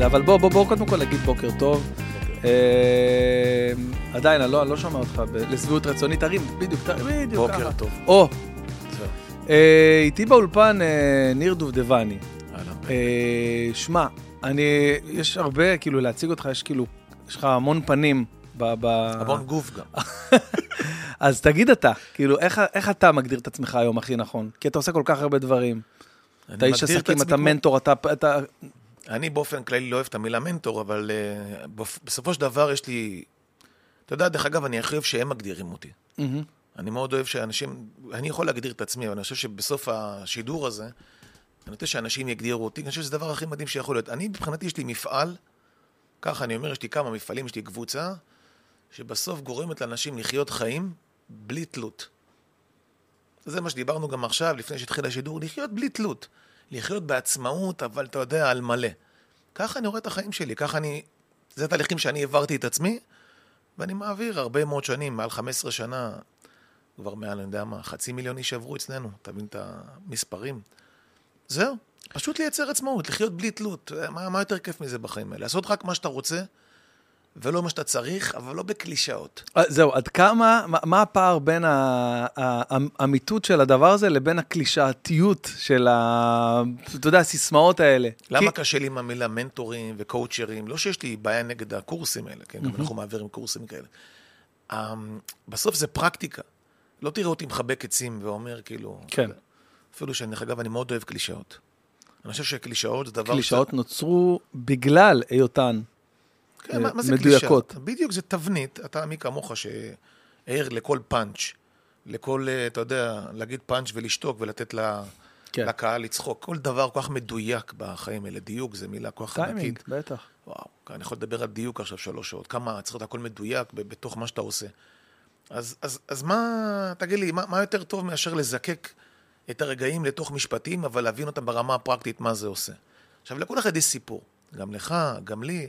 זה, אבל בוא קודם כל להגיד בוקר טוב. עדיין, אני לא שומע אותך, לסביבות רצונית, תרים, בדיוק ככה. בוקר טוב. איתי באולפן ניר דובדבני. שמע, יש הרבה, כאילו, להציג אותך, יש לך המון פנים. המון גוף גם. אז תגיד אתה, כאילו, איך אתה מגדיר את עצמך היום הכי נכון? כי אתה עושה כל כך הרבה דברים. אתה איש עסקים, אתה מנטור, אתה... אני באופן כללי לא אוהב את המילה מנטור, אבל בסופו של דבר יש לי... אתה יודע, דרך אגב, אני הכי אוהב שהם מגדירים אותי. אני מאוד אוהב שאנשים... אני יכול להגדיר את עצמי, אבל אני חושב שבסוף השידור הזה, אני רוצה שאנשים יגדירו אותי, אני חושב שזה הדבר הכי מדהים שיכול להיות. אני, מבחינתי, יש לי מפעל, ככה אני אומר, יש לי כמה מפעלים, יש לי קבוצה, שבסוף גורמת לאנשים לחיות חיים בלי תלות. זה מה שדיברנו גם עכשיו, לפני שהתחיל השידור, לחיות בלי תלות. לחיות בעצמאות, אבל אתה יודע, על מלא. ככה אני רואה את החיים שלי, ככה זה תהליכים שאני העברתי את עצמי, ואני מעביר הרבה מאוד שנים, מעל 15 שנה, כבר מעל, אני יודע מה, 500,000 איש עברו אצלנו, תבין את המספרים. זהו, פשוט לייצר עצמאות, לחיות בלי תלות. מה יותר כיף מזה בחיים האלה? לעשות רק מה שאתה רוצה, ולא מה שאתה צריך, אבל לא בקלישאות. זהו, עד כמה, מה הפער בין האמיתות של הדבר הזה, לבין הקלישאתיות של אתה יודע, הסיסמאות האלה? למה קשה לי עם המילה מנטורים וקואוצ'רים? לא שיש לי בעיה נגד הקורסים האלה, כן? גם אנחנו מעבירים קורסים כאלה. בסוף זה פרקטיקה. לא תראה אותי מחבק עצים ואומר, כאילו... כן. אפילו אגב, אני מאוד אוהב קלישאות. אני חושב שקלישאות זה דבר... קלישאות נוצרו בגלל היותן. כן, מה זה קלישאות? בדיוק, זה תבנית. אתה מי כמוך שער לכל פאנץ', לכל, אתה יודע, להגיד פאנץ' ולשתוק ולתת לקהל לצחוק. כל דבר כל כך מדויק בחיים האלה. דיוק זה מילה כל כך ענקית. טיימינג, בטח. וואו, אני יכול לדבר על דיוק עכשיו 3 שעות. כמה צריך להיות הכל מדויק בתוך מה שאתה עושה. אז מה, תגיד לי, מה יותר טוב מאשר לזקק את הרגעים לתוך משפטים, אבל להבין אותם ברמה הפרקטית מה זה עושה. עכשיו, לכל אחד יש סיפור. גם לך, גם לי.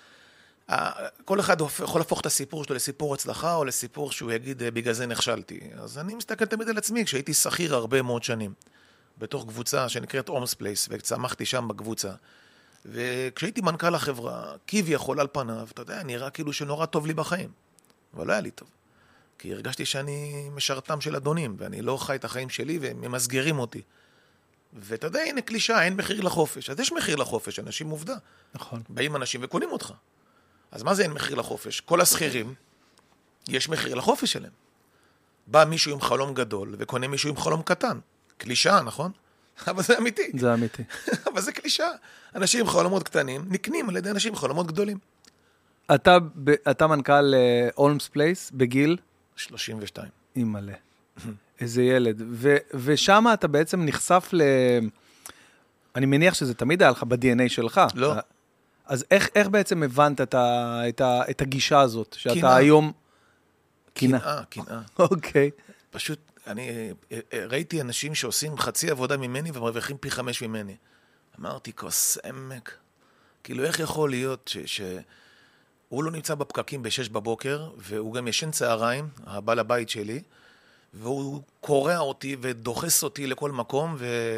כל אחד יכול להפוך את הסיפור שלו לסיפור הצלחה, או לסיפור שהוא יגיד, בגלל זה נכשלתי. אז אני מסתכל תמיד על עצמי, כשהייתי שכיר הרבה מאוד שנים, בתוך קבוצה שנקראת הומס פלייס, וצמחתי שם בקבוצה. וכשהייתי מנכ"ל החברה, כביכול על פניו, אתה יודע, נראה כאילו שנורא טוב לי בחיים. אבל לא היה לי טוב. כי הרגשתי שאני משרתם של אדונים, ואני לא חי את החיים שלי, והם ממסגרים אותי. ואתה יודע, הנה קלישה, אין מחיר לחופש. אז יש מחיר לחופש, אנשים עובדה. נכון. באים אנשים וקונים אותך. אז מה זה אין מחיר לחופש? כל השכירים, יש מחיר לחופש שלהם. בא מישהו עם חלום גדול, וקונה מישהו עם חלום קטן. קלישה, נכון? אבל זה אמיתי. זה אמיתי. אבל זה קלישה. אנשים עם חלומות קטנים, נקנים על ידי אנשים עם חלומות גדולים. אתה מנכ"ל הולמס פלייס בגיל? 32. אימא'לה. איזה ילד. ושם אתה בעצם נחשף אני מניח שזה תמיד היה לך ב-DNA שלך. לא. אז איך בעצם הבנת את הגישה הזאת, שאתה היום... קנאה. אוקיי. פשוט, אני ראיתי אנשים שעושים חצי עבודה ממני, ומרוויחים פי 5 ממני. אמרתי, כוס עמק. כאילו, איך יכול להיות שהוא לא נמצא בפקקים ב-6 בבוקר, והוא גם ישן צהריים, הבעל הבית שלי, והוא קורע אותי ודוחס אותי לכל מקום,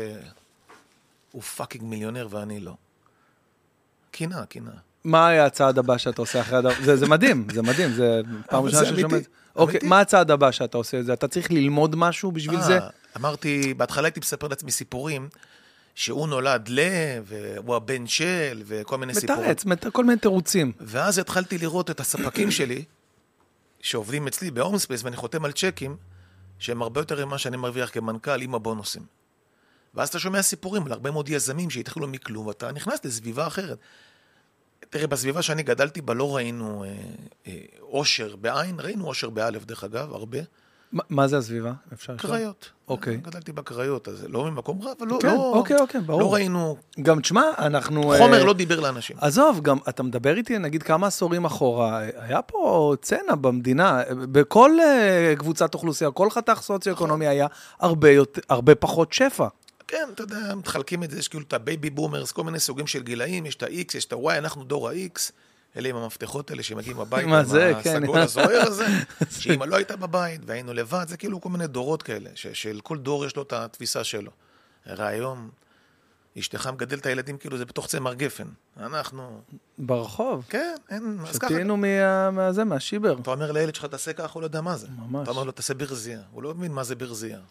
והוא פאקינג מיליונר ואני לא. קנאה. מה היה הצעד הבא שאתה עושה אחרי הדבר? זה מדהים, זה פעם ראשונה ששומעת. אוקיי, מה הצעד הבא שאתה עושה? אתה צריך ללמוד משהו בשביל זה? אמרתי, בהתחלה הייתי מספר לעצמי סיפורים, שהוא נולד והוא הבן של, וכל מיני סיפורים. מתרץ, כל מיני תירוצים. ואז התחלתי לראות את הספקים שלי, שעובדים אצלי בהומס פלייס, ואני חותם על צ'קים, שהם הרבה יותר ממה שאני מרוויח כמנכ"ל עם הבונוסים. ואז אתה שומע סיפורים על הרבה מאוד יזמים שהתחילו מכלום, ואתה נכנס לסביבה אחרת. תראה, בסביבה שאני גדלתי בה לא ראינו אושר בעין, ראינו אושר באלף דרך אגב, הרבה. מה זה הסביבה? קריות. אוקיי. גדלתי בקריות, אז לא ממקום רע, אבל אוקיי, ברור. לא ראינו... גם תשמע, אנחנו... חומר לא דיבר לאנשים. עזוב, גם אתה מדבר איתי, נגיד כמה עשורים אחורה, היה פה צנע במדינה, בכל קבוצת אוכלוסייה, כל חתך סוציו-אקונומי היה הרבה פחות שפע. כן, אתה יודע, מתחלקים את זה, יש כאילו את הבייבי בומרס, כל מיני סוגים של גילאים, יש את ה-X, יש את ה-Y, אנחנו דור ה-X, אלה עם המפתחות האלה שמגיעים הביתה, עם הסגול הזוהר הזה, שאמא לא הייתה בבית והיינו לבד, זה כאילו כל מיני דורות כאלה, של כל דור יש לו את התפיסה שלו. הרי היום אשתך מגדל את הילדים כאילו זה בתוך צמר גפן. אנחנו... ברחוב. כן, אין... אז ככה... שתינו מהשיבר. אתה אומר לילד שלך, תעשה ככה, הוא לא יודע מה זה. ממש. אתה אומר לו, תעשה ברזייה. הוא לא מבין מה זה ברזייה.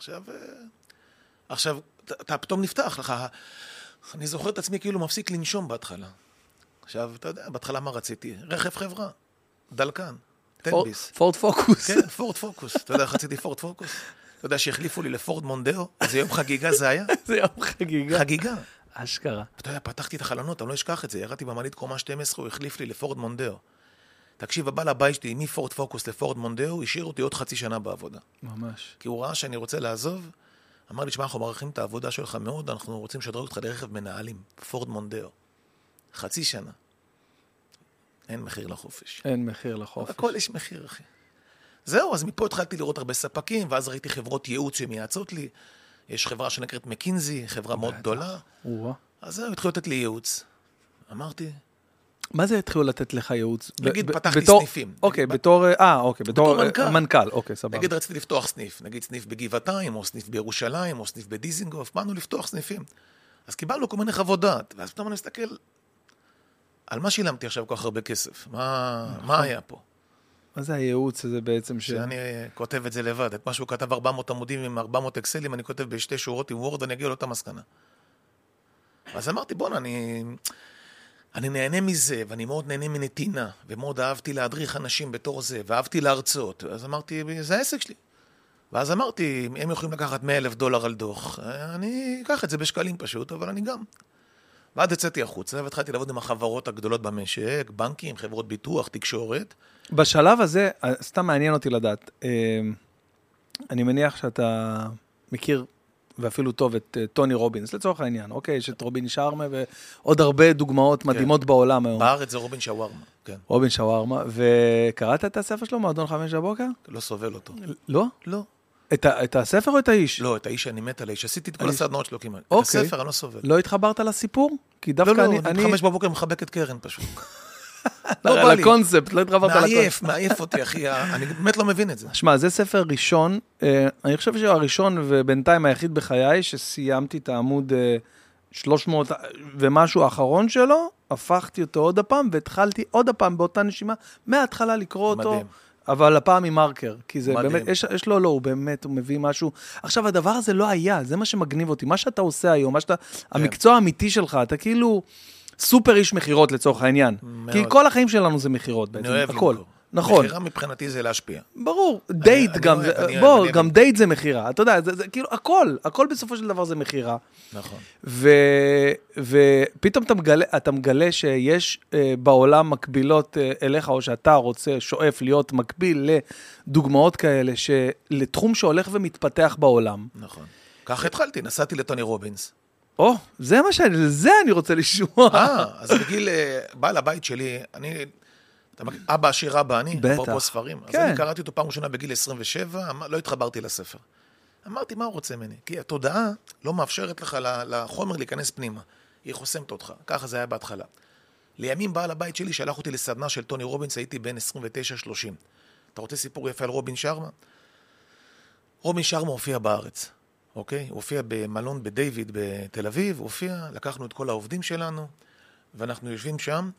עכשיו, אתה פתאום נפתח לך. אני זוכר את עצמי כאילו מפסיק לנשום בהתחלה. עכשיו, אתה יודע, בהתחלה מה רציתי? רכב חברה, דלקן, טנביס. פורד פוקוס. כן, פורד פוקוס. אתה יודע, רציתי פורד פוקוס. אתה יודע שהחליפו לי לפורד מונדאו, איזה יום חגיגה זה היה? זה יום חגיגה. חגיגה. אשכרה. אתה יודע, פתחתי את החלונות, אני לא אשכח את זה, ירדתי במעלית קומה 12, הוא החליף לי לפורד מונדאו. תקשיב, הבא לבית שלי, מפורד פוקוס לפורד מונדאו, השאיר אותי עוד חצי שנה בעבודה. ממש. כי הוא ראה שאני רוצה לעזוב, אמר לי, שמע, אנחנו מעריכים את העבודה שלך מאוד, אנחנו רוצים לשדרג אותך לרכב מנהלים, פורד מונדאו. חצי שנה. אין מחיר לחופש. אין מחיר לחופש. הכל יש מחיר, אחי. זהו, אז מפה התחלתי לראות הרבה ספקים, ואז ראיתי חברות ייעוץ שמייעצות לי. יש חברה שנקראת מקינזי, חברה מאוד גדולה. אז זהו, התחילו לתת לי ייעוץ. אמרתי... מה זה התחילו לתת לך ייעוץ? נגיד, פתחתי סניפים. אוקיי, בתור מנכ"ל. אוקיי, סבבה. נגיד, רציתי לפתוח סניף. נגיד, סניף בגבעתיים, או סניף בירושלים, או סניף בדיזינגוף. באנו לפתוח סניפים. אז קיבלנו כל מיני חוות דעת. ואז פתאום אני מסתכל, על מה שילמתי עכשיו כל כך הרבה כסף? מה היה פה? מה זה הייעוץ הזה בעצם שאני כותב את זה לבד. את מה שהוא כתב 400 עמודים עם 400 אקסלים, אני כותב בשתי שורות עם וורד, אני אגיע לאותה מסקנה. אז אמרתי, בוא, אני נהנה מזה, ואני מאוד נהנה מנתינה, ומאוד אהבתי להדריך אנשים בתור זה, ואהבתי להרצות. אז אמרתי, זה העסק שלי. ואז אמרתי, הם יכולים לקחת $100,000 על דוח, אני אקח את זה בשקלים פשוט, אבל אני גם. ועד יצאתי החוצה, והתחלתי לעבוד עם החברות הגדולות במשק, בנקים, חברות ביטוח, תקשורת. בשלב הזה, סתם מעניין אותי לדעת, אני מניח שאתה מכיר, ואפילו טוב, את טוני רובינס, לצורך העניין, אוקיי? יש את רובין שרמה, ועוד הרבה דוגמאות מדהימות בעולם היום. בארץ זה רובין שווארמה, כן. רובין שווארמה, וקראת את הספר שלו, מועדון 5 בבוקר? לא סובל אותו. לא? לא. את הספר או את האיש? לא, את האיש אני מת על האיש. עשיתי את כל הסדנאות שלו כמעט. את אוקיי. הספר אני לא סובל. לא התחברת לסיפור? כי דווקא לא, אני 5 בבוקר מחבק את קרן פשוט. לא בא לי. לקונספט, לא התחברת לקונספט. מעייף אותי, אחי. אני באמת לא מבין את זה. שמע, זה ספר ראשון, אני חושב שהוא הראשון ובינתיים היחיד בחיי, שסיימתי את העמוד 300 ומשהו האחרון שלו, הפכתי אותו עוד הפעם, והתחלתי עוד הפעם באותה נשימה, מההתחלה לקרוא אותו. מדהים. אבל הפעם עם מרקר, כי זה מדהים. באמת, יש לו, לא, הוא באמת, הוא מביא משהו. עכשיו, הדבר הזה לא היה, זה מה שמגניב אותי. מה שאתה עושה היום, המקצוע האמיתי שלך, אתה כאילו סופר איש מחירות לצורך העניין. מאוד. כי כל החיים שלנו זה מחירות בעצם, הכל. נכון. מחירה מבחינתי זה להשפיע. ברור, דייט גם, בוא, גם דייט זה מחירה. אתה יודע, זה כאילו, הכל בסופו של דבר זה מחירה. נכון. ופתאום אתה מגלה שיש בעולם מקבילות אליך, או שאתה רוצה, שואף להיות מקביל לדוגמאות כאלה, לתחום שהולך ומתפתח בעולם. נכון. כך התחלתי, נסעתי לטוני רובינס. זה אני רוצה לשמוע. אז בגיל, בעל הבית שלי, אבא עשיר אבא, אני, אפרופו ספרים. אז אני קראתי אותו פעם ראשונה בגיל 27, לא התחברתי לספר. אמרתי, מה הוא רוצה ממני? כי התודעה לא מאפשרת לך לחומר להיכנס פנימה. היא חוסמת אותך. ככה זה היה בהתחלה. לימים בעל הבית שלי שלח אותי לסדנה של טוני רובינס, הייתי בין 29-30. אתה רוצה סיפור יפה על רובין שרמה? רובין שרמה הופיע בארץ, אוקיי? הוא הופיע במלון בדיוויד בתל אביב, הוא הופיע, לקחנו את כל העובדים שלנו, ואנחנו יושבים שם,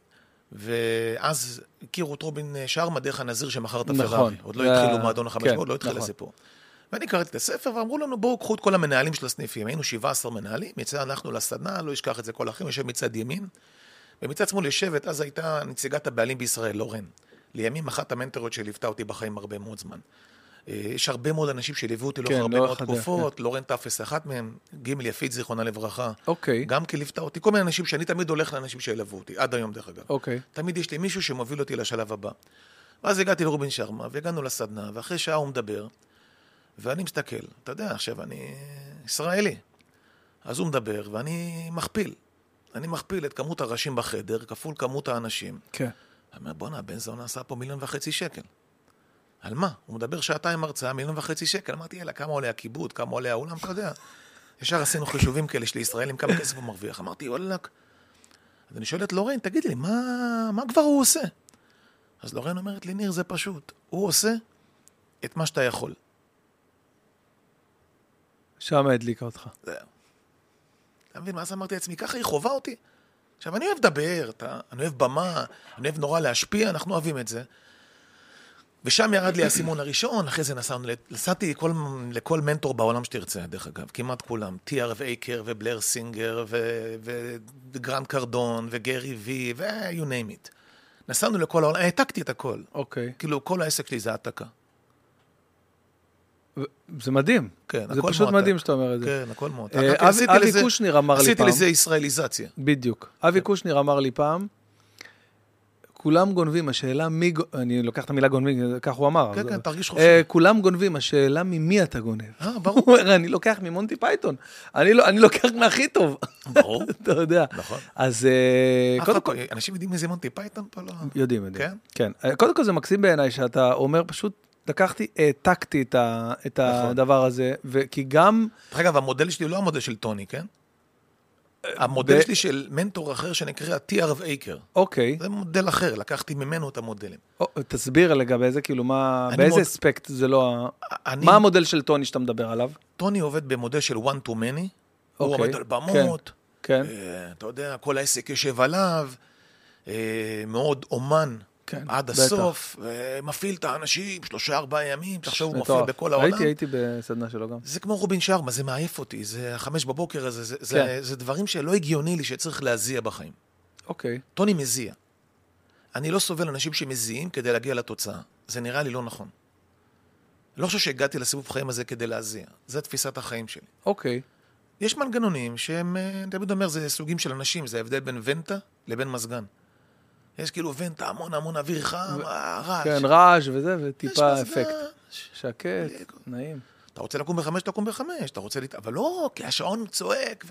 ואז הכירו את רובין שרמה דרך הנזיר שמכר את הפרארי. עוד לא התחילו מועדון ה-500, עוד לא התחיל הסיפור. ואני קראתי את הספר, ואמרו לנו, בואו, קחו את כל המנהלים של הסניפים. היינו 17 מנהלים, מצד אנחנו לסדנה, לא ישכח את זה כל אחים, יושב מצד ימין, ומצד שמאל יושבת, אז הייתה נציגת הבעלים בישראל, לורן. לימים אחת המנטוריות שליוותה אותי בחיים הרבה מאוד זמן. יש הרבה מאוד אנשים שליוו אותי לאורך הרבה מאוד תקופות, לורן תפס אחת מהם, גימל יפית זיכרונה לברכה, גם כי ליוותה אותי, כל מיני אנשים שאני תמיד הולך לאנשים שילוו אותי, עד היום דרך אגב. תמיד יש לי מישהו שמוביל אותי לשלב הבא. ואז הגעתי לרובין שרמה, והגענו לסדנה, ואחרי שעה הוא מדבר, ואני מסתכל, אתה יודע, עכשיו אני ישראלי. אז הוא מדבר, ואני מכפיל. אני מכפיל את כמות הראשים בחדר, כפול כמות האנשים. כן. אני אומר, בוא'נה, בן זונה עשה פה 1.5 מיליון שקל. על מה? הוא מדבר שעתיים הרצאה, 1.5 מיליון שקל. אמרתי, יאללה, כמה עולה הכיבוד, כמה עולה האולם, אתה יודע. ישר עשינו חישובים כאלה של ישראלים, כמה כסף הוא מרוויח. אמרתי, וואלק. אז אני שואל את לורן, תגיד לי, מה כבר הוא עושה? אז לורן אומרת לי, ניר, זה פשוט. הוא עושה את מה שאתה יכול. שם הדליקה אותך. זהו. אתה מבין, מה אז אמרתי לעצמי, ככה היא חובה אותי. עכשיו, אני אוהב לדבר, אני אוהב במה, אני אוהב נורא להשפיע, אנחנו אוהבים את זה. ושם ירד לי הסימון הראשון, אחרי זה נסעתי לכל מנטור בעולם שתרצה, דרך אגב, כמעט כולם, T.R. אייקר ובלר סינגר וגרנד קרדון וגרי וי ו-you name it. נסענו לכל העולם, העתקתי את הכל. אוקיי. כאילו, כל העסק שלי זה העתקה. זה מדהים. כן, זה פשוט מדהים שאתה אומר את זה. כן, הכל מאוד. אבי קושניר אמר לי פעם. עשיתי לזה ישראליזציה. בדיוק. אבי קושניר אמר לי פעם, כולם גונבים, השאלה מי, אני לוקח את המילה גונבים, כך הוא אמר. כן, כן, תרגיש חופשי. כולם גונבים, השאלה ממי אתה גונב. ברור. הוא אומר, אני לוקח ממונטי פייתון, אני לוקח מהכי טוב. ברור. אתה יודע. נכון. אז קודם כל... אנשים יודעים איזה מונטי פייתון פה לא... יודעים. כן? כן. קודם כל זה מקסים בעיניי, שאתה אומר פשוט, לקחתי, העתקתי את הדבר הזה, כי גם... דרך אגב, המודל שלי הוא לא המודל של טוני, כן? המודל שלי של מנטור אחר שנקרא T.R. אייקר. אוקיי. זה מודל אחר, לקחתי ממנו את המודלים. תסביר לגבי זה, כאילו, באיזה אספקט זה לא... מה המודל של טוני שאתה מדבר עליו? טוני עובד במודל של one to many, הוא עובד על במות, כן. אתה יודע, כל העסק יושב עליו, מאוד אומן. עד הסוף, מפעיל את האנשים, 3-4 ימים, תחשוב, הוא מופיע בכל העולם. הייתי בסדנה שלו גם. זה כמו רובין שרמה, זה מעייף אותי, זה 5 בבוקר, זה דברים שלא הגיוני לי שצריך להזיע בחיים. אוקיי. טוני מזיע. אני לא סובל אנשים שמזיעים כדי להגיע לתוצאה. זה נראה לי לא נכון. אני לא חושב שהגעתי לסיבוב חיים הזה כדי להזיע. זה תפיסת החיים שלי. אוקיי. יש מנגנונים שהם, אני תמיד אומר, זה סוגים של אנשים, זה ההבדל בין ונטה לבין מזגן. יש כאילו ונטה, המון אוויר חם, רעש. כן, רעש וזה, וטיפה אפקט. שקט, נעים. אתה רוצה לקום ב5, תקום ב5, אתה רוצה אבל לא, כי השעון צועק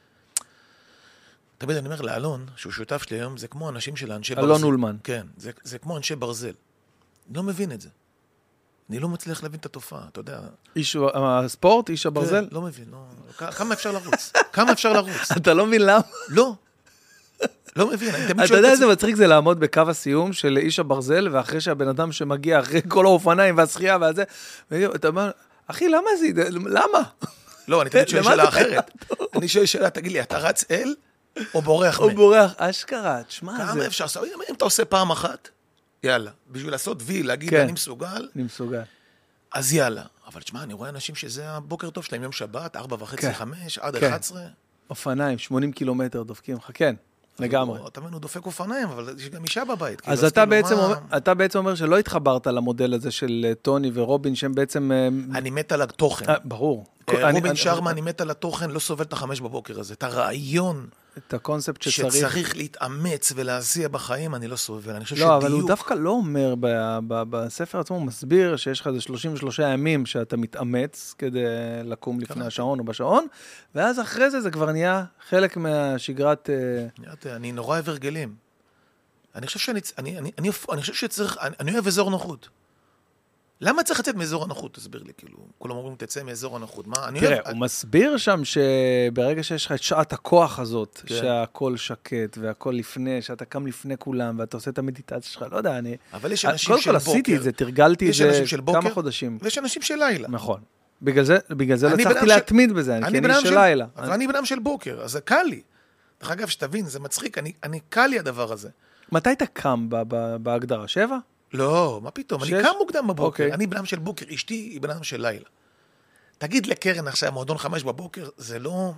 תמיד אני אומר לאלון, שהוא שותף שלי היום, זה כמו אנשים של אנשי ברזל. אלון אולמן. כן, זה כמו אנשי ברזל. אני לא מבין את זה. אני לא מצליח להבין את התופעה, אתה יודע. הספורט, איש הברזל? לא מבין, כמה אפשר לרוץ? כמה אפשר לרוץ? אתה לא מבין למה? לא מבין. אתה יודע איזה מצחיק זה לעמוד בקו הסיום של איש הברזל, ואחרי שהבן אדם שמגיע אחרי כל האופניים והשחייה והזה, אתה אומר, אחי, למה זה? למה? לא, אני תמיד שואל שאלה אחרת. אני שואל שאלה, תגיד לי, אתה רץ אל או בורח או בורח, אשכרה, תשמע, זה... כמה אפשר לעשות? אם אתה עושה פעם אחת, יאללה. בשביל לעשות וי, להגיד, אני מסוגל. אני מסוגל. אז יאללה. אבל תשמע, אני רואה אנשים שזה הבוקר טוב שלהם, יום שבת, 4:30, 5, עד 11. אופניים, 80 קילומטר דופקים לך, כן. לגמרי. אתה מבין, הוא דופק אופניים, אבל יש גם אישה בבית. אז אתה בעצם אומר שלא התחברת למודל הזה של טוני ורובין, שהם בעצם... אני מת על התוכן. ברור. רובין שרמה, אני מת על התוכן, לא סובל את 5 בבוקר הזה. את הרעיון... את הקונספט שצריך להתאמץ ולהזיע בחיים, אני לא סובל. אני חושב לא, אבל הוא דווקא לא אומר, בספר עצמו הוא מסביר שיש לך איזה 33 ימים שאתה מתאמץ כדי לקום לפני השעון או בשעון, ואז אחרי זה כבר נהיה חלק מהשגרת... אני נורא אוהב הרגלים. אני חושב שצריך, אני אוהב אזור נוחות. למה צריך לצאת מאזור הנוחות? תסביר לי, כאילו, כולם אומרים, תצא מאזור הנוחות. תראה, הוא מסביר שם שברגע שיש לך את שעת הכוח הזאת, שהכל שקט והכל לפני, שאתה קם לפני כולם, ואתה עושה את המדיטציה שלך, לא יודע, אני... אבל יש אנשים של בוקר. קודם כל עשיתי את זה, תרגלתי את זה כמה חודשים. ויש אנשים של לילה. נכון. בגלל זה לא צריכתי להתמיד בזה, כי אני של לילה. אבל אני בנם של בוקר, אז זה קל לי. דרך אגב, שתבין, זה מצחיק, אני קל לי הדבר הזה. מתי אתה קם בהגדרה? 7? לא, מה פתאום? אני קם מוקדם בבוקר. אני בנם של בוקר, אשתי היא בנם של לילה. תגיד לקרן עכשיו, מועדון 5 בבוקר, זה לא...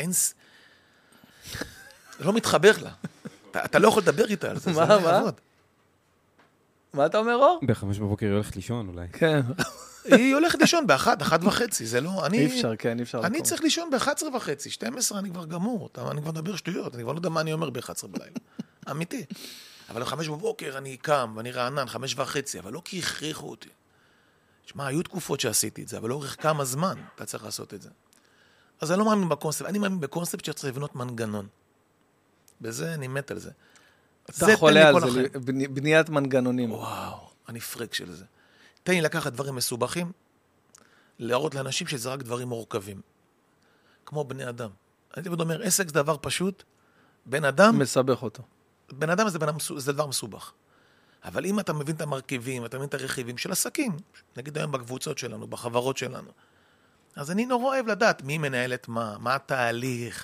זה לא מתחבר לה. אתה לא יכול לדבר איתה על זה. מה אתה אומר, אור? ב5 בבוקר היא הולכת לישון אולי. כן. היא הולכת לישון ב1:30, זה לא... אי אפשר, כן, אי אפשר. אני צריך לישון ב11:30, 12 אני כבר גמור, אני כבר מדבר שטויות, אני כבר לא יודע מה אני אומר ב11 בלילה. אמיתי. אבל ב5 בבוקר אני קם ואני רענן, 5:30, אבל לא כי הכריחו אותי. תשמע, היו תקופות שעשיתי את זה, אבל לאורך כמה זמן אתה צריך לעשות את זה. אז אני לא מאמין בקונספט, אני מאמין בקונספט שצריך לבנות מנגנון. בזה אני מת על זה. אתה חולה על זה, בניית מנגנונים. וואו, אני פרק של זה. תן לי לקחת דברים מסובכים, להראות לאנשים שזה רק דברים מורכבים. כמו בני אדם. אני תמיד אומר, עסק זה דבר פשוט, בן אדם... מסבך אותו. בן אדם זה דבר מסובך. אבל אם אתה מבין את המרכיבים, אתה מבין את הרכיבים של עסקים, נגיד היום בקבוצות שלנו, בחברות שלנו, אז אני נורא אוהב לדעת מי מנהלת מה התהליך,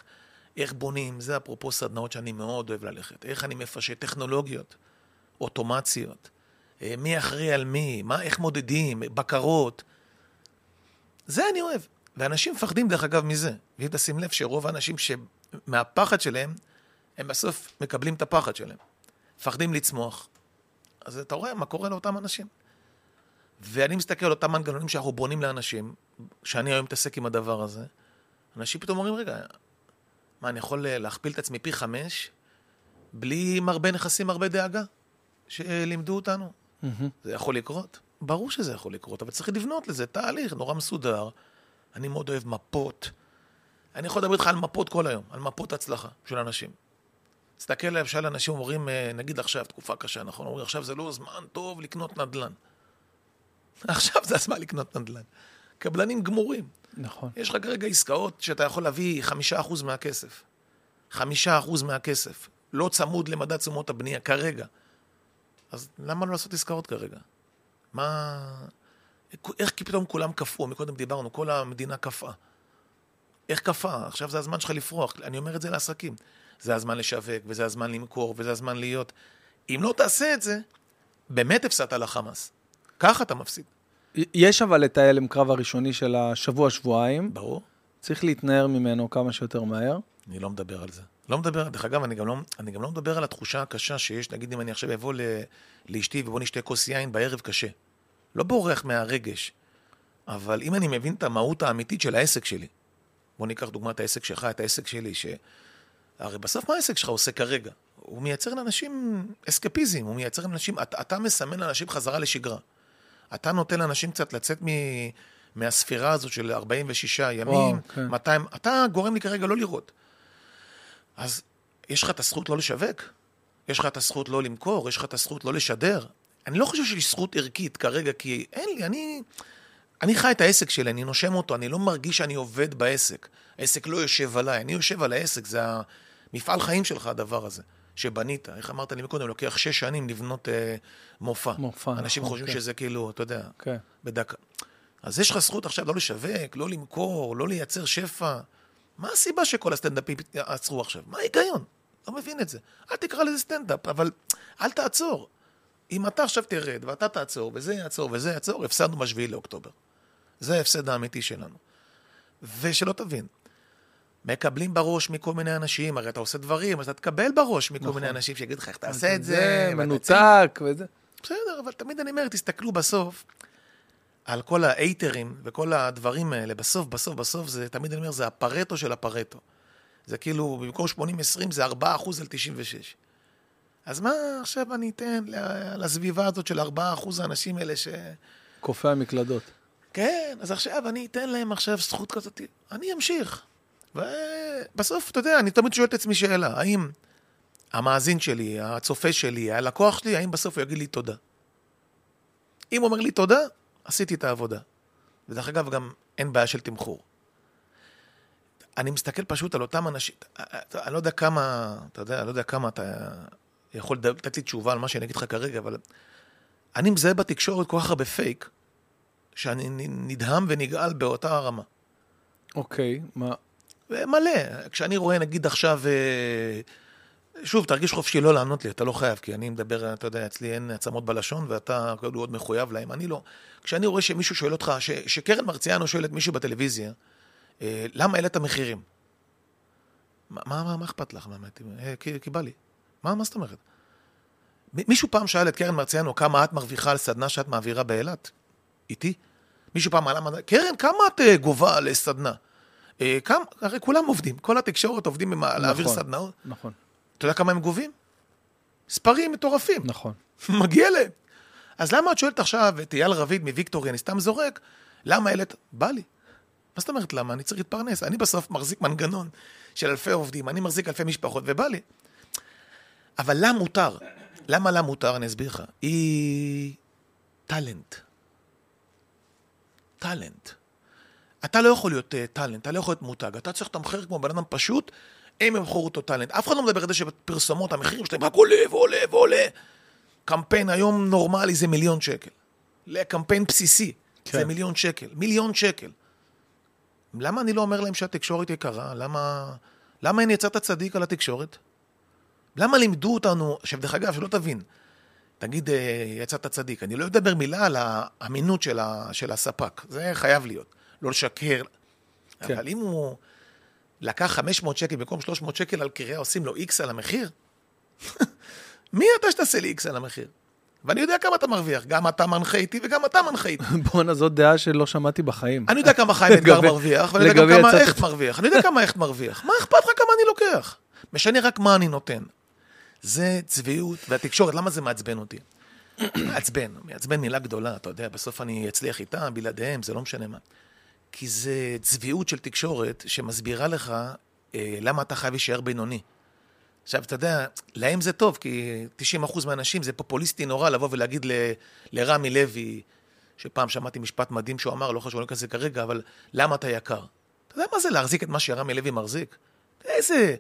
איך בונים, זה אפרופו סדנאות שאני מאוד אוהב ללכת, איך אני מפשט טכנולוגיות, אוטומציות, מי אחראי על מי, איך מודדים, בקרות, זה אני אוהב. ואנשים מפחדים דרך אגב מזה, ואם תשים לב שרוב האנשים מהפחד שלהם, הם בסוף מקבלים את הפחד שלהם, מפחדים לצמוח, אז אתה רואה מה קורה לאותם אנשים. ואני מסתכל על אותם מנגנונים שאנחנו בונים לאנשים, שאני היום מתעסק עם הדבר הזה, אנשים פתאום אומרים, רגע, מה, אני יכול להכפיל את עצמי פי 5, בלי הרבה נכסים, הרבה דאגה, שלימדו אותנו? זה יכול לקרות? ברור שזה יכול לקרות, אבל צריך לבנות לזה תהליך נורא מסודר. אני מאוד אוהב מפות. אני יכול לדבר איתך על מפות כל היום, על מפות הצלחה של אנשים. תסתכל למשל, אנשים אומרים, נגיד עכשיו, תקופה קשה, נכון? אומרים, עכשיו זה לא זמן טוב לקנות נדל"ן. עכשיו זה הזמן לקנות נדל"ן. קבלנים גמורים. נכון. יש לך כרגע עסקאות שאתה יכול להביא 5% מהכסף. 5% מהכסף. לא צמוד למדד תשומות הבנייה כרגע. אז למה לא לעשות עסקאות כרגע? איך פתאום כולם קפאו? מקודם דיברנו, כל המדינה קפאה. איך קפאה? עכשיו זה הזמן שלך לפרוח. אני אומר את זה לעסקים. זה הזמן לשווק, וזה הזמן למכור, וזה הזמן להיות. אם לא תעשה את זה, באמת הפסדת לחמאס. ככה אתה מפסיד. יש אבל את ההלם קרב הראשוני של השבוע-שבועיים. ברור. צריך להתנער ממנו כמה שיותר מהר. אני לא מדבר על זה. לא מדבר, דרך אגב, אני גם לא מדבר על התחושה הקשה שיש, נגיד אם אני עכשיו אבוא לאשתי ובוא נשתה כוס יין בערב קשה. לא בורח מהרגש, אבל אם אני מבין את המהות האמיתית של העסק שלי, בוא ניקח דוגמת העסק שלך, את העסק שלי, הרי בסוף מה העסק שלך עושה כרגע? הוא מייצר לאנשים אסקפיזם, הוא מייצר לאנשים, אתה מסמן לאנשים חזרה לשגרה. אתה נותן לאנשים קצת לצאת מהספירה הזאת של 46 ימים, 200, אתה גורם לי כרגע לא לראות. אז יש לך את הזכות לא לשווק, יש לך את הזכות לא למכור, יש לך את הזכות לא לשדר. אני לא חושב שיש זכות ערכית כרגע, כי אין לי, אני חי את העסק שלי, אני נושם אותו, אני לא מרגיש שאני עובד בעסק. העסק לא יושב עליי, אני יושב על העסק, זה המפעל חיים שלך הדבר הזה, שבנית. איך אמרת לי מקודם, לוקח 6 שנים לבנות מופע. אנשים חושבים שזה כאילו, אתה יודע, בדקה. אז יש לך זכות עכשיו לא לשווק, לא למכור, לא לייצר שפע. מה הסיבה שכל הסטנדאפים עצרו עכשיו? מה ההיגיון? לא מבין את זה. אל תקרא לזה סטנדאפ, אבל אל תעצור. אם אתה עכשיו תרד, ואתה תעצור, וזה יעצור, וזה יעצור, הפסדנו ב7 לאוקטובר. זה ההפסד האמיתי שלנו. ושלא תבין, מקבלים בראש מכל מיני אנשים, הרי אתה עושה דברים, אז אתה תקבל בראש מכל מיני אנשים שיגיד לך, איך תעשה את זה, מנותק וזה. בסדר, אבל תמיד אני אומר, תסתכלו בסוף, על כל האייטרים וכל הדברים האלה, בסוף, זה, תמיד אני אומר, זה הפרטו של הפרטו. זה כאילו, במקום 80-20, זה 4% על 96. אז מה עכשיו אני אתן לסביבה הזאת של 4% האנשים האלה קופי המקלדות. כן, אז עכשיו אני אתן להם עכשיו זכות כזאת. אני אמשיך. ובסוף, אתה יודע, אני תמיד שואל את עצמי שאלה, האם המאזין שלי, הצופה שלי, הלקוח שלי, האם בסוף הוא יגיד לי תודה? אם הוא אומר לי תודה, עשיתי את העבודה. ודרך אגב, גם אין בעיה של תמחור. אני מסתכל פשוט על אותם אנשים, אני לא יודע כמה, אתה יודע, אני לא יודע כמה אתה יכול לתת לי תשובה על מה שאני אגיד לך כרגע, אבל אני מזהה בתקשורת כל כך הרבה פייק, שאני נדהם ונגעל באותה הרמה. אוקיי, מה? מלא. כשאני רואה, נגיד עכשיו, שוב, תרגיש חופשי לא לענות לי, אתה לא חייב, כי אני מדבר, אתה יודע, אצלי אין עצמות בלשון, ואתה כאילו עוד מחויב להם, אני לא. כשאני רואה שמישהו שואל אותך, שקרן מרציאנו שואלת מישהו בטלוויזיה, למה העלית המחירים? מה אכפת לך? כי בא לי. מה זאת אומרת? מישהו פעם שאל את קרן מרציאנו, כמה את מרוויחה על סדנה שאת מעבירה באילת? איתי? מישהו פעם מעלה, קרן, כמה את גובה לסדנה? הרי כולם עובדים, כל התקשורת עובדים להעביר סדנאות. נכון. אתה יודע כמה הם גובים? ספרים מטורפים. נכון. מגיע להם. אז למה את שואלת עכשיו את אייל רביד מוויקטוריה, אני סתם זורק, למה העלית? בא לי. מה זאת אומרת למה? אני צריך להתפרנס. אני בסוף מחזיק מנגנון של אלפי עובדים, אני מחזיק אלפי משפחות ובא לי. אבל למה מותר? למה מותר? אני אסביר לך. היא טלנט. טלנט. אתה לא יכול להיות טלנט, אתה לא יכול להיות מותג. אתה צריך לתמחר כמו בן אדם פשוט, הם ימחרו אותו טלנט. אף אחד לא מדבר על זה שבפרסומות המחירים שלהם רק עולה ועולה ועולה. קמפיין היום נורמלי זה 1,000,000 שקל. לקמפיין בסיסי זה 1,000,000 שקל. 1,000,000 שקל. למה אני לא אומר להם שהתקשורת יקרה? למה אין יצרת צדיק על התקשורת? למה לימדו אותנו, עכשיו דרך אגב, שלא תבין, תגיד, יצאת צדיק, אני לא אדבר מילה על האמינות של הספק, זה חייב להיות, לא לשקר, כן. אבל אם הוא לקח 500 שקל במקום 300 שקל על קריאה, עושים לו X על המחיר, מי אתה שתעשה לי X על המחיר? ואני יודע כמה אתה מרוויח, גם אתה מנחה איתי וגם אתה מנחה איתי. בוא'נה, זאת דעה שלא שמעתי בחיים. אני יודע כמה חיים אתגר מרוויח, ואני יודע גם כמה איך מרוויח. אני יודע כמה איך מרוויח. מה אכפת לך כמה אני לוקח? משנה רק מה אני נותן. זה צביעות, והתקשורת, למה זה מעצבן אותי? מעצבן מילה גדולה, אתה יודע, בסוף אני אצליח איתם, בלעדיהם, זה לא משנה מה. כי זה צביעות של תקשורת שמסבירה לך למה אתה חייב להישאר בינוני. עכשיו, אתה יודע, להם זה טוב, כי 90% מהאנשים זה פופוליסטי נורא לבוא ולהגיד לרמי לוי, שפעם שמעתי משפט מדהים שהוא אמר, לא חשוב, לא כזה כרגע, אבל למה אתה יקר? אתה יודע מה זה להחזיק את מה שרמי לוי מחזיק? איזה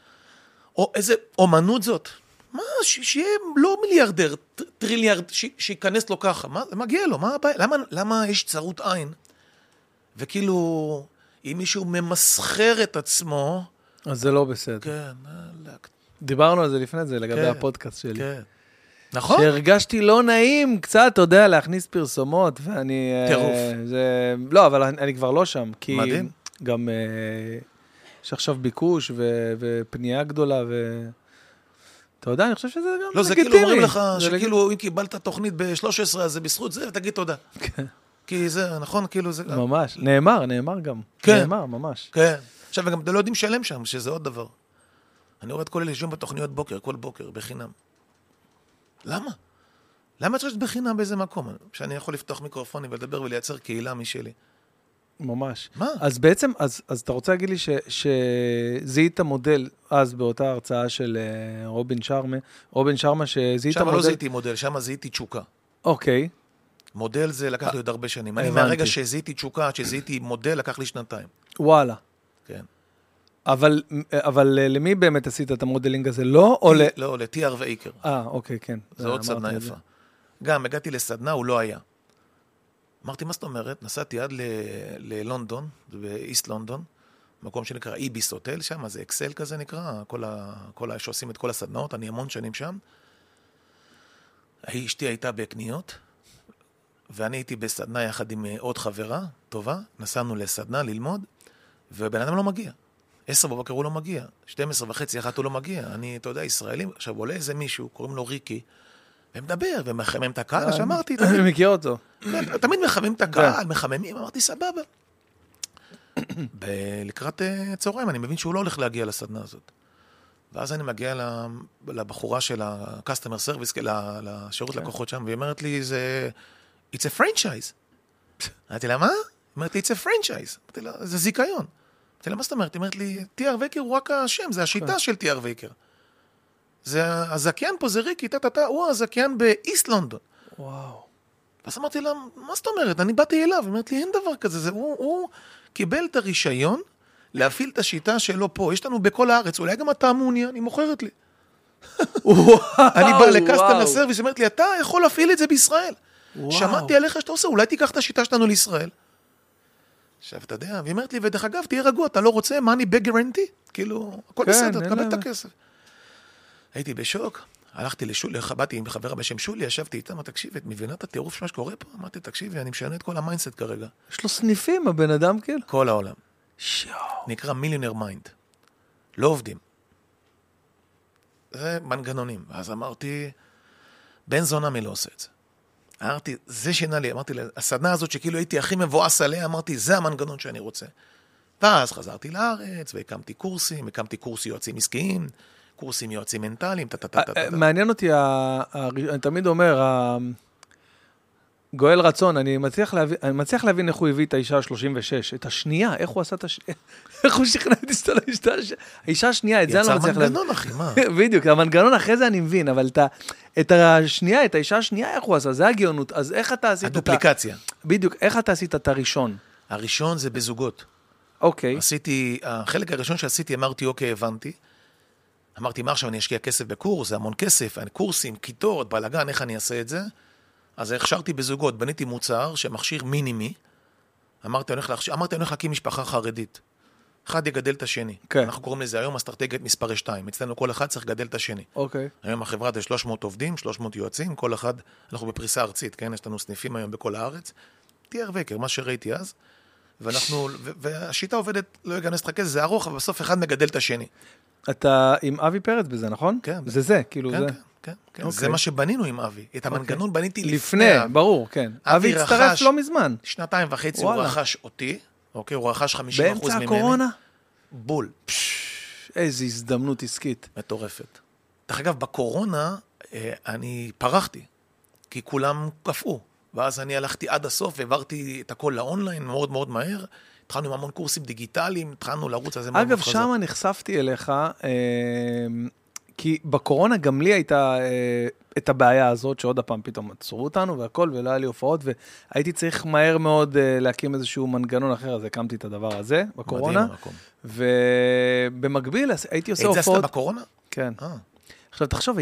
אומנות זאת? מה, שיהיה לא מיליארדר, טריליארד, שיכנס לו ככה, מה, מגיע לו, מה הבעיה? למה יש צרות עין? וכאילו, אם מישהו ממסחר את עצמו, אז זה לא בסדר. כן, דיברנו על זה לפני זה, לגבי הפודקאסט שלי. כן. נכון? שהרגשתי לא נעים קצת, אתה יודע, להכניס פרסומות, ואני... טירוף. לא, אבל אני כבר לא שם, כי... מדהים. גם יש עכשיו ביקוש ופנייה גדולה, אתה יודע, אני חושב שזה גם לא, זה לגיטימי. כאילו אומרים לך, שכאילו אם קיבלת תוכנית ב-13, אז זה בזכות זה, ותגיד תודה. כי זה, נכון, כאילו זה... ממש, נאמר גם. כן. נאמר, ממש. כן. עכשיו, וגם לא יודעים שלם שם, שזה עוד דבר. אני רואה את כל אלה יושבים בתוכניות בוקר, כל בוקר, בחינם. למה? למה צריך בחינם באיזה מקום? שאני יכול לפתוח מיקרופונים ולדבר ולייצר קהילה משלי. ממש. מה? אז בעצם, אז אתה רוצה להגיד לי שזיהית מודל, אז באותה הרצאה של רובין שרמה, שזיהית מודל... שם לא זיהיתי מודל, שם זיהיתי תשוקה. אוקיי. מודל זה לקח לי עוד הרבה שנים. אני מהרגע שזיהיתי תשוקה, שזיהיתי מודל, לקח לי 2 וואלה. כן. אבל למי באמת עשית את המודלינג הזה? לא או לא, לטיאר ואיקר. אוקיי, כן. זו עוד סדנה יפה. גם הגעתי לסדנה, הוא לא היה. אמרתי, מה זאת אומרת? נסעתי עד ללונדון, באיסט לונדון, מקום שנקרא איביס הוטל שם, זה אקסל כזה נקרא, כל שעושים את כל הסדנאות, אני המון שנים שם. אשתי הייתה בקניות, ואני הייתי בסדנה יחד עם עוד חברה טובה, נסענו לסדנה ללמוד, ובן אדם לא מגיע. 10 בבוקר הוא לא מגיע, 12:30 הוא לא מגיע. אני, אתה יודע, ישראלים, עכשיו עולה איזה מישהו, קוראים לו ריקי, ומדבר, ומחמם את הקהל, שאמרתי, אני מכיר אותו. תמיד מחממים את הקהל, מחממים, אמרתי, סבבה. לקראת צהריים, אני מבין שהוא לא הולך להגיע לסדנה הזאת. ואז אני מגיע לבחורה של ה-customer service, לשירות לקוחות שם, והיא אומרת לי, it's a franchise. אמרתי לה, מה? היא אומרת לי, it's a franchise. אמרתי לה, זה זיקיון. אמרתי לה, מה זאת אומרת? היא אומרת לי, טיאר וייקר הוא רק השם, זה השיטה של טיאר וייקר. הזכיין פה זה ריקי, הוא הזכיין באיסט לונדון. וואו. אז אמרתי לה, מה זאת אומרת? אני באתי אליו, אמרתי לי, אין דבר כזה, הוא קיבל את הרישיון להפעיל את השיטה שלו פה, יש לנו בכל הארץ, אולי גם אתה מעוניין, היא מוכרת לי. אני בא לקסטומר סרוויס, אמרתי לי, אתה יכול להפעיל את זה בישראל. שמעתי עליך שאתה עושה, אולי תיקח את השיטה שלנו לישראל. עכשיו, אתה יודע, והיא אומרת לי, ודרך אגב, תהיה רגוע, אתה לא רוצה money back guarantee? כאילו, הכל בסדר, תקבל את הכסף. הייתי בשוק, הלכתי לשולי, באתי עם חברה בשם שולי, ישבתי איתה, תקשיב, את מבינה את הטירוף שמה שקורה פה? אמרתי, תקשיבי, אני משנה את כל המיינדסט כרגע. יש לו סניפים, הבן אדם כאילו? כל העולם. נקרא מיליונר מיינד. לא עובדים. זה מנגנונים. ואז אמרתי, בן זונה מי לא עושה את זה. אמרתי, זה שינה לי, אמרתי, הסדנה הזאת שכאילו הייתי הכי מבואס עליה, אמרתי, זה המנגנון שאני רוצה. ואז חזרתי לארץ, והקמתי קורסים, הקמתי קורס יועצים עסקיים, קורסים יועצים מנטליים, מעניין אותי, אני תמיד אומר, גואל רצון, אני מצליח להבין איך הוא הביא את האישה ה-36, את השנייה, איך הוא עשה את השנייה, איך הוא שכנע את האישה השנייה, את זה אני לא מצליח להבין. יצא מנגנון, אחי, מה? בדיוק, המנגנון אחרי זה אני מבין, אבל את השנייה, את האישה השנייה, איך הוא עשה, זה הגאונות, אז איך אתה עשית את הדופליקציה. בדיוק, איך אתה עשית את הראשון? הראשון זה בזוגות. אוקיי. החלק הראשון שעשיתי, אמרתי, אוקיי, הבנתי. אמרתי, מה עכשיו אני אשקיע כסף בקורס, זה המון כסף, קורסים, כיתות, בלגן, איך אני אעשה את זה? אז הכשרתי בזוגות, בניתי מוצר שמכשיר מינימי, אמרתי, אני הולך להקים משפחה חרדית. אחד יגדל את השני. כן. אנחנו קוראים לזה היום אסטרטגיית מספר 2. אצלנו כל אחד צריך לגדל את השני. אוקיי. היום החברה זה 300 עובדים, 300 יועצים, כל אחד, אנחנו בפריסה ארצית, כן? יש לנו סניפים היום בכל הארץ. תיאר וקר, מה שראיתי אז. והשיטה עובדת, לא יגנס לך כזה, זה ארוך, אבל בסוף אחד מגדל את השני. אתה עם אבי פרץ בזה, נכון? כן. זה, כאילו כן, זה. כן, כן. זה מה שבנינו עם אבי. את המנגנון בניתי לפני, ברור, כן. אבי הצטרף לא מזמן. 2.5 הוא רכש אותי, אוקיי, הוא רכש 50% ממני. באמצע הקורונה? בול. איזו הזדמנות עסקית. מטורפת. דרך אגב, בקורונה אני פרחתי, כי כולם קפאו. ואז אני הלכתי עד הסוף, והעברתי את הכל לאונליין מאוד מאוד מהר. התחלנו עם המון קורסים דיגיטליים, התחלנו לרוץ על זה מאוד אגב, חזק. שם נחשפתי אליך, כי בקורונה גם לי הייתה את הבעיה הזאת, שעוד הפעם פתאום עצרו אותנו והכל, ולא היה לי הופעות, והייתי צריך מהר מאוד להקים איזשהו מנגנון אחר, אז הקמתי את הדבר הזה בקורונה. מדהים המקום. ובמקביל הייתי עושה הופעות. את זה עשת בקורונה? כן. עכשיו, תחשוב,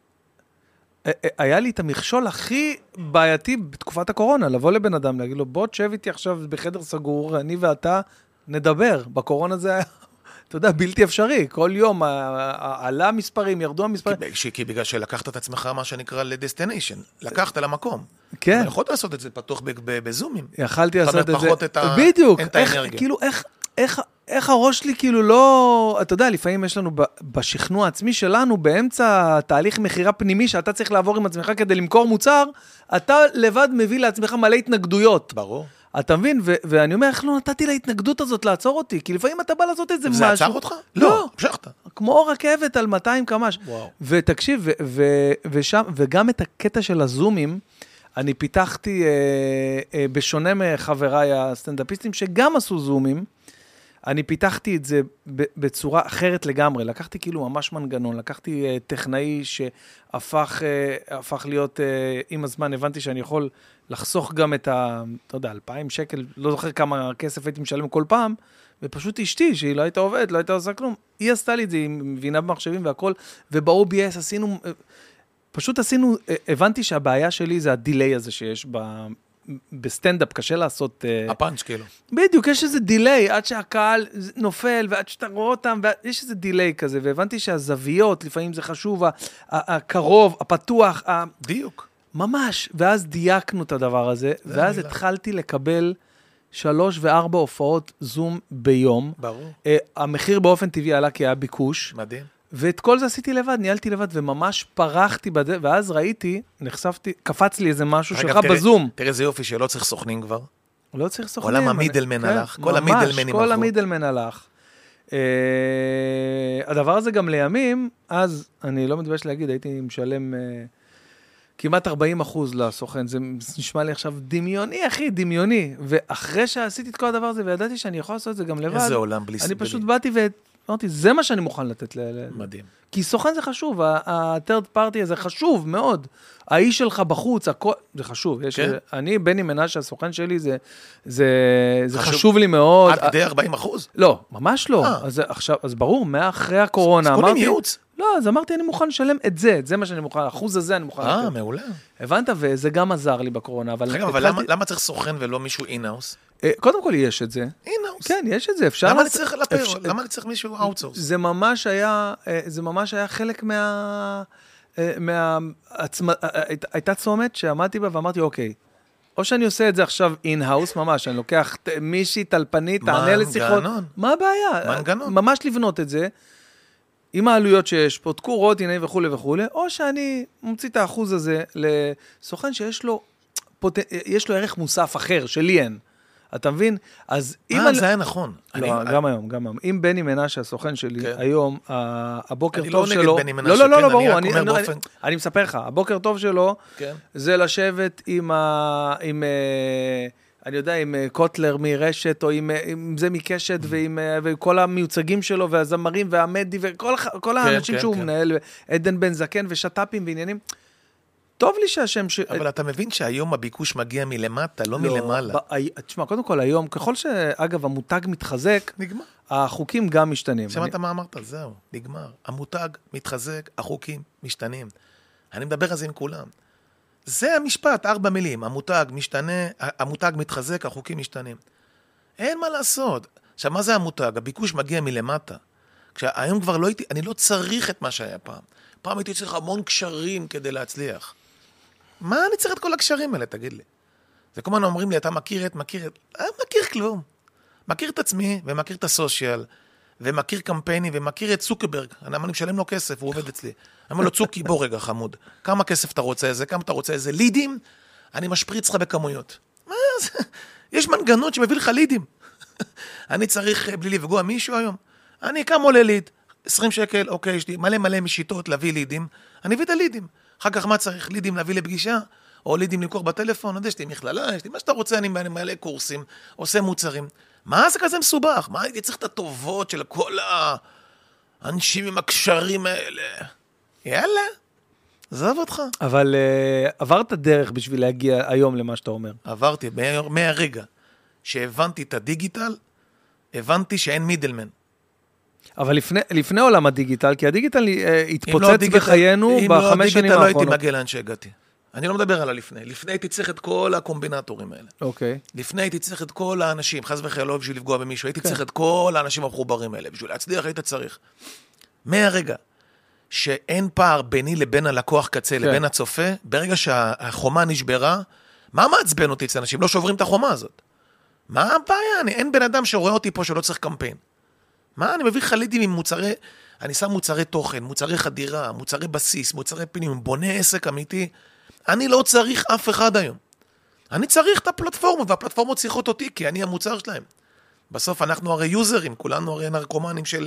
היה לי את המכשול הכי בעייתי בתקופת הקורונה, לבוא לבן אדם, להגיד לו, בוא תשב איתי עכשיו בחדר סגור, אני ואתה נדבר. בקורונה זה היה, אתה יודע, בלתי אפשרי. כל יום עלה המספרים, ירדו המספרים. כי בגלל שלקחת את עצמך, מה שנקרא לדסטיניישן, לקחת למקום. כן. אבל יכולת לעשות את זה פתוח בזומים. יכלתי לעשות את זה. פחות בדיוק. את האנרגיה. כאילו, איך הראש שלי כאילו לא, אתה יודע, לפעמים יש לנו בשכנוע העצמי שלנו, באמצע תהליך מחירה פנימי, שאתה צריך לעבור עם עצמך כדי למכור מוצר, אתה לבד מביא לעצמך מלא התנגדויות. ברור. אתה מבין? ואני אומר, איך לא נתתי להתנגדות הזאת לעצור אותי? כי לפעמים אתה בא לעשות את זה משהו. זה עצר אותך? לא, המשכת. כמו רכבת על 200 קמ"ש. ותקשיב, וגם את הקטע של הזומים, אני פיתחתי, בשונה מחבריי הסטנדאפיסטים, שגם עשו זומים, אני פיתחתי את זה בצורה אחרת לגמרי. לקחתי כאילו ממש מנגנון, לקחתי טכנאי שהפך להיות, עם הזמן הבנתי שאני יכול לחסוך גם את אתה יודע, 2,000 שקל, לא זוכר כמה כסף הייתי משלם כל פעם, ופשוט אשתי, שהיא לא הייתה עובדת, לא הייתה עושה כלום, היא עשתה לי את זה, היא מבינה במחשבים והכל, וב-OBS עשינו, הבנתי שהבעיה שלי זה הדיליי הזה שיש בסטנדאפ, קשה לעשות... הפאנץ' כאילו. בדיוק, יש איזה דיליי, עד שהקהל נופל, ועד שאתה רואה אותם, יש איזה דיליי כזה, והבנתי שהזוויות, לפעמים זה חשוב, הקרוב, הפתוח, דיוק. ממש, ואז דייקנו את הדבר הזה, ואז התחלתי לקבל 3 ו4 הופעות זום ביום. ברור. המחיר באופן טבעי עלה כי היה ביקוש. מדהים. ואת כל זה עשיתי לבד, ניהלתי לבד, וממש פרחתי בזה, ואז ראיתי, נחשפתי, קפץ לי איזה משהו שלך בזום. תראה איזה יופי שלא צריך סוכנים כבר. לא צריך סוכנים. עולם המידלמן הלך, כל המידלמנים הלכו. כל המידלמן הלך. הדבר הזה גם לימים, אז אני לא מתבייש להגיד, הייתי משלם כמעט 40% לסוכן, זה נשמע לי עכשיו דמיוני, אחי, דמיוני. ואחרי שעשיתי את כל הדבר הזה, וידעתי שאני יכול לעשות את זה גם לבד, איזה עולם בלי אני פשוט באתי ואמרתי, זה מה שאני מוכן לתת מדהים. כי סוכן זה חשוב, ה-third party הזה חשוב מאוד. האיש שלך בחוץ, הכל, זה חשוב. אני, בני מנשה, הסוכן שלי, זה חשוב לי מאוד. עד כדי 40%? לא, ממש לא. אז ברור, מאחרי הקורונה, אז קונים ייעוץ. לא, אז אמרתי, אני מוכן לשלם את זה מה שאני מוכן, האחוז הזה אני מוכן לתת. מעולה. הבנת? וזה גם עזר לי בקורונה. אבל למה צריך סוכן ולא מישהו אין-האוס? קודם כל יש את זה. אין-האוס. כן, יש את זה. למה אני צריך מישהו אאוטסורס? זה ממש היה חלק הייתה צומת שעמדתי בה ואמרתי, אוקיי, או שאני עושה את זה עכשיו אין-האוס ממש, אני לוקח מישהי טלפנית, תענה לשיחות. מה הבעיה? מנגנון. ממש לבנות את זה. עם העלויות שיש פה, תקורות, הנה וכו' וכו', או שאני מוציא את האחוז הזה לסוכן שיש לו ערך מוסף אחר, שלי אין. אתה מבין? אז זה היה נכון. לא, גם היום. אם בני מנשה, הסוכן שלי, היום, הבוקר טוב שלו... אני לא נגד בני מנשה, לא, ברור. אני מספר לך, הבוקר טוב שלו, זה לשבת עם אני יודע, עם קוטלר מרשת, או עם זה מקשת, וכל המיוצגים שלו, והזמרים, והמדי, וכל האנשים שהוא מנהל, עדן בן זקן, ושטאפים ועניינים. טוב לי שהשם אבל אתה מבין שהיום הביקוש מגיע מלמטה, לא מלמעלה. תשמע, קודם כל היום, ככל שאגב המותג מתחזק, נגמר. החוקים גם משתנים. שמעת מה אמרת? זהו, נגמר. המותג מתחזק, החוקים משתנים. אני מדבר על זה עם כולם. זה המשפט, 4 מילים. המותג משתנה, המותג מתחזק, החוקים משתנים. אין מה לעשות. עכשיו, מה זה המותג? הביקוש מגיע מלמטה. היום כבר לא הייתי, אני לא צריך את מה שהיה פעם. פעם הייתי צריך המון קשרים כדי להצליח. מה אני צריך את כל הקשרים האלה, תגיד לי? זה כל הזמן אומרים לי, אתה מכיר מכיר כלום. מכיר את עצמי, ומכיר את הסושיאל, ומכיר קמפיינים, ומכיר את צוקרברג. אני משלם לו כסף, הוא עובד אצלי. אני אומר לו, צוקי, בוא רגע, חמוד. כמה כסף אתה רוצה איזה? כמה אתה רוצה איזה? לידים? אני משפריץ לך בכמויות. מה זה? יש מנגנות שמביא לך לידים. אני צריך, בלי לפגוע מישהו היום. אני כמה עולה ליד? 20 שקל, אוקיי, יש לי מלא משיטות להביא לידים. אני אביא את הלידים. אחר כך מה צריך? לידים להביא לפגישה? או לידים למכור בטלפון? יש לי מכללה, יש לי מה שאתה רוצה, אני מעלה קורסים, עושה מוצרים. מה זה כזה מסובך? מה הייתי צריך את הטובות של כל האנשים עם הקשרים האלה? יאללה, עזוב אותך. אבל עברת דרך בשביל להגיע היום למה שאתה אומר. עברתי, מהרגע שהבנתי את הדיגיטל, הבנתי שאין מידלמן. אבל לפני עולם הדיגיטל, כי הדיגיטל התפוצץ בחיינו בחמש שנים האחרונות. אם לא הייתי מגיע לאן שהגעתי. אני לא מדבר על הלפני. לפני הייתי צריך את כל הקומבינטורים האלה. אוקיי. לפני הייתי צריך את כל האנשים, חס וחלילה לא בשביל לפגוע במישהו, הייתי צריך את כל האנשים המחוברים האלה. בשביל להצליח היית צריך. מהרגע שאין פער ביני לבין הלקוח קצה, לבין הצופה, ברגע שהחומה נשברה, מה מעצבן אותי אצל אנשים? לא שוברים את החומה הזאת. מה הבעיה? אין בן אדם שרואה אותי פה שלא צריך קמפיין. מה? אני מביא חלידים עם מוצרי, אני שם מוצרי תוכן, מוצרי חדירה, מוצרי בסיס, מוצרי פינים, בונה עסק אמיתי. אני לא צריך אף אחד היום. אני צריך את הפלטפורמות, והפלטפורמות צריכות אותי, כי אני המוצר שלהם. בסוף אנחנו הרי יוזרים, כולנו הרי נרקומנים של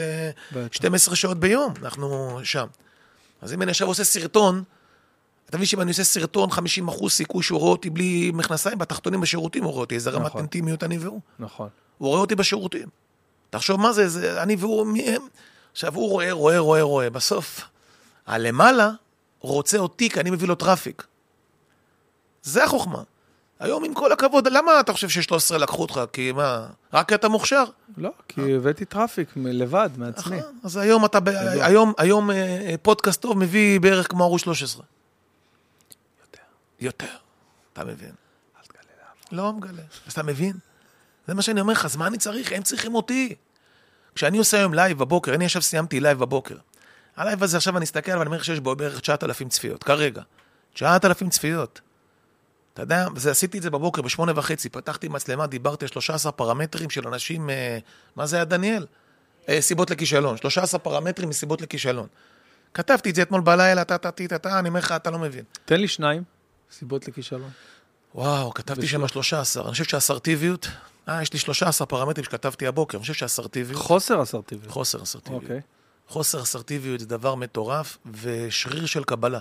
12 שעות ביום, אנחנו שם. אז אם אני עכשיו עושה סרטון, אתה מבין שאם אני עושה סרטון, 50% סיכוי שהוא רואה אותי בלי מכנסיים, בתחתונים בשירותים הוא רואה אותי, איזה רמת אינטימיות אני והוא. נכון. הוא רואה אותי בשירותים. תחשוב מה זה, אני והוא מהם. עכשיו הוא רואה. בסוף, הלמעלה רוצה אותי, כי אני מביא לו טראפיק. זה החוכמה. היום עם כל הכבוד, למה אתה חושב ש13 לקחו אותך? כי מה, רק אתה מוכשר? לא, כי הבאתי טראפיק לבד, מעצמי. אז היום פודקאסט טוב מביא בערך כמו ערוץ 13. יותר. אתה מבין? אל תגלה לעבור. לא מגלה. אז אתה מבין? זה מה שאני אומר לך, אז מה אני צריך? הם צריכים אותי. כשאני עושה היום לייב בבוקר, אני עכשיו סיימתי לייב בבוקר. הלייב הזה עכשיו אני אסתכל, ואני אומר שיש בו בערך 9,000 צפיות, כרגע. 9,000 צפיות. אתה יודע, עשיתי את זה בבוקר, ב8:30, פתחתי מצלמה, דיברתי על 13 פרמטרים של אנשים, מה זה היה דניאל? סיבות לכישלון, 13 פרמטרים מסיבות לכישלון. כתבתי את זה אתמול בלילה, אני אומר לך, אתה לא מבין. תן לי 2 סיבות לכישלון. וואו, כתבתי שם 13. אני חושב שהאסרטיביות, יש לי 13 פרמטרים שכתבתי הבוקר, אני חושב שהאסרטיביות... חוסר אסרטיביות. חוסר אסרטיביות. אוקיי. חוסר אסרטיביות זה דבר מטורף, ושריר של קבלה.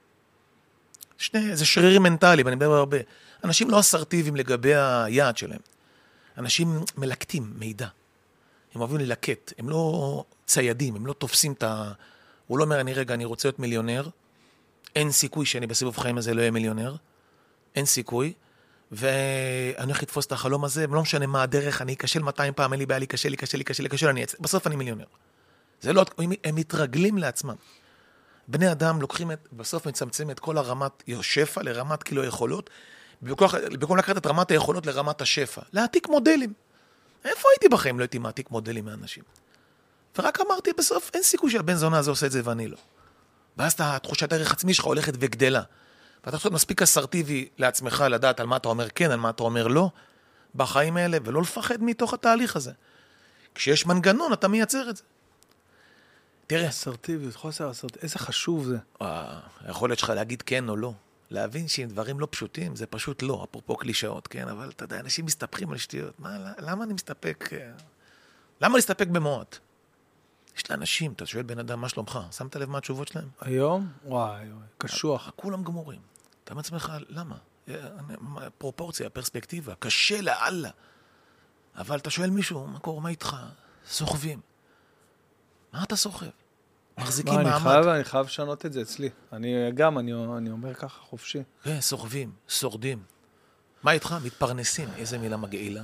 זה שרירים מנטליים, אני מדבר הרבה. אנשים לא אסרטיביים לגבי היעד שלהם. אנשים מלקטים מידע. הם אוהבים ללקט, הם לא ציידים, הם לא תופסים את ה... הוא לא אומר, אני רוצה להיות מיליונר, אין סיכוי שאני בסיבוב חיים הזה לא אהיה מיליונר, אין סיכוי, ואני הולך לתפוס את החלום הזה, ולא משנה מה הדרך, אני אקשל 200 פעם, אין לי בעיה, להיכשל, בסוף אני מיליונר. זה לא, הם מתרגלים לעצמם. בני אדם לוקחים בסוף מצמצם את כל הרמת שפע לרמת כאילו יכולות, במקום לקחת את רמת היכולות לרמת השפע, להעתיק מודלים. איפה הייתי בחיים? לא הייתי מעתיק מודלים מאנשים. ורק אמרתי בסוף, אין סיכוי שהבן זונה הזה עושה את זה ואני לא. ואז התחושת הערך עצמי שלך הולכת וגדלה. ואתה חושב מספיק אסרטיבי לעצמך לדעת על מה אתה אומר כן, על מה אתה אומר לא, בחיים האלה, ולא לפחד מתוך התהליך הזה. כשיש מנגנון, אתה מייצר את זה. תראה. אסרטיביות, חוסר אסרטיביות, איזה חשוב זה. היכולת שלך להגיד כן או לא. להבין שאם דברים לא פשוטים, זה פשוט לא, אפרופו קלישאות, כן? אבל אתה יודע, אנשים מסתפקים על שטויות. למה אני מסתפק? למה להסתפק במועט? יש לאנשים, אתה שואל בן אדם, מה שלומך? שמת לב מה התשובות שלהם? היום? וואי, קשוח. כולם גמורים. אתה מעצמך, למה? פרופורציה, פרספקטיבה, קשה לאללה. אבל אתה שואל מישהו, מה קורה, מה איתך? סוחבים. מה אתה סוחב? מחזיקים מעמד. אני חייב לשנות את זה אצלי. אני אומר ככה חופשי. כן, סוחבים, שורדים. מה איתך? מתפרנסים. איזה מילה מגעילה?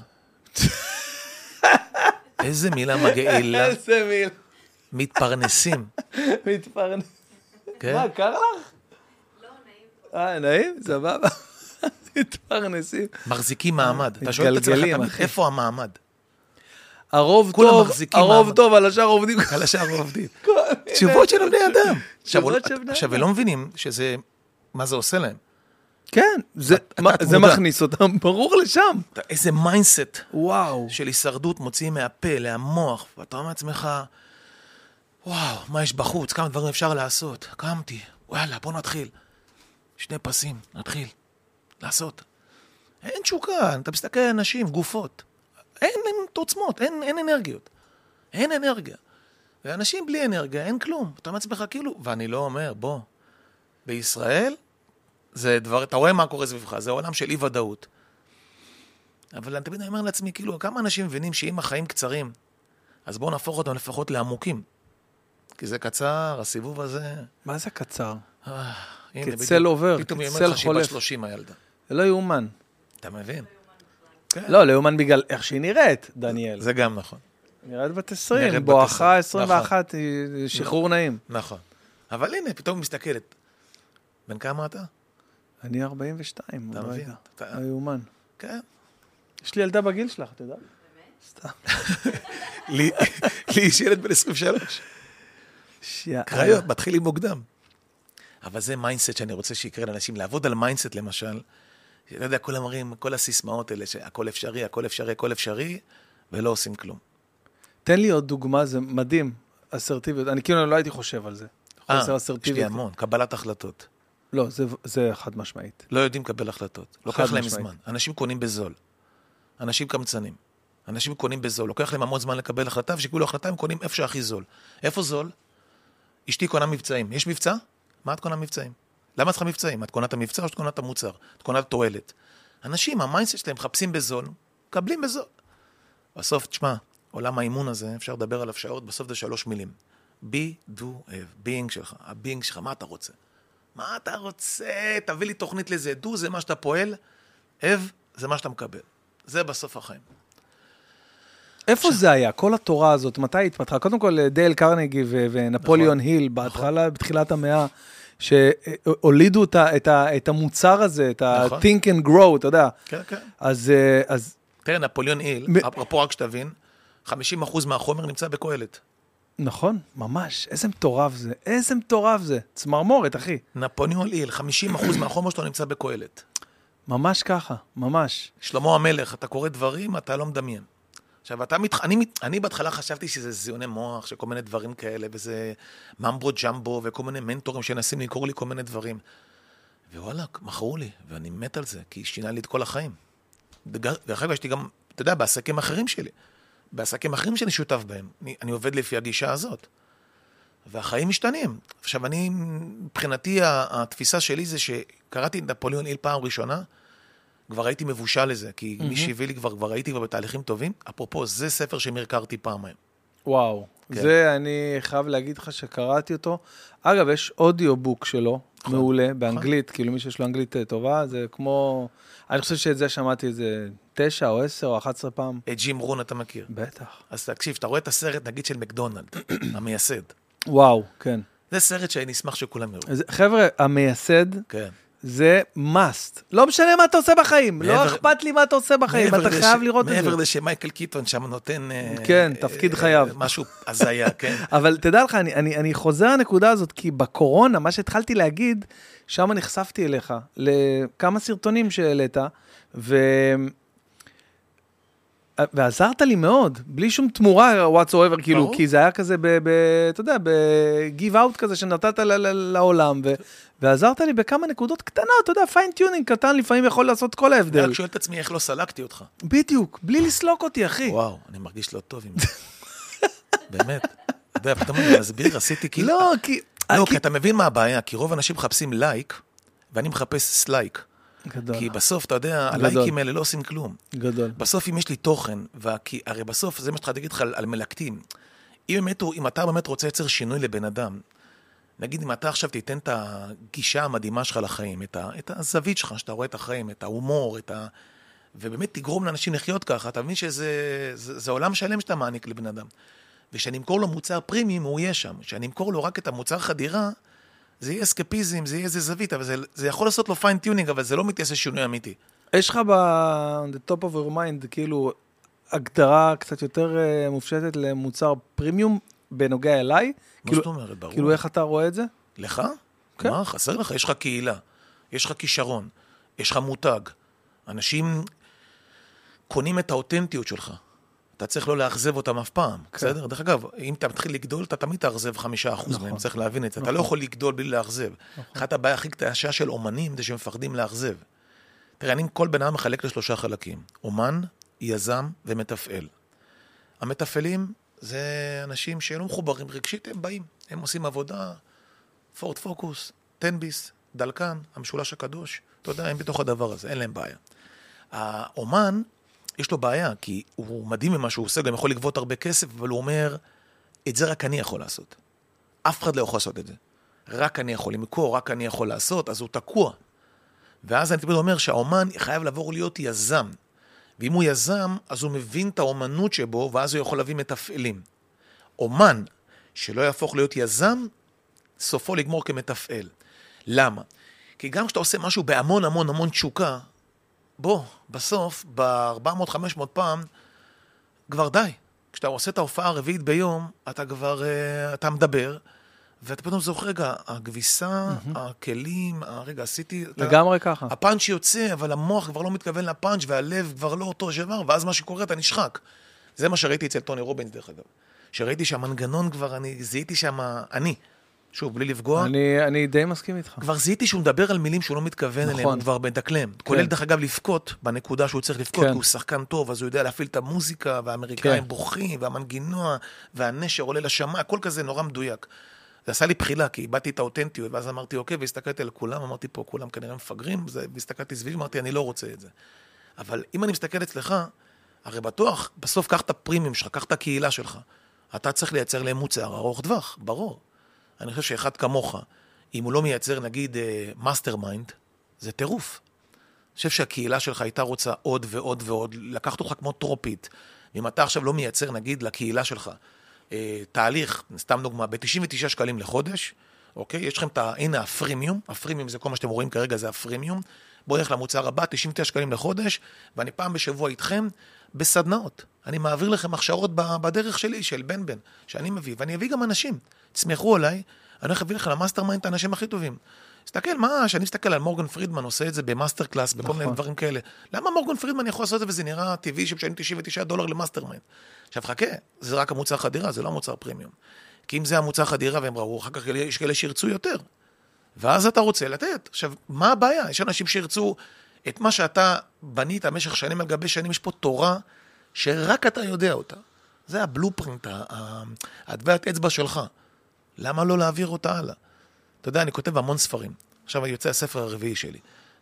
איזה מילה מגעילה? איזה מילה? מתפרנסים. מתפרנסים. כן? מה, קר לך? לא, נעים. נעים? סבבה. מתפרנסים. מחזיקים מעמד. אתה שואל את עצמך, איפה המעמד? הרוב כולם טוב, מחזיקים הרוב מעמד. טוב, על השאר עובדים. על השאר עובדים. תשובות של בני אדם. תשובות של בני עכשיו, אדם. ולא מבינים שזה, מה זה עושה להם. כן, זה מודע. מכניס אותם ברור לשם. איזה מיינדסט וואו. של הישרדות מוציאים מהפה, להמוח, ואתה אומר לעצמך, וואו, מה יש בחוץ, כמה דברים אפשר לעשות. קמתי, וואלה, בוא נתחיל. 2 פסים, נתחיל. לעשות. אין תשוקה, אתה מסתכל על אנשים, גופות. אין תוצמות, אין אנרגיות. אין אנרגיה. ואנשים בלי אנרגיה, אין כלום. אתה אומר לעצמך כאילו, ואני לא אומר, בוא, בישראל, זה דבר, אתה רואה מה קורה סביבך, זה עולם של אי-ודאות. אבל אני תמיד אומר לעצמי, כאילו, כמה אנשים מבינים שאם החיים קצרים, אז בואו נהפוך אותם לפחות לעמוקים. כי זה קצר, הסיבוב הזה... מה זה קצר? הנה, כצל עובר, פתאום היא כצל אומרת לך שהיא בת חולף. 30 הילדה. זה לא יאומן. אתה מבין? לא, לא יאומן בגלל איך שהיא נראית, דניאל. זה גם נכון. נראית בת נראית 20, בת בואכה 20, 21, היא שחרור נעים. נכון. אבל הנה, פתאום היא מסתכלת. בן כמה אתה? אני 42, אתה עוד מבין? רגע. אתה- לא יאומן. כן. יש לי ילדה בגיל שלך, אתה יודע? סתם. לי יש ילד בן 23. קריות, מתחילים מוקדם. אבל זה מיינדסט שאני רוצה שיקרה לאנשים, לעבוד על מיינדסט למשל, אתה יודע, כל המרים, כל הסיסמאות האלה, שהכל אפשרי, הכל אפשרי, הכל אפשרי, ולא עושים כלום. תן לי עוד דוגמה, זה מדהים, אסרטיביות. אני כאילו לא הייתי חושב על זה. חוסר יש לי אסרטיביות. המון, קבלת החלטות. לא, זה חד משמעית. לא יודעים לקבל החלטות. לוקח חד להם משמעית. זמן. אנשים קונים בזול. אנשים קמצנים. אנשים קונים בזול. לוקח להם המון זמן לקבל החלטה, ושיקבלו החלטה, הם קונים איפה שהכי זול. איפה זול? אשתי קונה מבצעים. יש מבצע? מה את קונה מבצעים? למה את צריכה מבצעים? את קונה את המבצע או שאת קונה את המוצר? את קונה את התועלת. אנשים, המיינדסט שלהם מחפשים בזול, מקבלים בזול. בסוף, תשמע, עולם האימון הזה, אפשר לדבר עליו שעות, בסוף זה 3 מילים. be, do, have. being שלך. ה-being שלך, מה אתה רוצה? מה אתה רוצה? תביא לי תוכנית לזה. do זה מה שאתה פועל, have זה מה שאתה מקבל. זה בסוף החיים. איפה זה היה? כל התורה הזאת, מתי התפתחה? קודם כל, דייל קרנגי ונפוליאון היל, בהתחלה, בתחילת המאה, שהולידו את המוצר הזה, את ה-think and grow, אתה יודע. כן, כן. אז תראה, נפוליאון היל, אפרופו רק שתבין, 50% מהחומר נמצא בקהלת. נכון, ממש. איזה מטורף זה. איזה מטורף זה. צמרמורת, אחי. נפוליאון היל, 50% מהחומר שלו נמצא בקהלת. ממש ככה, ממש. שלמה המלך, אתה קורא דברים, אתה לא מדמיין. עכשיו, אני בהתחלה חשבתי שזה זיוני מוח, שכל מיני דברים כאלה, וזה ממבו ג'מבו, וכל מיני מנטורים שנסים לקרוא לי כל מיני דברים. ווואלה, מכרו לי, ואני מת על זה, כי שינה לי את כל החיים. דרך אגב, יש לי גם, אתה יודע, בעסקים אחרים שלי. בעסקים אחרים שאני שותף בהם. אני עובד לפי הגישה הזאת. והחיים משתנים. עכשיו, מבחינתי, התפיסה שלי זה שקראתי את נפוליאון היל פעם ראשונה, כבר הייתי מבושל לזה, כי מי שהביא לי כבר הייתי בתהליכים טובים. אפרופו, זה ספר שמרקרתי פעמיים. וואו, זה אני חייב להגיד לך שקראתי אותו. אגב, יש אודיובוק שלו, מעולה, באנגלית, כאילו מי שיש לו אנגלית טובה, זה כמו, אני חושב שאת זה שמעתי איזה 9 או 10 או 11 פעם. את ג'ים רון אתה מכיר. בטח. אז תקשיב, אתה רואה את הסרט, נגיד, של מקדונלד, המייסד. וואו, כן. זה סרט שאני אשמח שכולם יראו. חבר'ה, המייסד, כן. זה must. לא משנה מה אתה עושה בחיים, לא אכפת לי מה אתה עושה בחיים, אתה חייב לראות את זה. מעבר לזה שמייקל קיטון שם נותן... כן, תפקיד חייו. משהו הזיה, כן. אבל תדע לך, אני חוזר לנקודה הזאת, כי בקורונה, מה שהתחלתי להגיד, שם נחשפתי אליך, לכמה סרטונים שהעלית, ועזרת לי מאוד, בלי שום תמורה whatsoever, כאילו, כי זה היה כזה, אתה יודע, ב-give out כזה שנתת לעולם, ועזרת לי בכמה נקודות קטנות, אתה יודע, פיין-טיונינג קטן לפעמים יכול לעשות כל ההבדל. רק שואל את עצמי איך לא סלקתי אותך. בדיוק, בלי לסלוק אותי, אחי. וואו, אני מרגיש לא טוב עם זה. באמת. אתה יודע, פתאום אני מסביר, עשיתי כאילו... לא, כי... לא, כי אתה מבין מה הבעיה, כי רוב אנשים מחפשים לייק, ואני מחפש סלייק. גדול. כי בסוף, אתה יודע, הלייקים האלה לא עושים כלום. גדול. בסוף, אם יש לי תוכן, הרי בסוף, זה מה שתחלתי להגיד לך על מלקטים. אם אתה באמת רוצה לייצר שינוי לבן אדם, נגיד, אם אתה עכשיו תיתן את הגישה המדהימה שלך לחיים, את הזווית שלך, שאתה רואה את החיים, את ההומור, ובאמת תגרום לאנשים לחיות ככה, אתה מבין שזה עולם שלם שאתה מעניק לבן אדם. ושאני אמכור לו מוצר פרימיום, הוא יהיה שם. כשאני אמכור לו רק את המוצר חדירה, זה יהיה אסקפיזם, זה יהיה איזה זווית, אבל זה יכול לעשות לו פיין-טיונינג, אבל זה לא מתייעשה שינוי אמיתי. יש לך ב-top of your mind, כאילו, הגדרה קצת יותר מופשטת למוצר פרימיום בנוגע אליי? מה זאת אומרת, ברור. כאילו איך אתה רואה את זה? לך? כן. מה, חסר לך? יש לך קהילה, יש לך כישרון, יש לך מותג. אנשים קונים את האותנטיות שלך. אתה צריך לא לאכזב אותם אף פעם, בסדר? דרך אגב, אם אתה מתחיל לגדול, אתה תמיד תאכזב 5%, מהם, צריך להבין את זה. אתה לא יכול לגדול בלי לאכזב. אחת הבעיה הכי קשה של אומנים, זה שמפחדים לאכזב. תראה, אני כל בן אדם מחלק ל3 חלקים. אומן, יזם ומתפעל. המתפעלים זה אנשים שלא מחוברים רגשית, הם באים. הם עושים עבודה, פורד פוקוס, טנביס, דלקן, המשולש הקדוש. אתה יודע, הם בתוך הדבר הזה, אין להם בעיה. האומן, יש לו בעיה, כי הוא מדהים ממה שהוא עושה, גם יכול לגבות הרבה כסף, אבל הוא אומר, את זה רק אני יכול לעשות. אף אחד לא יכול לעשות את זה. רק אני יכול למכור, רק אני יכול לעשות, אז הוא תקוע. ואז אני תמיד אומר שהאומן חייב לעבור להיות יזם. ואם הוא יזם, אז הוא מבין את האומנות שבו, ואז הוא יכול להביא מתפעלים. אומן שלא יהפוך להיות יזם, סופו לגמור כמתפעל. למה? כי גם כשאתה עושה משהו בהמון המון המון תשוקה, בוא, בסוף, ב-400-500 פעם, כבר די. כשאתה עושה את ההופעה הרביעית ביום, אתה כבר, אתה מדבר, ואתה פתאום זוכר, רגע, הכביסה, הכלים, רגע, עשיתי... לגמרי ככה. הפאנץ' יוצא, אבל המוח כבר לא מתכוון לפאנץ', והלב כבר לא אותו דבר, ואז מה שקורה, אתה נשחק. זה מה שראיתי אצל טוני רובינס, דרך אגב. שראיתי שהמנגנון כבר, אני זיהיתי שם, שוב, בלי לפגוע. אני די מסכים איתך. כבר זיהיתי שהוא מדבר על מילים שהוא לא מתכוון אליהם, הוא כבר מדקלם. כולל דרך אגב לפקוט, בנקודה שהוא צריך לפקוט, כי הוא שחקן טוב, אז הוא יודע להפעיל את המוזיקה, והאמריקאים בוכים, והמנגינוע, והנשר עולה לשמה, הכל כזה נורא מדויק. זה עשה לי בחילה, כי איבדתי את האותנטיות, ואז אמרתי, אוקיי, והסתכלתי על כולם, אמרתי פה, כולם כנראה מפגרים, והסתכלתי סביב, אמרתי, אני לא רוצה את זה. אבל אם אני מסתכל אצלך, הרי בטוח, בסוף קח את הפרימיום שלך, קח את הקהילה שלך. אתה צריך לייצר להם מוצר ארוך טווח, ברור. אני חושב שאחד כמוך, אם הוא לא מייצר, נגיד, מאסטר מיינד, זה טירוף. אני חושב שהקהילה שלך הייתה רוצה עוד ועוד ועוד, לקחת אותך כמו טרופית. ואם אתה עכשיו לא מייצר, נגיד, לקהילה שלך, תהליך, סתם דוגמה, ב-99 שקלים לחודש, אוקיי? יש לכם הנה הפרימיום, הפרימיום זה כל מה שאתם רואים כרגע, זה הפרימיום. בואו נלך למוצר הבא, 99 שקלים לחודש, ואני פעם בשבוע איתכם בסדנאות. אני מעביר לכם הכשרות בדרך שלי, של בן, שאני מביא, ואני אביא גם אנשים. תסמכו עליי, אני הולך להביא לכם למאסטר מיינד את האנשים הכי טובים. תסתכל, שאני מסתכל על מורגן פרידמן, עושה את זה במאסטר קלאס, בכל מיני דברים כאלה. למה מורגן פרידמן יכול לעשות את זה, וזה נראה טבעי שמשלמים $99 למאסטר מיינד? עכשיו חכה, זה רק המוצר חדירה, זה לא המוצר פרימיום. כי אם זה המוצר חדירה, והם ראו, אחר כך יש כאלה שירצו יותר. ואז אתה רוצה לתת. עכשיו, מה הבעיה? יש אנשים שירצו את מה שאתה בנית במשך שנים על גבי שנים, יש פה תורה שרק אתה יודע אותה. זה הבלופרינט, הדברת אצבע שלך. למה לא להעביר אותה הלאה? אתה יודע, אני כותב המון ספרים. עכשיו יוצא הספר הרביעי שלי.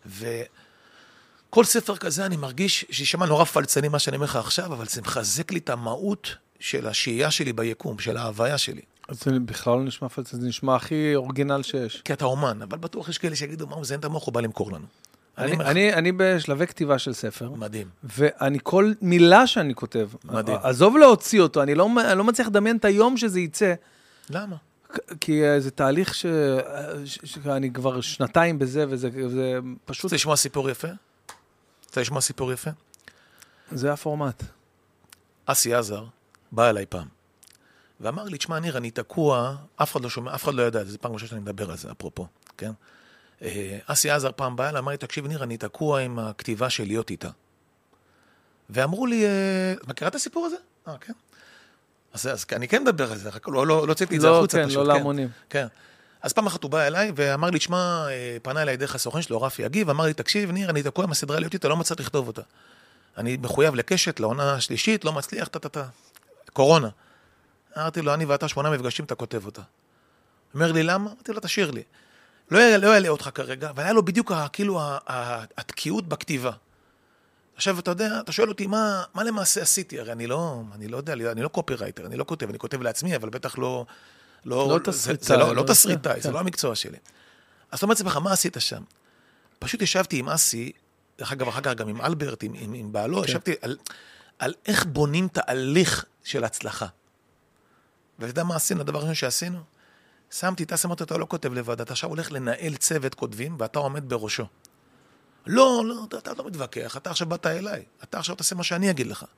וכל ספר כזה אני מרגיש שישמע נורא פלצני מה שאני אומר לך עכשיו, אבל זה מחזק לי את המהות של השהייה שלי ביקום, של ההוויה שלי. אז זה בכלל לא נשמע פלצני, זה נשמע הכי אורגינל שיש. כי אתה אומן, אבל בטוח יש כאלה שיגידו, מה הוא זיין את המוח, הוא בא למכור לנו. אני בשלבי כתיבה של ספר. מדהים. ואני כל מילה שאני כותב, עזוב להוציא אותו, אני לא מצליח לדמיין את היום שזה יצא. למה? כי זה תהליך שאני כבר שנתיים בזה, וזה פשוט... רוצה לשמוע סיפור יפה? רוצה לשמוע סיפור יפה? זה הפורמט. אסי עזר בא אליי פעם, ואמר לי, תשמע, ניר, אני תקוע, אף אחד לא שומע, אף אחד לא יודע, זה פעם ראשונה שאני מדבר על זה, אפרופו, כן? אסי עזר פעם בא אליי, אמר לי, תקשיב, ניר, אני תקוע עם הכתיבה של להיות איתה. ואמרו לי, מכירה את הסיפור הזה? כן. אז אני כן מדבר על זה, לא הוצאתי את זה החוצה פשוט. לא להמונים. כן. אז פעם אחת הוא בא אליי ואמר לי, תשמע, פנה אליי דרך הסוכן שלו, רפי יגיב, אמר לי, תקשיב, ניר, אני תקוע עם הסדרה להיות איתה, לא מצליח לכתוב אותה. אני מחויב לקשת, לעונה השלישית, לא מצליח, קורונה. אמרתי לו, אני ואתה 8 מפגשים, אתה כותב אותה. אומר לי, למה? אמרתי לו, תשאיר לי. לא יעלה אותך כרגע, אבל היה לו בדיוק כאילו התקיעות בכתיבה. עכשיו, אתה יודע, אתה שואל אותי, מה למעשה עשיתי? הרי אני לא יודע, אני לא קופירייטר, אני לא כותב, אני כותב לעצמי, אבל בטח לא תסריטאי, זה לא המקצוע שלי. אז אתה אומר לעצמך, מה עשית שם? פשוט ישבתי עם אסי, דרך אגב, אחר כך גם עם אלברט, עם בעלו, ישבתי על איך בונים תהליך של הצלחה. ואתה יודע מה עשינו? הדבר הראשון שעשינו? שמתי, אתה לא כותב לבד, אתה עכשיו הולך לנהל צוות כותבים, ואתה עומד בראשו. לא, אתה לא מתווכח, אתה עכשיו באת אליי, אתה עכשיו תעשה מה שאני אגיד לך.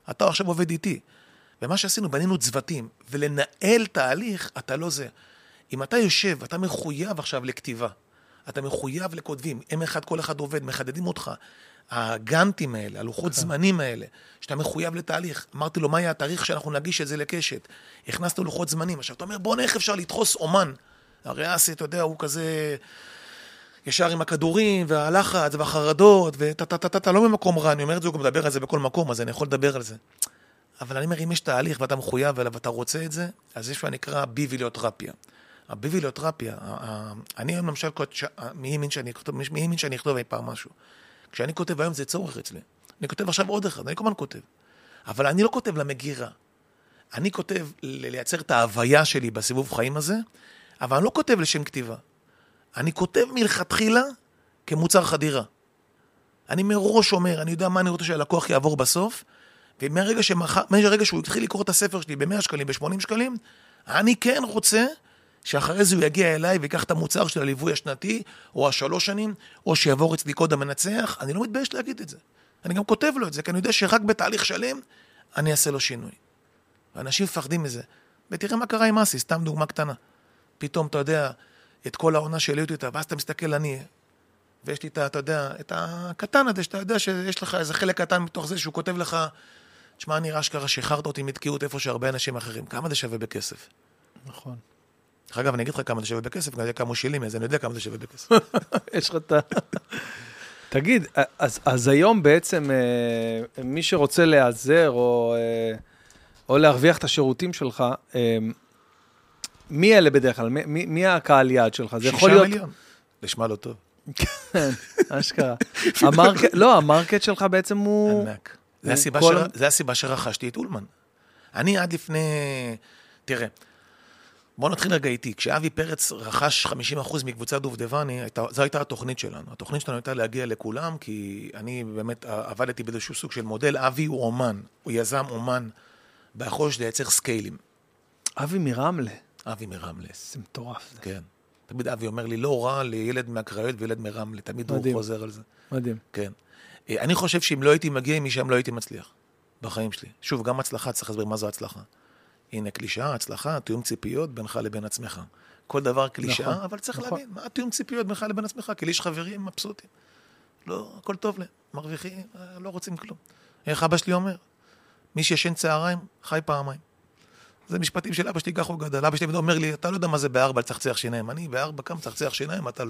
אתה עכשיו עובד איתי. ומה שעשינו, בנינו צוותים, ולנהל תהליך, אתה לא זה. אם אתה יושב, אתה מחויב עכשיו לכתיבה, אתה מחויב לכותבים, M1 כל אחד עובד, מחדדים אותך. הגנטים האלה, הלוחות זמנים האלה, שאתה מחויב לתהליך. אמרתי לו, מה יהיה התאריך שאנחנו נגיש את זה לקשת? הכנסת לוחות זמנים. עכשיו, אתה אומר, בוא איך אפשר לדחוס אומן. הרי אסי, אתה יודע, הוא כזה ישר עם הכדורים, והלחץ, והחרדות, ואתה לא במקום רע, אני אומר את זה, הוא גם מדבר על זה בכל מקום, אז אני יכול לדבר על זה. אבל אני אומר, אם יש תהליך ואתה מחויב אליו ואתה רוצה את זה, אז יש מה נקרא ביבילותרפיה. הביבילותרפיה, אני היום למשל, מי האמין שאני אכתוב אי פעם משהו? כשאני כותב היום זה צורך אצלי. אני כותב עכשיו עוד אחד, אני כל הזמן כותב. אבל אני לא כותב למגירה. אני כותב לייצר את ההוויה שלי בסיבוב חיים הזה, אבל אני לא כותב לשם כתיבה. אני כותב מלכתחילה כמוצר חדירה. אני מראש אומר, אני יודע מה אני רוצה שהלקוח יעבור בסוף, ומהרגע שהוא התחיל לקרוא את הספר שלי ב-100 שקלים, ב-80 שקלים, אני כן רוצה שאחרי זה הוא יגיע אליי ויקח את המוצר של הליווי השנתי, או 3 שנים, או שיעבור אצלי קוד המנצח. אני לא מתבייש להגיד את זה. אני גם כותב לו את זה, כי אני יודע שרק בתהליך שלם אני אעשה לו שינוי. ואנשים מפחדים מזה. ותראה מה קרה עם אסי, סתם דוגמה קטנה. פתאום אתה יודע, את כל העונה שלי אותה, ואז אתה מסתכל אני, ויש לי אתה יודע, את הקטן הזה, שאתה יודע שיש לך איזה חלק קטן מתוך זה, שהוא כותב לך, תשמע, נראה שקרה שחררת אותי מתקיעות איפה שהרבה אנשים אחרים. כמה זה שווה בכסף? נכון. אגב, אני אגיד לך כמה זה שווה בכסף, אני יודע כמה הוא שלי, אז אני יודע כמה זה שווה בכסף. יש לך תגיד, אז היום בעצם מי שרוצה להיעזר או להרוויח את השירותים שלך, מי אלה בדרך כלל? מי הקהל יעד שלך? 6 מיליון. נשמע לא טוב. כן, אשכרה. לא, המרקט שלך בעצם הוא... ענק. זה הסיבה שרכשתי את אולמן. אני עד לפני... תראה, בוא נתחיל רגע איתי. כשאבי פרץ רכש 50% מקבוצת דובדבני, זו הייתה התוכנית שלנו. התוכנית שלנו הייתה להגיע לכולם, כי אני באמת עבדתי באיזשהו סוג של מודל. אבי הוא אומן, הוא יזם אומן, ביכולת לייצר סקיילים. אבי מרמלה. אבי מרמלה. זה מטורף. כן. תמיד אבי אומר לי, לא רע לילד מהקריות וילד מרמלה. תמיד הוא חוזר על זה. מדהים. כן. אני חושב שאם לא הייתי מגיע, משם לא הייתי מצליח. בחיים שלי. שוב, גם הצלחה, צריך להסביר מה זו הצלחה. הנה קלישאה, הצלחה, תיאום ציפיות בינך לבין עצמך. כל דבר קלישאה, נכון, אבל צריך להבין, מה תיאום ציפיות בינך לבין עצמך? כי לי יש חברים מבסוטים. לא, הכל טוב להם, מרוויחים, לא רוצים כלום. איך אבא שלי אומר? מי שישן צהריים, חי פעמיים. זה משפטים של אבא שלי, כך הוא גדל. אבא שלי אומר לי, אתה לא יודע מה זה ב4 לצחצח שיניים. אני ב4 קם צחצח שיניים, אתה לא.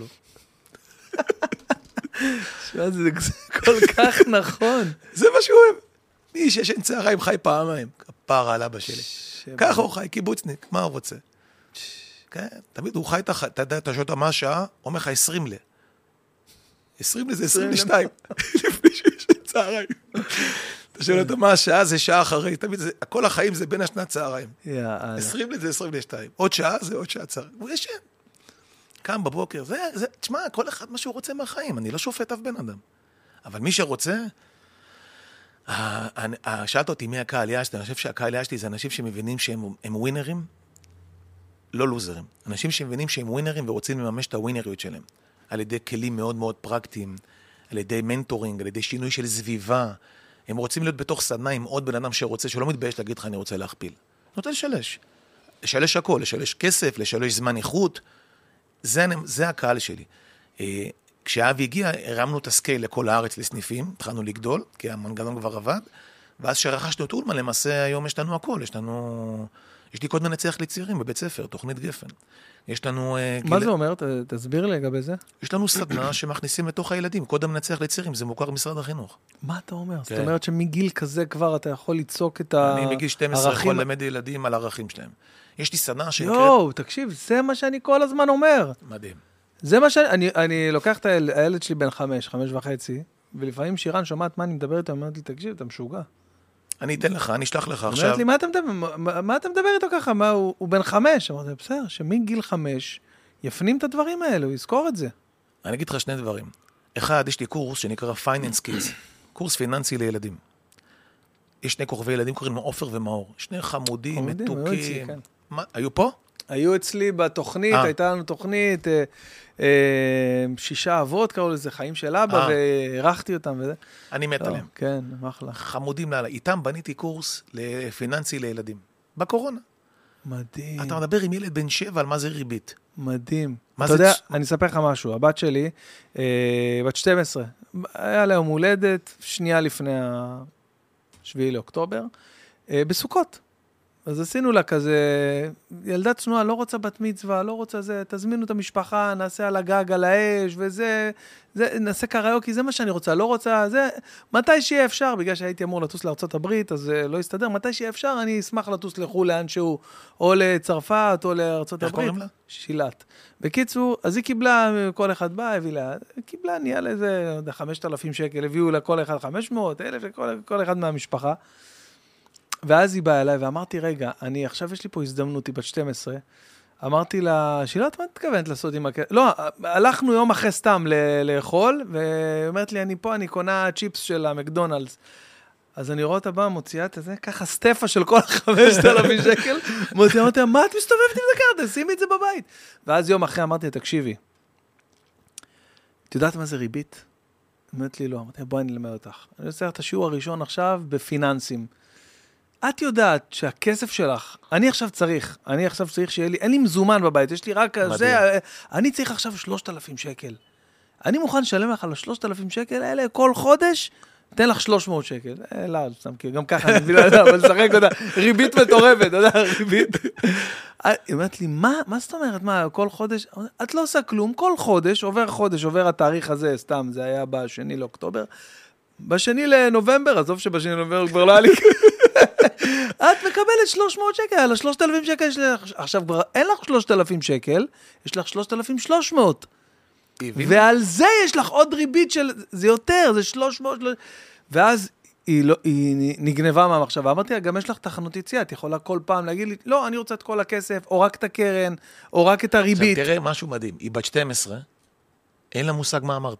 זה כל כך נכון. זה מה שהוא אוהב. מי שישן צהריים, חי פעמיים. כפרה על אבא שלי. ככה הוא חי, קיבוצניק, מה הוא רוצה? כן, תמיד הוא חי, אתה יודע, אתה שואל אותו מה השעה, אומר לך 20 ל. 20 זה 22. לפני שיש צהריים. אתה שואל אותו מה השעה, זה שעה אחרי, תמיד זה, כל החיים זה בין השנת צהריים. 20 זה 22. עוד שעה זה עוד שעה צהריים. הוא ישן. קם בבוקר, תשמע, כל אחד מה שהוא רוצה מהחיים, אני לא שופט אף בן אדם. אבל מי שרוצה, שאלת אותי מי הקהל יעד שלי, אני חושב שהקהל יעד שלי זה אנשים שמבינים שהם ווינרים, לא לוזרים. אנשים שמבינים שהם ווינרים ורוצים לממש את הווינריות שלהם. על ידי כלים מאוד מאוד פרקטיים, על ידי מנטורינג, על ידי שינוי של סביבה. הם רוצים להיות בתוך סדנה עם עוד בן אדם שרוצה, שלא מתבייש להגיד לך אני רוצה להכפיל. אני רוצה לשלש. לשלש הכל, לשלש כסף, לשלש זמן איכות. זה הקהל שלי. כשאבי הגיע, הרמנו את הסקייל לכל הארץ לסניפים, התחלנו לגדול, כי המנגנון כבר עבד, ואז שרכשנו את אולמן, למעשה היום יש לנו הכל, יש לי קוד מנצח לצעירים בבית ספר, תוכנית גפן. יש לנו... מה זה אומר? תסביר לי לגבי זה. יש לנו סדנה שמכניסים לתוך הילדים, קוד המנצח לצעירים, זה מוכר במשרד החינוך. מה אתה אומר? זאת אומרת שמגיל כזה כבר אתה יכול ליצוק את הערכים... אני מגיל 12 יכול ללמד ילדים על הערכים שלהם. יש לי סדנה שנקראת... יואו, תקשיב, זה מה שאני כל הזמן אומר. מדהים. זה מה אני לוקח את הילד שלי בן 5 וחצי, ולפעמים שירן שומעת מה אני מדבר איתו, אומרת לי, תקשיב, אתה משוגע. אני אתן לך, אני אשלח לך עכשיו. אומרת לי, מה אתה מדבר איתו ככה? הוא בן 5. אמרתי, בסדר, שמגיל 5 יפנים את הדברים האלה, הוא יזכור את זה. אני אגיד לך 2 דברים. אחד, יש לי קורס שנקרא Finance Kids, קורס פיננסי לילדים. יש 2 כוכבי ילדים, קוראים לו עופר ומאור. 2 חמודים, מתוקים. היו פה? היו אצלי בתוכנית, הייתה לנו תוכנית, 6 אבות, קראו לזה חיים של אבא, והערכתי אותם וזה. אני מת עליהם. כן, אחלה. חמודים לאללה. איתם בניתי קורס לפיננסי לילדים. בקורונה. מדהים. אתה מדבר עם ילד בן 7 על מה זה ריבית. מדהים. אתה יודע, אני אספר לך משהו. הבת שלי, בת 12, היה לה יום הולדת, שנייה לפני 7 לאוקטובר, בסוכות. אז עשינו לה כזה, ילדה צנועה, לא רוצה בת מצווה, לא רוצה זה, תזמינו את המשפחה, נעשה על הגג, על האש, וזה, נעשה קריוקי, זה מה שאני רוצה, לא רוצה, זה, מתי שיהיה אפשר, בגלל שהייתי אמור לטוס לארצות הברית, אז לא יסתדר, מתי שיהיה אפשר, אני אשמח לטוס לחול לאנשהו, או לצרפת, או לארצות הברית. איך קוראים לה? שילת. בקיצור, אז היא קיבלה, כל אחד בא, הביא לה, קיבלה, נהיה לאיזה, 5,000 שקל, הביאו לה כל אחד 500, 1,000, כל אחד מהמשפחה. ואז היא באה אליי, ואמרתי, רגע, עכשיו יש לי פה הזדמנות, היא בת 12, אמרתי לה, שילת, מה את מתכוונת לעשות עם הכסף? לא, הלכנו יום אחרי סתם לאכול, ואומרת לי, אני קונה צ'יפס של המקדונלדס. אז אני רואה אותה באה, מוציאה את זה, ככה סטפה של כל 5,000 שקל, מוציאה אותה, מה את מסתובבת עם זה ככה? שימי את זה בבית. ואז יום אחרי אמרתי, תקשיבי, את יודעת מה זה ריבית? אמרת לי, לא. אמרתי, בואי אני אלמד אותך. אני עושה את השיעור הראשון עכשיו בפיננסים. את יודעת שהכסף שלך, אני עכשיו צריך שיהיה לי, אין לי מזומן בבית, יש לי רק זה, אני צריך עכשיו 3,000 שקל. אני מוכן לשלם לך על 3,000 שקל האלה כל חודש, תן לך 300 שקל. לא, סתם, גם ככה אני מבינה, אבל שחק אותה, ריבית מטורפת, אתה יודע, ריבית. היא אומרת לי, מה זאת אומרת, כל חודש? את לא עושה כלום, כל חודש, עובר התאריך הזה, סתם, זה היה ב2 לאוקטובר, ב2 לנובמבר, עזוב שב2 לנובמבר כבר לא היה לי את מקבלת 300 שקל, על 3,000 שקל שלך. עכשיו, אין לך 3,000 שקל, יש לך 3,300. ועל זה יש לך עוד ריבית של, זה יותר, זה 300. ואז היא נגנבה מהמחשבה. אמרתי לה, גם יש לך תחנות יציאה, את יכולה כל פעם להגיד לי, לא, אני רוצה את כל הכסף, או רק את הקרן, או רק את הריבית. עכשיו, תראה משהו מדהים. היא בת 12, אין לה מושג מה אמרת.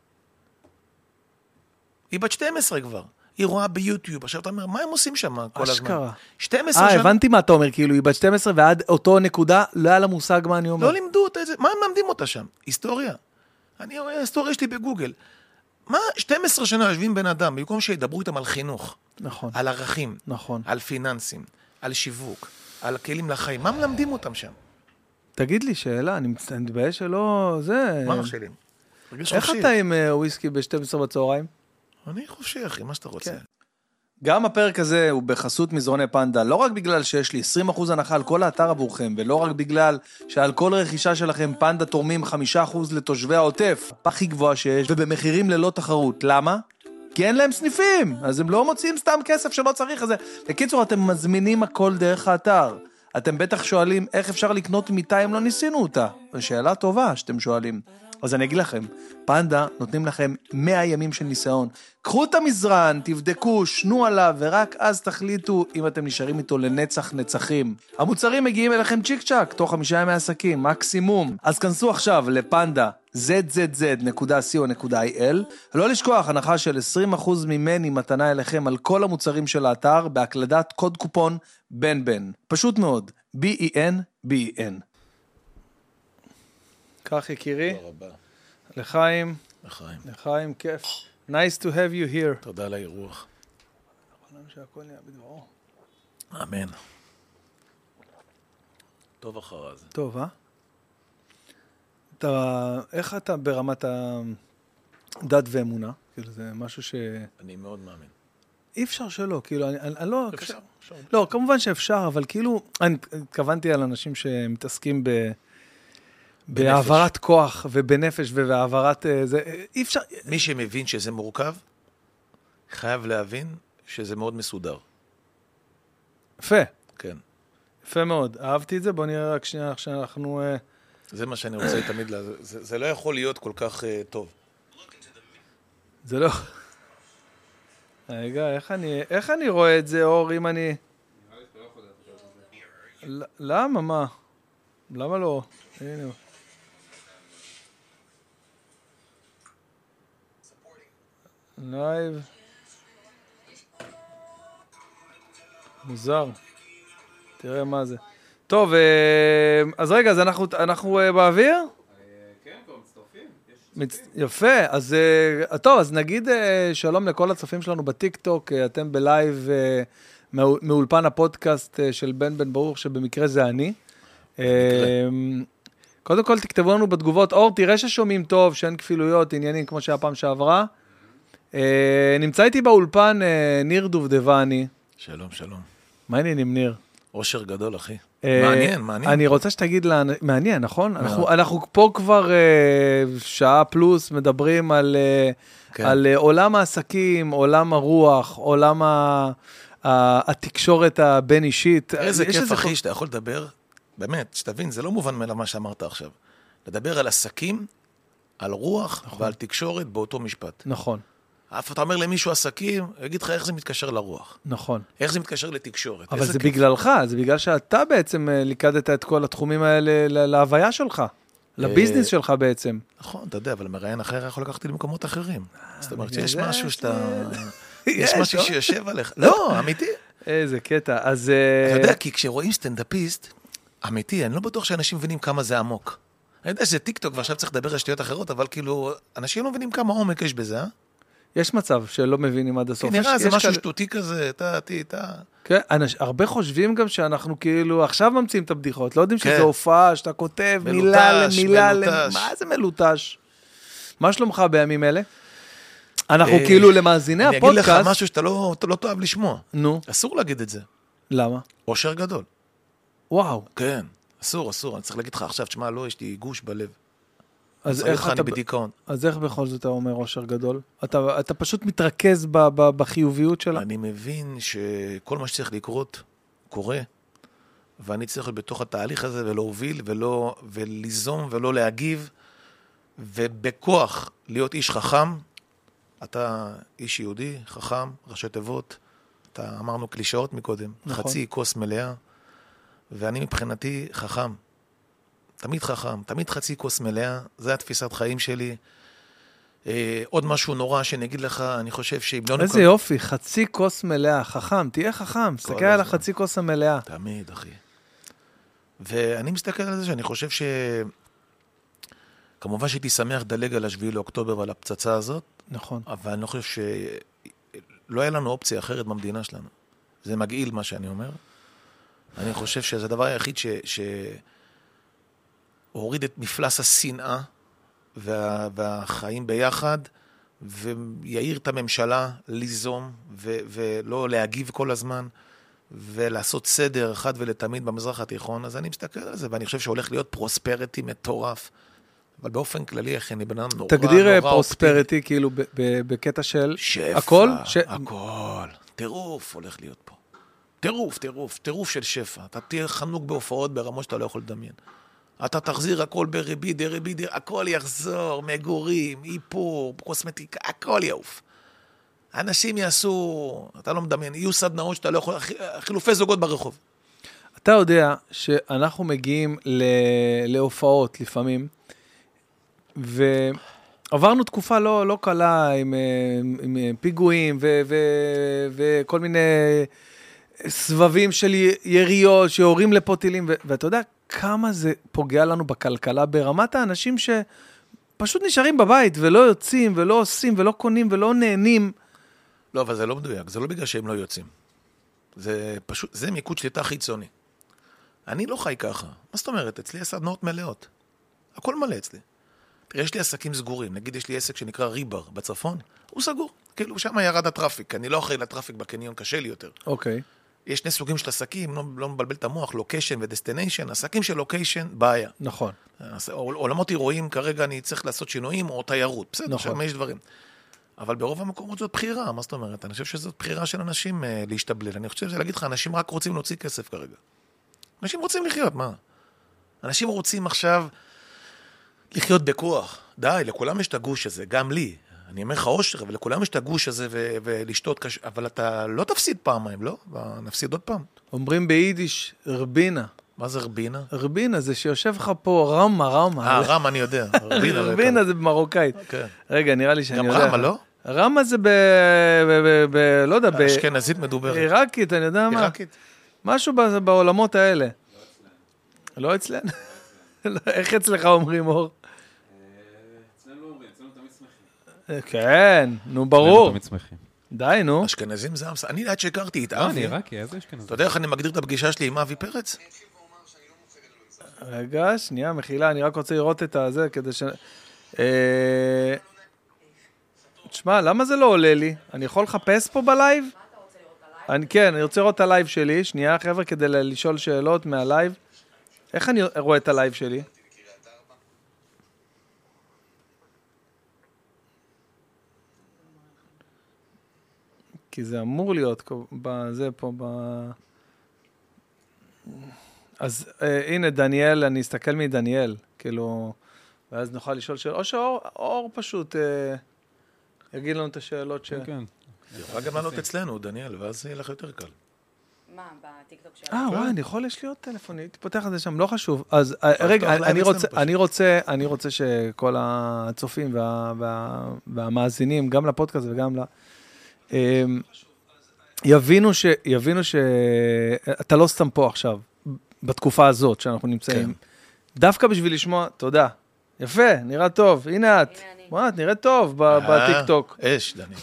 היא בת 12 כבר. היא רואה ביוטיוב, עכשיו אתה אומר, מה הם עושים שם כל הזמן? אשכרה. 12 שנה. הבנתי מה אתה אומר, כאילו, היא בת 12 ועד אותו נקודה, לא היה לה מושג מה אני אומר. לא לימדו אותה את זה, מה הם למדים אותה שם? היסטוריה. אני רואה, היסטוריה שלי בגוגל. מה 12 שנה יושבים בן אדם, במקום שידברו איתם על חינוך, נכון. על ערכים, נכון. על פיננסים, על שיווק, על כלים לחיים, מה מלמדים אותם שם? תגיד לי שאלה, אני מתבייש שלא, זה... מה השאלים? איך אתה עם וויסקי ב-12 בצהריים? אני חופשי, אחי, מה שאתה רוצה. גם הפרק הזה הוא בחסות מזרוני פנדה, לא רק בגלל שיש לי 20% הנחה על כל האתר עבורכם, ולא רק בגלל שעל כל רכישה שלכם פנדה תורמים 5% לתושבי העוטף, הכי גבוהה שיש, ובמחירים ללא תחרות. למה? כי אין להם סניפים, אז הם לא מוצאים סתם כסף שלא צריך. אז בקיצור, אתם מזמינים הכל דרך האתר. אתם בטח שואלים איך אפשר לקנות מיטה אם לא ניסינו אותה. שאלה טובה שאתם שואלים. אז אני אגיד לכם, פנדה נותנים לכם 100 ימים של ניסיון. קחו את המזרן, תבדקו, שנו עליו, ורק אז תחליטו אם אתם נשארים איתו לנצח נצחים. המוצרים מגיעים אליכם צ'יק צ'ק, תוך 5 ימי עסקים, מקסימום. אז כנסו עכשיו לפנדה, zzz.co.il. לא לשכוח, הנחה של 20% ממני מתנה אליכם על כל המוצרים של האתר, בהקלדת קוד קופון בן בן. פשוט מאוד, BEN. כך יקירי. תודה רבה. לחיים. לחיים. לחיים, כיף. Nice to have you here. תודה על האירוח. שהכל נהיה בדברו. אמן. טוב אחר זה. טוב, איך אתה ברמת הדת ואמונה? כאילו זה משהו ש... אני מאוד מאמין. אי אפשר שלא, כאילו, אני לא... אפשר. לא, כמובן שאפשר, אבל כאילו, אני התכוונתי על אנשים שמתעסקים בהעברת כוח ובנפש ובהעברת... אי אפשר... מי שמבין שזה מורכב, חייב להבין שזה מאוד מסודר. יפה. כן. יפה מאוד. אהבתי את זה, בוא נראה רק שנייה שאנחנו... זה מה שאני רוצה תמיד, זה לא יכול להיות כל כך טוב. זה לא... רגע, איך אני רואה את זה, אור, אם אני... למה, מה? למה לא? הנה. לייב. מוזר. תראה מה זה. טוב, אז רגע, אז אנחנו באוויר? כן, כבר מצטרפים. יפה, אז טוב, אז נגיד שלום לכל הצופים שלנו בטיק טוק, אתם בלייב מאולפן הפודקאסט של בן ברוך, שבמקרה זה אני. קודם כל תכתבו לנו בתגובות, אור, תראה ששומעים טוב, שאין כפילויות, עניינים כמו שהיה פעם שעברה. נמצא איתי באולפן ניר דובדבני. שלום, שלום. מה העניינים, ניר? אושר גדול, אחי. מעניין. אני רוצה שתגיד מעניין, נכון? אנחנו פה כבר שעה פלוס מדברים על עולם העסקים, עולם הרוח, עולם התקשורת הבין-אישית. איזה כיף, אחי, שאתה יכול לדבר. באמת, שתבין, זה לא מובן מאליו מה שאמרת עכשיו. לדבר על עסקים, על רוח ועל תקשורת באותו משפט. נכון. אף אתה אומר למישהו עסקים, יגיד לך איך זה מתקשר לרוח. נכון. איך זה מתקשר לתקשורת. אבל זה בגללך, זה בגלל שאתה בעצם ליקדת את כל התחומים האלה להוויה שלך, לביזנס שלך בעצם. נכון, אתה יודע, אבל מראיין אחר יכול לקחת לי למקומות אחרים. זאת אומרת שיש משהו שאתה... יש משהו שיושב עליך. לא, אמיתי. איזה קטע, אז... אתה יודע, כי כשרואים סטנדאפיסט, אמיתי, אני לא בטוח שאנשים מבינים כמה זה עמוק. אני יודע שזה טיקטוק ועכשיו צריך לדבר על שטויות אחרות, אבל כאילו, אנשים לא מבינים כמה עומק יש בזה, יש מצב שלא מבינים עד הסוף. נראה, זה משהו שטותי כזה, כן, הרבה חושבים גם שאנחנו כאילו, עכשיו ממציאים את הבדיחות, לא יודעים שזה הופעה, שאתה כותב מילה למילה, מה זה מלוטש? מה שלומך בימים אלה? אנחנו כאילו למאזיני הפודקאסט. אני אגיד לך משהו שאתה לא תאהב לשמוע. נו. אסור להגיד את זה. למה? אושר גדול. וואו. כן, אסור, אני צריך להגיד לך עכשיו, תשמע, לא, יש לי גוש בלב. אז איך אתה בדיכאון. אז איך בכל זאת אתה אומר אושר גדול? אתה פשוט מתרכז בחיוביות שלה? אני מבין שכל מה שצריך לקרות, קורה, ואני צריך להיות בתוך התהליך הזה ולהוביל וליזום ולא להגיב, ובכוח להיות איש חכם. אתה איש יהודי, חכם, ראשי תיבות, אתה אמרנו קלישאות מקודם, נכון. חצי כוס מלאה, ואני מבחינתי חכם. תמיד חכם, תמיד חצי כוס מלאה, זה התפיסת חיים שלי. עוד משהו נורא שאני אגיד לך, אני חושב שאם לא... איזה יופי, חצי כוס מלאה, חכם, תהיה חכם, תסתכל על החצי כוס המלאה. תמיד, אחי. ואני מסתכל על זה שאני חושב כמובן שהייתי שמח דלג על 7 לאוקטובר ועל הפצצה הזאת. נכון. אבל אני לא חושב שלא היה לנו אופציה אחרת במדינה שלנו. זה מגעיל מה שאני אומר. אני חושב שזה הדבר היחיד הוריד את מפלס השנאה והחיים ביחד, ויעיר את הממשלה ליזום, ולא להגיב כל הזמן, ולעשות סדר אחד ולתמיד במזרח התיכון. אז אני מסתכל על זה, ואני חושב שהולך להיות פרוספריטי מטורף. אבל באופן כללי, אחי, אני בנאדם נורא תגדיר פרוספריטי, כאילו, בקטע של... שפע, הכל? הכל. טירוף הולך להיות פה. טירוף של שפע. אתה תהיה חנוק בהופעות ברמות שאתה לא יכול לדמיין. אתה תחזיר הכל בריבית, הכל יחזור, מגורים, איפור, קוסמטיקה, הכל יעוף. אנשים יעשו, אתה לא מדמיין, יהיו סדנאות שאתה לא יכול, חילופי זוגות ברחוב. אתה יודע שאנחנו מגיעים להופעות לפעמים, ועברנו תקופה לא קלה עם פיגועים וכל מיני סבבים של יריות שיורים לפה טילים, ואתה יודע כמה זה פוגע לנו בכלכלה ברמת האנשים שפשוט נשארים בבית ולא יוצאים ולא עושים ולא קונים ולא נהנים. לא, אבל זה לא מדויק, זה לא בגלל שהם לא יוצאים. זה פשוט, זה מיקוד שליטה חיצוני. אני לא חי ככה. מה זאת אומרת? אצלי הסדנאות מלאות. הכל מלא אצלי. תראה, יש לי עסקים סגורים. נגיד, יש לי עסק שנקרא ריבר בצפון. הוא סגור. כאילו, שם ירד הטראפיק. אני לא אחראי לטראפיק בקניון, קשה לי יותר. אוקיי. יש 2 סוגים של עסקים, לא מבלבל את המוח, לוקיישן ודסטיניישן. עסקים של לוקיישן, בעיה. נכון. עולמות אירועים, כרגע אני צריך לעשות שינויים או תיירות. בסדר, שם יש דברים. אבל ברוב המקומות זאת בחירה. מה זאת אומרת? אני חושב שזאת בחירה של אנשים להשתבלל. אני חושב להגיד לך, אנשים רק רוצים להוציא כסף כרגע. אנשים רוצים לחיות, מה? אנשים רוצים עכשיו לחיות בכוח. די, לכולם יש את הגוש הזה, גם לי. אני אומר לך אושר, ולכולם יש את הגוש הזה ולשתות קשה, אבל אתה לא תפסיד פעמיים, לא? נפסיד עוד פעם. אומרים ביידיש, רבינה. מה זה רבינה? רבינה זה שיושב לך פה רמה. רמה אני יודע. רבינה זה במרוקאית. רגע, נראה לי שאני יודע. גם רמה, לא? רמה זה לא יודע, אשכנזית מדוברת. עיראקית, אני יודע מה. עיראקית. משהו בעולמות האלה. לא אצלנו? איך אצלך אומרים, אור? אצלנו לא אומרים, אצלנו תמיד שמחים. כן, נו, ברור. תמיד שמחים. די, נו. אשכנזים זה אמס... אני עד שהכרתי את אני אבי. עיראקי, איזה אשכנזי? אתה יודע איך אני מגדיר את הפגישה שלי עם אבי פרץ? רגע, שנייה, מחילה, אני רק רוצה לראות את הזה, כדי ש... תשמע, למה זה לא עולה לי? אני יכול לחפש פה בלייב? כן, אני רוצה לראות את הלייב שלי. שנייה, חבר'ה, כדי לשאול שאלות מהלייב. איך אני רואה את הלייב שלי? כי זה אמור להיות בזה פה, אז הנה, דניאל, אני אסתכל מדניאל, כאילו, ואז נוכל לשאול שאלות, או שאור פשוט יגיד לנו את השאלות ש... כן. רק גם לעלות אצלנו, דניאל, ואז יהיה לך יותר קל. מה, בטיקטוק שלנו? וואי, אני יכול, יש לי עוד טלפון, תפתח את זה שם, לא חשוב. אז רגע, אני רוצה שכל הצופים והמאזינים, גם לפודקאסט וגם יבינו שאתה לא סתם פה עכשיו, בתקופה הזאת שאנחנו נמצאים. דווקא בשביל לשמוע, תודה. יפה, נראה טוב. הנה את. את נראית טוב בטיקטוק. אש, דניאל.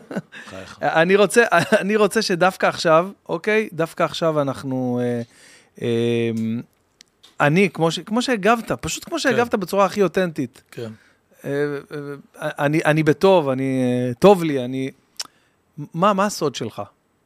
אני רוצה שדווקא עכשיו, אוקיי? דווקא עכשיו אנחנו... כמו שהגבת, פשוט כמו שהגבת בצורה הכי אותנטית. כן. אני בטוב, טוב לי, מה הסוד שלך?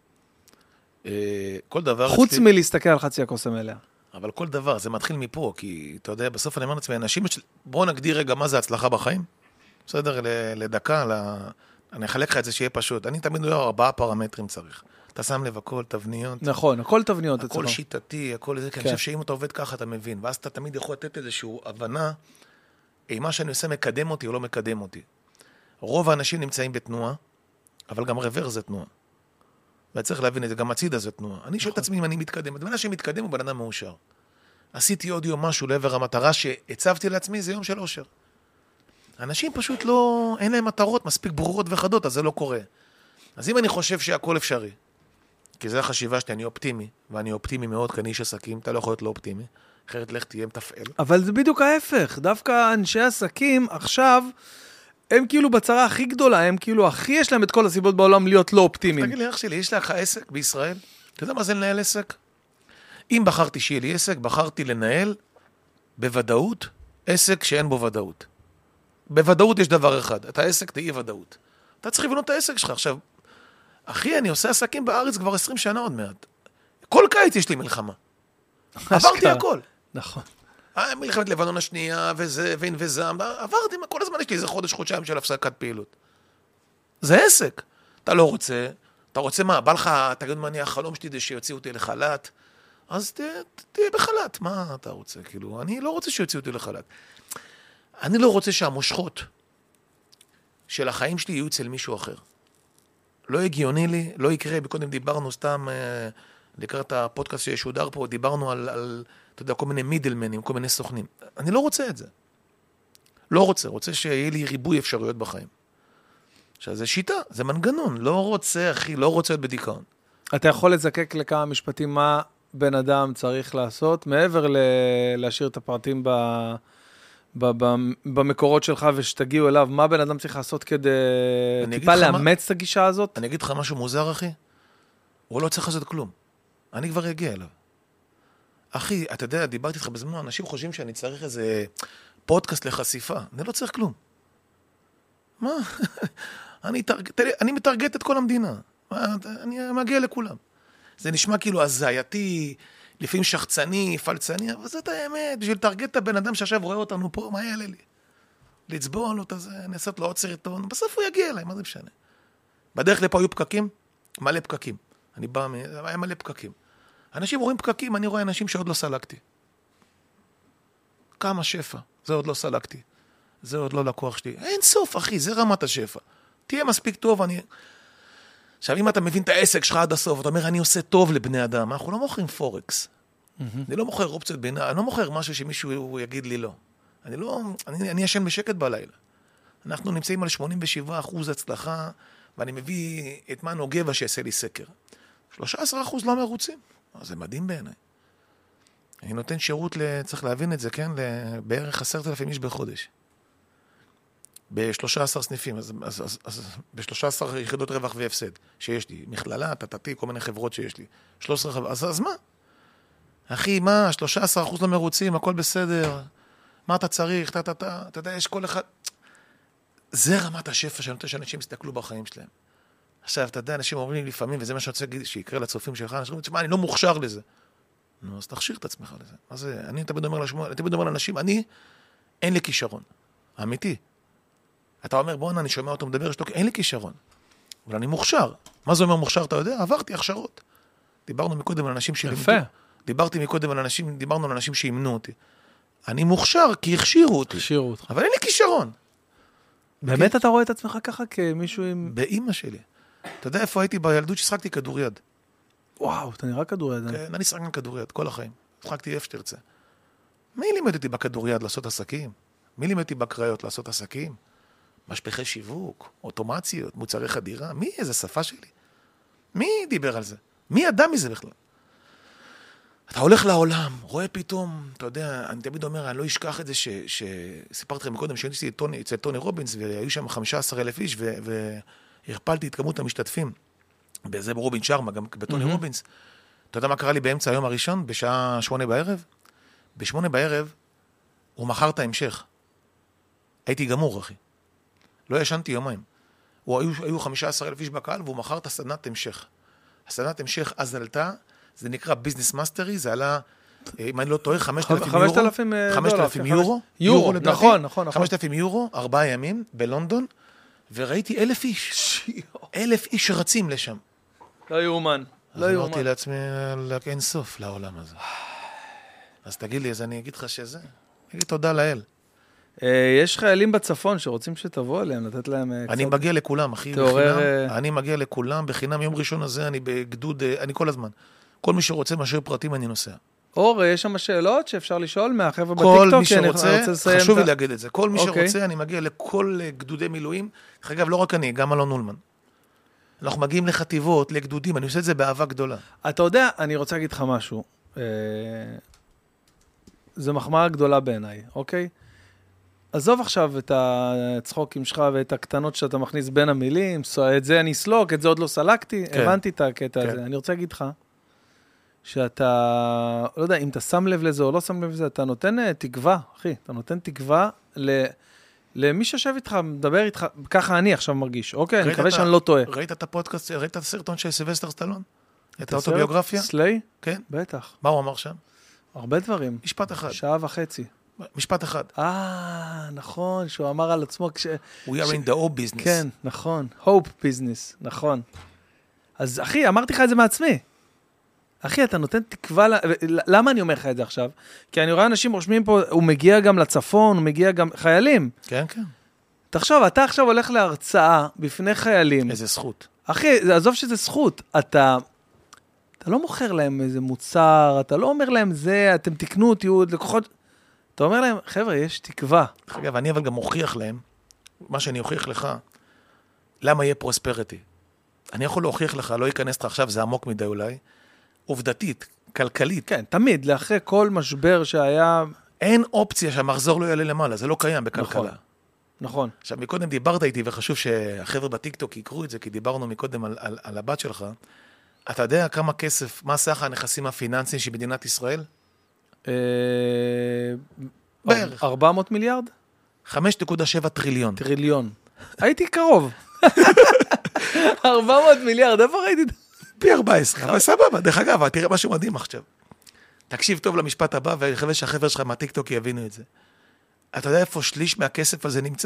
כל דבר... חוץ מלהסתכל על חצי הכוס המלאה. אבל כל דבר, זה מתחיל מפה, כי אתה יודע, בסוף אני אומר לעצמי, אנשים, בואו נגדיר רגע מה זה הצלחה בחיים. בסדר, לדקה, אני אחלק לך את זה שיהיה פשוט. אני תמיד אומר 4 פרמטרים צריך. אתה שם לב הכל, תבניות. נכון, הכל תבניות. הכל שיטתי, הכל זה, כי אני חושב שאם אתה עובד ככה, אתה מבין. ואז אתה תמיד יכול לתת איזושהי הבנה, מה שאני עושה מקדם אותי או לא מקדם אותי. רוב האנשים נמצאים בתנועה, אבל גם רוורס זה תנועה. וצריך להבין את זה, גם הצידה זה תנועה. אני שואל את עצמי אם אני מתקדם. בן אדם שמתקדם הוא בן אדם מאושר. עשיתי עוד יום משהו לעבר המטרה שהצבתי לעצמי, זה יום של אושר. אנשים פשוט לא, אין להם מטרות מספיק ברורות וחדות, אז זה לא קורה. אז אם אני חושב שהכל אפשרי, כי זה החשיבה שלי, אני אופטימי, ואני אופטימי מאוד, כי אני איש עסקים, אתה לא יכול להיות לא אופטימי, אחרת לך תהיה מתפעל. אבל זה בדיוק ההפך, דווקא אנשי עסקים עכשיו, הם כאילו בצרה הכי גדולה, הם כאילו הכי יש להם את כל הסיבות בעולם להיות לא אופטימיים. תגיד לי, אח שלי, יש לך עסק בישראל? אתה יודע מה זה לנהל עסק? אם בחרתי שיהיה לי עסק, בחרתי לנהל בוודאות עסק שאין בו ודאות. בוודאות יש דבר אחד, את העסק תהיה ודאות. אתה צריך לבנות את העסק שלך. עכשיו, אחי, אני עושה עסקים בארץ כבר 20 שנה עוד מעט. כל קיץ יש לי מלחמה. עברתי הכל. נכון. מלחמת לבנון השנייה, וזה, וזם, עברתי, כל הזמן יש לי איזה חודש-חודשיים של הפסקת פעילות. זה עסק. אתה לא רוצה, אתה רוצה מה? בא לך, תגיד מה אני החלום שלי, שיוציאו אותי לחל"ת, אז תהיה בחל"ת. מה אתה רוצה? כאילו, אני לא רוצה שיוציאו אותי לחל"ת. אני לא רוצה שהמושכות של החיים שלי יהיו אצל מישהו אחר. לא הגיוני לי, לא יקרה, בקודם דיברנו סתם, לקראת הפודקאסט שישודר פה, דיברנו על אתה יודע, כל מיני מידלמנים, כל מיני סוכנים. אני לא רוצה את זה. לא רוצה שיהיה לי ריבוי אפשרויות בחיים. עכשיו, זה שיטה, זה מנגנון. לא רוצה, אחי, לא רוצה להיות בדיכאון. אתה יכול לזקק לכמה משפטים מה בן אדם צריך לעשות, מעבר להשאיר את הפרטים במקורות שלך ושתגיעו אליו, מה בן אדם צריך לעשות כדי טיפה לאמץ את הגישה הזאת? אני אגיד לך משהו מוזר, אחי. הוא לא צריך לעשות כלום. אני כבר אגיע אליו. אחי, אתה יודע, דיברתי איתך בזמן, אנשים חושבים שאני צריך איזה פודקאסט לחשיפה. אני לא צריך כלום. מה? אני מתרגט את כל המדינה. אני מגיע לכולם. זה נשמע כאילו הזייתי, לפעמים שחצני, פלצני, אבל זאת האמת, בשביל לתרגט את הבן אדם שעכשיו רואה אותנו פה, מה יעלה לי? לצבוע לו את זה, אני אעשה לו עוד סרטון, בסוף הוא יגיע אליי, מה זה משנה? בדרך לפה היו פקקים? מלא פקקים. אני בא, היה מלא פקקים. אנשים רואים פקקים, אני רואה אנשים שעוד לא סלקתי. כמה שפע, זה עוד לא סלקתי. זה עוד לא לקוח שלי. אין סוף, אחי, זה רמת השפע. תהיה מספיק טוב, עכשיו, אם אתה מבין את העסק שלך עד הסוף, אתה אומר, אני עושה טוב לבני אדם, אנחנו לא מוכרים פורקס. אני לא מוכר אופציות בינה, אני לא מוכר משהו שמישהו יגיד לי לא. אני ישן בשקט בלילה. אנחנו נמצאים על 87% הצלחה, ואני מביא את מנו גבע שיעשה לי סקר. 13% לא מרוצים. זה מדהים בעיניי. אני נותן שירות, צריך להבין את זה, כן? בערך 10,000 איש בחודש. ב-13 סניפים, אז ב-13 יחידות רווח והפסד שיש לי. מכללה, תתתי, כל מיני חברות שיש לי. 13 חברות, אז מה? אחי, מה? 13% לא מרוצים, הכל בסדר. מה אתה צריך? אתה יודע, יש כל אחד... זה רמת השפע שאני נותן שאנשים יסתכלו בחיים שלהם. עכשיו, אתה יודע, אנשים אומרים לי לפעמים, וזה מה שאני רוצה להגיד, שיקרה לצופים שלך, אנשים אומרים, תשמע, אני לא מוכשר לזה. נו, אז תכשיר את עצמך לזה. מה זה? אני תמיד אומר לאנשים, אין לי כישרון. אמיתי. אתה אומר, בוא'נה, אני שומע אותו מדבר, אין לי כישרון. אבל אני מוכשר. מה זה אומר מוכשר, אתה יודע? עברתי הכשרות. דיברנו מקודם על אנשים שלימדו. יפה. דיברנו על אנשים שימנו אותי. אני מוכשר, כי הכשירו אותי. הכשירו אותך. אבל אין לי כישרון. באמת אתה רואה את עצמך ככה כמישהו עם... באמא שלי. אתה יודע איפה הייתי בילדות ששחקתי כדוריד? וואו, אתה נראה כדוריד. כן, אני שחקתי כדוריד, כל החיים. שחקתי איפה שתרצה. מי לימד אותי בכדוריד לעשות עסקים? מי לימד אותי בקריות לעשות עסקים? משפחי שיווק, אוטומציות, מוצרי חדירה? מי? איזה שפה שלי? מי דיבר על זה? מי ידע מזה בכלל? אתה הולך לעולם, רואה פתאום, אתה יודע, אני תמיד אומר, אני לא אשכח את זה שסיפרתי לכם מקודם, שהייתי אצל טוני רובינס, והיו שם 15,000 איש, והכפלתי את כמות המשתתפים, בזה ברובין שרמה, גם בטוני רובינס. אתה יודע מה קרה לי באמצע היום הראשון, בשעה 8 בערב? ב8 בערב, הוא מכר את ההמשך. הייתי גמור, אחי. לא ישנתי יומיים. היו 15,000 איש בקהל, והוא מכר את הסדנת המשך. הסדנת המשך אז עלתה, זה נקרא ביזנס מאסטרי, זה עלה, אם אני לא טועה, 5,000 יורו. יורו, נכון. 5,000 יורו, 4 ימים בלונדון, וראיתי 1,000 איש. 1,000 איש שרצים לשם. לא יאומן. אז אמרתי לעצמי, אין סוף לעולם הזה. אז תגיד לי, אז אני אגיד לך שזה. אגיד תודה לאל. יש חיילים בצפון שרוצים שתבוא אליהם, לתת להם קצת... אני מגיע לכולם, אחי, בחינם. אני מגיע לכולם בחינם. יום ראשון הזה אני בגדוד, אני כל הזמן. כל מי שרוצה משאיר פרטים, אני נוסע. אור, יש שם שאלות שאפשר לשאול מהחבר'ה בטיקטוק? כל מי שרוצה, חשוב לי להגיד את זה. כל מי שרוצה, אני מגיע לכל גדודי מילואים. אגב, לא רק אני, גם אלון אולמן. אנחנו מגיעים לחטיבות, לגדודים, אני עושה את זה באהבה גדולה. אתה יודע, אני רוצה להגיד לך משהו. זה מחמאה גדולה בעיניי, אוקיי? עזוב עכשיו את הצחוקים שלך ואת הקטנות שאתה מכניס בין המילים, את זה אני אסלוק, את זה עוד לא סלקתי, הבנתי את הקטע הזה. אני רוצה להגיד לך, שאתה, לא יודע, אם אתה שם לב לזה או לא שם לב לזה, אתה נותן תקווה, אחי, אתה נותן תקווה למי שיושב איתך, מדבר איתך, ככה אני עכשיו מרגיש, אוקיי? אני מקווה שאני לא טועה. ראית את הפודקאסט, ראית את הסרטון של סילבסטר סטלון? את האוטוביוגרפיה? סליי? כן. בטח. מה הוא אמר שם? הרבה דברים. משפט אחד. 1.5 שעות. משפט אחד. נכון, שהוא אמר על עצמו We are in the hope business. כן, נכון. hope business, נכון. אז אחי, אמרתי לך את זה מעצמי. אחי, אתה נותן תקווה, למה אני אומר לך את זה עכשיו? כי אני רואה אנשים רושמים פה, הוא מגיע גם לצפון, הוא מגיע גם חיילים. כן, כן. תחשוב, אתה עכשיו הולך להרצאה בפני חיילים. איזה זכות. אחי, עזוב שזה זכות. אתה לא מוכר להם איזה מוצר, אתה לא אומר להם זה, אתם תקנו אותי, לקוחות. אתה אומר להם, חבר'ה, יש תקווה. אגב, אני אבל גם מוכיח להם, מה שאני אוכיח לך, למה יהיה פרוספריטי. אני יכול להוכיח לך, לא ייכנס לך עכשיו, זה עמוק מדי אולי, עובדתית, כלכלית. כן, תמיד, לאחרי כל משבר שהיה... אין אופציה שהמחזור לא יעלה למעלה, זה לא קיים בכלכלה. נכון. עכשיו, מקודם דיברת איתי, וחשוב שהחבר'ה בטיקטוק יקרו את זה, כי דיברנו מקודם על הבת שלך. אתה יודע כמה כסף, מה סך הנכסים הפיננסיים של מדינת ישראל? בערך. 400 מיליארד? 5.7 טריליון. טריליון. הייתי קרוב. 400 מיליארד, איפה ראיתי? פי 14, אבל סבבה, דרך אגב, תראה משהו מדהים עכשיו. תקשיב טוב למשפט הבא, ואני חושב שהחבר'ה שלך מהטיקטוק יבינו את זה. אתה יודע איפה שליש מהכסף הזה נמצא?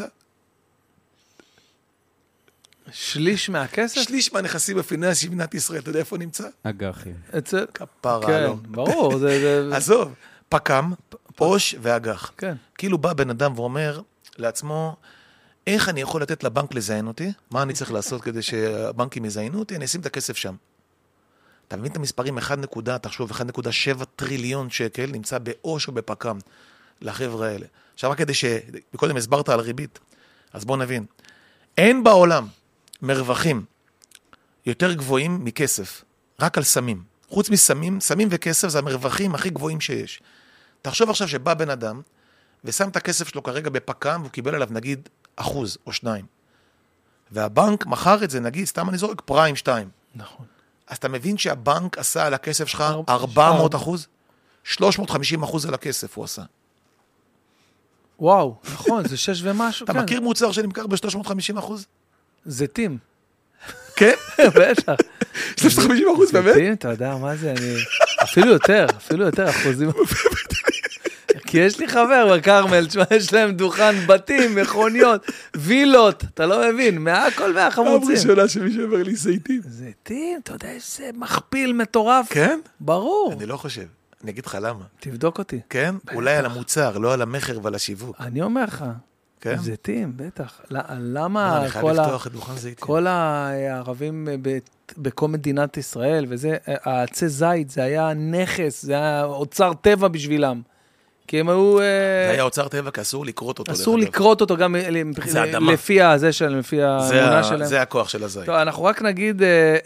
שליש מהכסף? שליש מהנכסים הפיננסיים של מדינת ישראל, אתה יודע איפה נמצא? אג"חים. אצל... כפרה, כן, לא. ברור. עזוב, פקם, עו"ש ואג"ח. כן. כאילו בא בן אדם ואומר לעצמו, איך אני יכול לתת לבנק לזיין אותי? מה אני צריך לעשות כדי שהבנקים יזיינו אותי? אני אשים את הכסף שם. אתה מבין את המספרים? תחשוב, 1.7 טריליון שקל נמצא בעו"ש או בפקם לחבר'ה האלה. עכשיו, רק כדי שקודם הסברת על ריבית, אז בואו נבין. אין בעולם מרווחים יותר גבוהים מכסף, רק על סמים. חוץ מסמים, סמים וכסף זה המרווחים הכי גבוהים שיש. תחשוב עכשיו שבא בן אדם, ושם את הכסף שלו כרגע בפקם, והוא קיבל עליו נגיד 1% או 2%. והבנק מכר את זה, נגיד, סתם אני זורק, פריים 2. נכון. אז אתה מבין שהבנק עשה על הכסף שלך 400%? 350% על הכסף הוא עשה. וואו, נכון, זה 6 ומשהו, אתה מכיר מוצר שנמכר ב-350%? זיתים. כן? בטח. 350% באמת? זיתים, אתה יודע מה זה, אפילו יותר, אחוזים. כי יש לי חבר בקרמל, יש להם דוכן בתים, מכוניות, וילות, אתה לא מבין, מהכל מהחמוצים. פעם ראשונה שמישהו אומר לי זיתים. זיתים, אתה יודע, זה מכפיל מטורף. כן? ברור. אני לא חושב. אני אגיד לך למה. תבדוק אותי. כן? אולי על המוצר, לא על המחר ועל השיווק. אני אומר לך. כן? זיתים, בטח. למה אני חייב לפתוח את דוכן זיתים. כל הערבים בכל מדינת ישראל, וזה, העצי זית, זה היה נכס, זה היה אוצר טבע בשבילם. כי הם היו... זה היה אוצר טבע, כי אסור לקרות אותו. אסור לקרות אותו גם לפי הזה שלהם, לפי האמונה שלהם. זה הכוח של הזית. טוב, אנחנו רק נגיד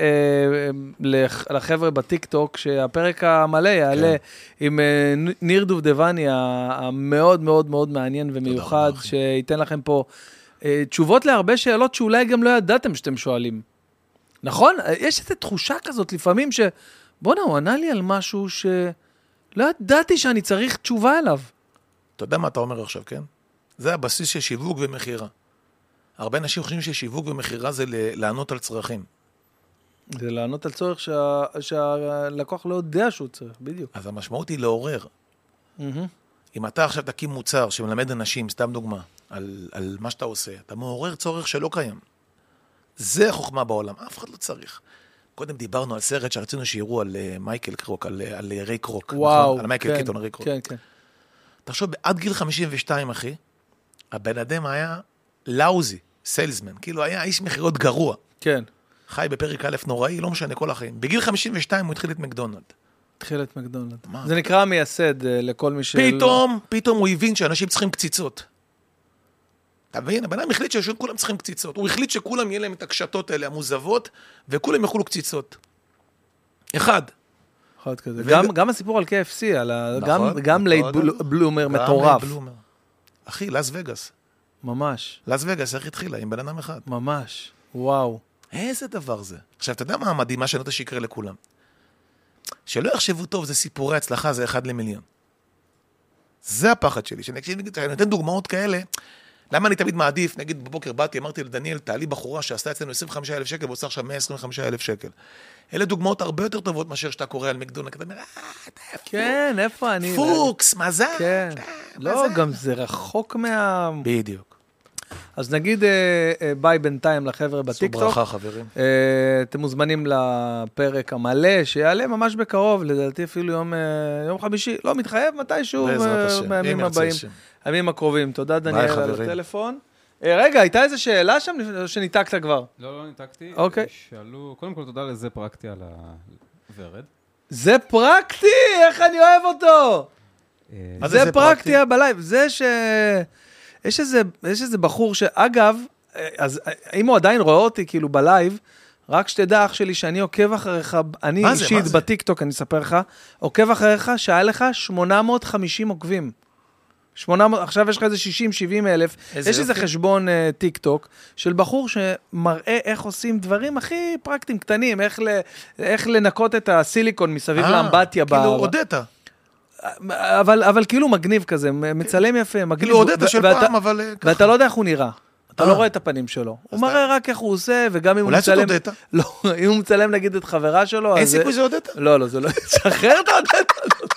לחבר'ה בטיקטוק, שהפרק המלא יעלה עם ניר דובדבני, המאוד מאוד מאוד מעניין ומיוחד, שייתן לכם פה תשובות להרבה שאלות שאולי גם לא ידעתם שאתם שואלים. נכון? יש איזו תחושה כזאת לפעמים בוא'נה, הוא ענה לי על משהו לא ידעתי שאני צריך תשובה אליו. אתה יודע מה אתה אומר עכשיו, כן? זה הבסיס של שיווק ומחירה. הרבה אנשים חושבים ששיווק ומחירה זה לענות על צרכים. זה לענות על צורך שהלקוח לא יודע שהוא צריך, בדיוק. אז המשמעות היא לעורר. אם אתה עכשיו תקים מוצר שמלמד אנשים, סתם דוגמה, על מה שאתה עושה, אתה מעורר צורך שלא קיים. זה החוכמה בעולם, אף אחד לא צריך. קודם דיברנו על סרט שרצינו שיראו על מייקל קרוק, על ריי קרוק. וואו. נכון? על מייקל קיטון, על ריי קרוק. כן, כן. תחשוב, עד גיל 52, אחי, הבן אדם היה לאוזי, סיילסמן, כאילו היה איש מחירות גרוע. כן. חי בפרק א' נוראי, לא משנה כל החיים. בגיל 52 הוא התחיל את מקדונלד. התחיל את מקדונלד. זה נקרא מייסד לכל מי פתאום הוא הבין שאנשים צריכים קציצות. אתה מבין? הבן אדם החליט שכולם צריכים קציצות. הוא החליט שכולם יהיה להם את הקשתות האלה המוזבות, וכולם יאכלו קציצות. אחד כזה. גם הסיפור על KFC, גם לייט בלומר מטורף. אחי, לס וגאס. ממש. לס וגאס, איך התחילה? עם בן אדם אחד. ממש. וואו. איזה דבר זה? עכשיו, אתה יודע מה המדהים, מה שאני רוצה שיקרה לכולם? שלא יחשבו טוב, זה סיפורי הצלחה, זה 1 למיליון. זה הפחד שלי. שאני נותן דוגמאות כאלה, למה אני תמיד מעדיף, נגיד בבוקר באתי, אמרתי לדניאל, תעלי בחורה שעשתה אצלנו 25,000 שקל, ועושה עכשיו 125,000 שקל. אלה דוגמאות הרבה יותר טובות מאשר שאתה קורא על מקדונלד, אתה אומר, אתה איפה? כן, איפה אני? פוקס, מזל. כן. לא, גם זה רחוק בדיוק. אז נגיד ביי בינתיים לחבר'ה בטיקטוק. עשו ברכה, חברים. אתם מוזמנים לפרק המלא, שיעלה ממש בקרוב, לדעתי אפילו יום חמישי, לא מתחייב מתישהו, בימים הבאים, הימים הקרובים. תודה דניאל על הטלפון. רגע, הייתה איזו שאלה שם שניתקת כבר? לא ניתקתי. אוקיי. שאלו, קודם כל תודה לזה פרקטי על הוורד. זה פרקטי, איך אני אוהב אותו. זה פרקטי בלייב, זה יש איזה בחור שאגב, אז אם הוא עדיין רואה אותי כאילו בלייב, רק שתדע אח שלי שאני עוקב אחריך, אני אישית בטיקטוק, אני אספר לך, עוקב אחריך שהיה לך 850 עוקבים. 800, עכשיו יש לך איזה 60-70 אלף, יש איזה חשבון טיקטוק של בחור שמראה איך עושים דברים הכי פרקטיים, קטנים, איך לנקות את הסיליקון מסביב לאמבטיה. כאילו הודעת. אבל כאילו מגניב כזה, מצלם יפה, מגניב. כאילו הודעת של פעם, אבל ככה. ואתה לא יודע איך הוא נראה. אתה לא רואה את הפנים שלו. הוא מראה רק איך הוא עושה, וגם אם הוא מצלם... אולי זאת הודעת? לא, אם הוא מצלם נגיד את חברה שלו... אין סיכוי זה הודעת? לא, זה לא... שחרר את ההודעת.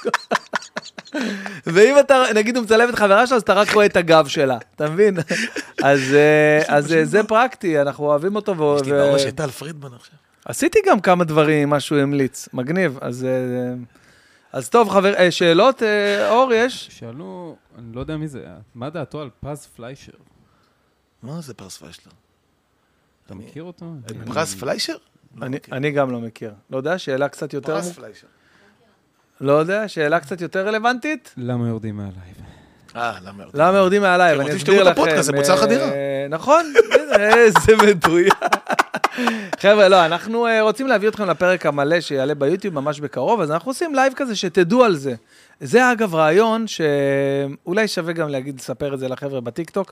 ואם אתה, נגיד הוא מצלם את חברה שלו, אז אתה רק רואה את הגב שלה. אתה מבין? אז זה פרקטי, אנחנו אוהבים אותו. יש לי בראש את טל פרידמן עכשיו. עשיתי גם כמה דברים, משהו המליץ. מגניב, אז טוב, שאלות, אור, יש? שאלו, אני לא יודע מי זה, מה דעתו על פז פליישר? מה זה פז פליישר? אתה מכיר אותו? פז פליישר? אני גם לא מכיר. לא יודע, שאלה קצת יותר... פז פליישר. לא יודע, שאלה קצת יותר רלוונטית? למה יורדים מהלייב? למה יורדים מהלייב? אני אסביר לכם. זה מוצר חדירה. נכון, איזה מדויק. חבר'ה, לא, אנחנו רוצים להביא אתכם לפרק המלא שיעלה ביוטיוב ממש בקרוב, אז אנחנו עושים לייב כזה שתדעו על זה. זה אגב רעיון שאולי שווה גם לספר את זה לחבר'ה בטיקטוק.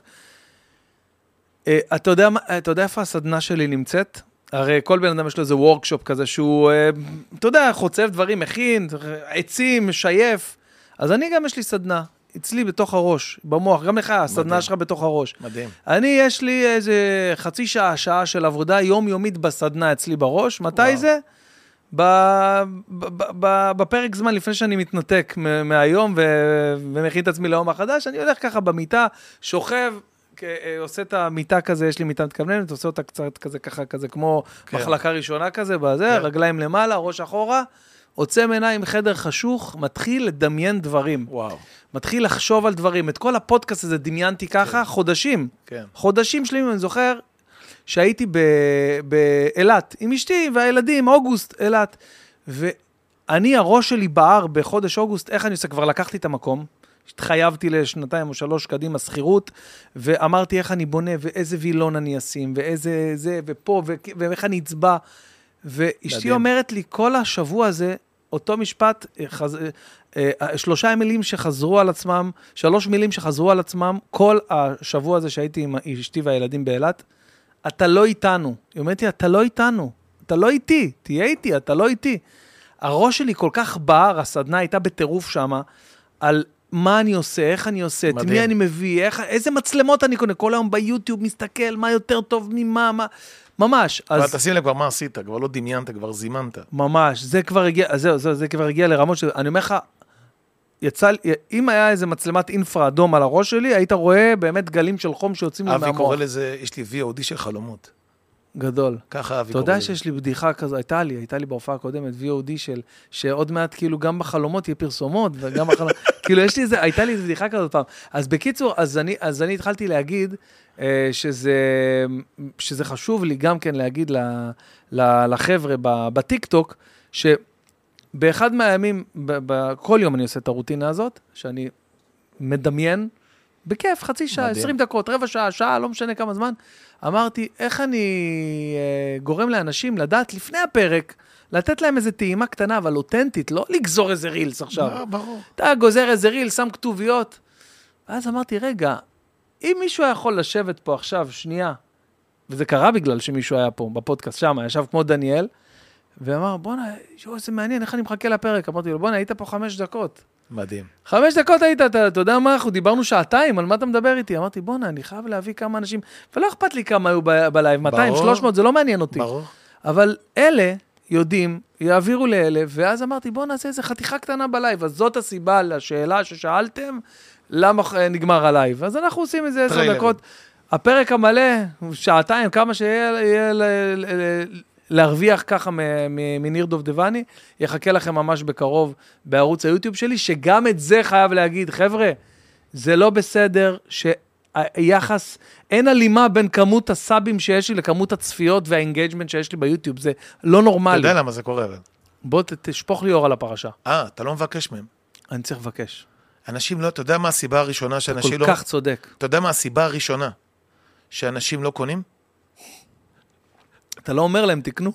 אתה יודע איפה הסדנה שלי נמצאת? הרי כל בן אדם יש לו איזה וורקשופ כזה שהוא, אתה יודע, חוצב דברים, מכין, עצים, שייף. אז אני גם יש לי סדנה, אצלי בתוך הראש, במוח, גם לך, הסדנה שלך בתוך הראש. מדהים. יש לי איזה חצי שעה של עבודה יומיומית בסדנה אצלי בראש. מתי זה? בפרק זמן לפני שאני מתנתק מהיום ומכין את עצמי ליום החדש, אני הולך ככה במיטה, שוכב, עושה את המיטה כזה, יש לי מיטה מתכווננת, עושה אותה קצת כזה, ככה כזה, כמו מחלקה ראשונה כזה, בזה, רגליים למעלה, ראש אחורה, עוצם עיניים, חדר חשוך, מתחיל לדמיין דברים. וואו. מתחיל לחשוב על דברים. את כל הפודקאסט הזה דמיינתי ככה, חודשים. כן. חודשים שלמים, אני זוכר שהייתי באילת, עם אשתי והילדים, אוגוסט, אילת. ואני, הראש שלי בער בחודש אוגוסט, איך אני עושה? כבר לקחתי את המקום, התחייבתי לשנתיים או 3 קדימה סחירות, ואמרתי איך אני בונה, ואיזה וילון אני אשים, ואיזה זה, ופה, ואיך אני אצבע. ואשתי אומרת לי, כל השבוע הזה, אותו משפט, 3 מילים שחזרו על עצמם, 3 מילים שחזרו על עצמם, כל השבוע הזה שהייתי עם אשתי והילדים באילת, אתה לא איתנו. היא אומרת לי, אתה לא איתנו, אתה לא איתי, תהיה איתי, אתה לא איתי. הראש שלי כל כך בער, הסדנה הייתה בטירוף שמה, על מה אני עושה, איך אני עושה, את מי אני מביא, איזה מצלמות אני קונה, כל היום ביוטיוב מסתכל, מה יותר טוב ממה, ממש. אבל תשים לב כבר מה עשית, כבר לא דמיינת, כבר זימנת. ממש, זה כבר הגיע לרמות אני אומר לך, אם היה איזה מצלמת אינפרה אדום על הראש שלי, היית רואה באמת גלים של חום שיוצאים לי מהמוח. אבי קורא לזה, יש לי VOD של חלומות. גדול. ככה אבי קורא לזה. אתה יודע שיש לי בדיחה כזו, הייתה לי בהופעה הקודמת VOD שעוד מעט כאילו גם בחלומות יהיה פרסומות, וגם בחלומות, כאילו הייתה לי איזו בדיחה כזאת פעם. אז בקיצור, אז אני התחלתי להגיד, שזה חשוב לי גם כן להגיד לחבר'ה בטיקטוק, שבאחד מהימים, כל יום אני עושה את הרוטינה הזאת, שאני מדמיין, בכיף, חצי שעה, 20 דקות, רבע שעה, שעה, לא משנה כמה זמן, אמרתי, איך אני גורם לאנשים לדעת לפני הפרק, לתת להם איזו טעימה קטנה, אבל אותנטית, לא לגזור איזה רילס עכשיו. ברור. אתה גוזר איזה רילס, שם כתוביות. ואז אמרתי, רגע, אם מישהו יכול לשבת פה עכשיו, שנייה, וזה קרה בגלל שמישהו היה פה בפודקאסט שם, ישב כמו דניאל, ואמר, בוא'נה, זה מעניין, איך אני מחכה לפרק? אמרתי לו, בוא'נה, היית פה 5 דקות. מדהים. 5 דקות היית, אתה יודע מה, אנחנו דיברנו 2 שעתיים, על מה אתה מדבר איתי? אמרתי, בוא'נה, אני חייב להביא כמה אנשים, ולא אכפת לי כמה היו בלייב, 200, 300, זה לא מעניין אותי. ברור. אבל אלה יודעים, יעבירו לאלה, ואז אמרתי, בוא נעשה איזה חתיכה קטנה בלייב, אז זאת הסיבה לשאלה ששאלתם, למה נגמר הלייב. אז אנחנו עושים איזה 10 דקות. הפרק המלא, 2 שעתיים, כמה שיהיה להרוויח ככה מניר דובדבני, יחכה לכם ממש בקרוב בערוץ היוטיוב שלי, שגם את זה חייב להגיד, חבר'ה, זה לא בסדר שהיחס, אין הלימה בין כמות הסאבים שיש לי לכמות הצפיות והאינגייג'מנט שיש לי ביוטיוב, זה לא נורמלי. אתה יודע למה זה קורה? בוא תשפוך לי אור על הפרשה. אתה לא מבקש מהם. אני צריך לבקש. אנשים לא, אתה יודע מה הסיבה הראשונה שאנשים לא... כל כך צודק. אתה יודע מה הסיבה הראשונה שאנשים לא קונים? אתה לא אומר להם, תקנו.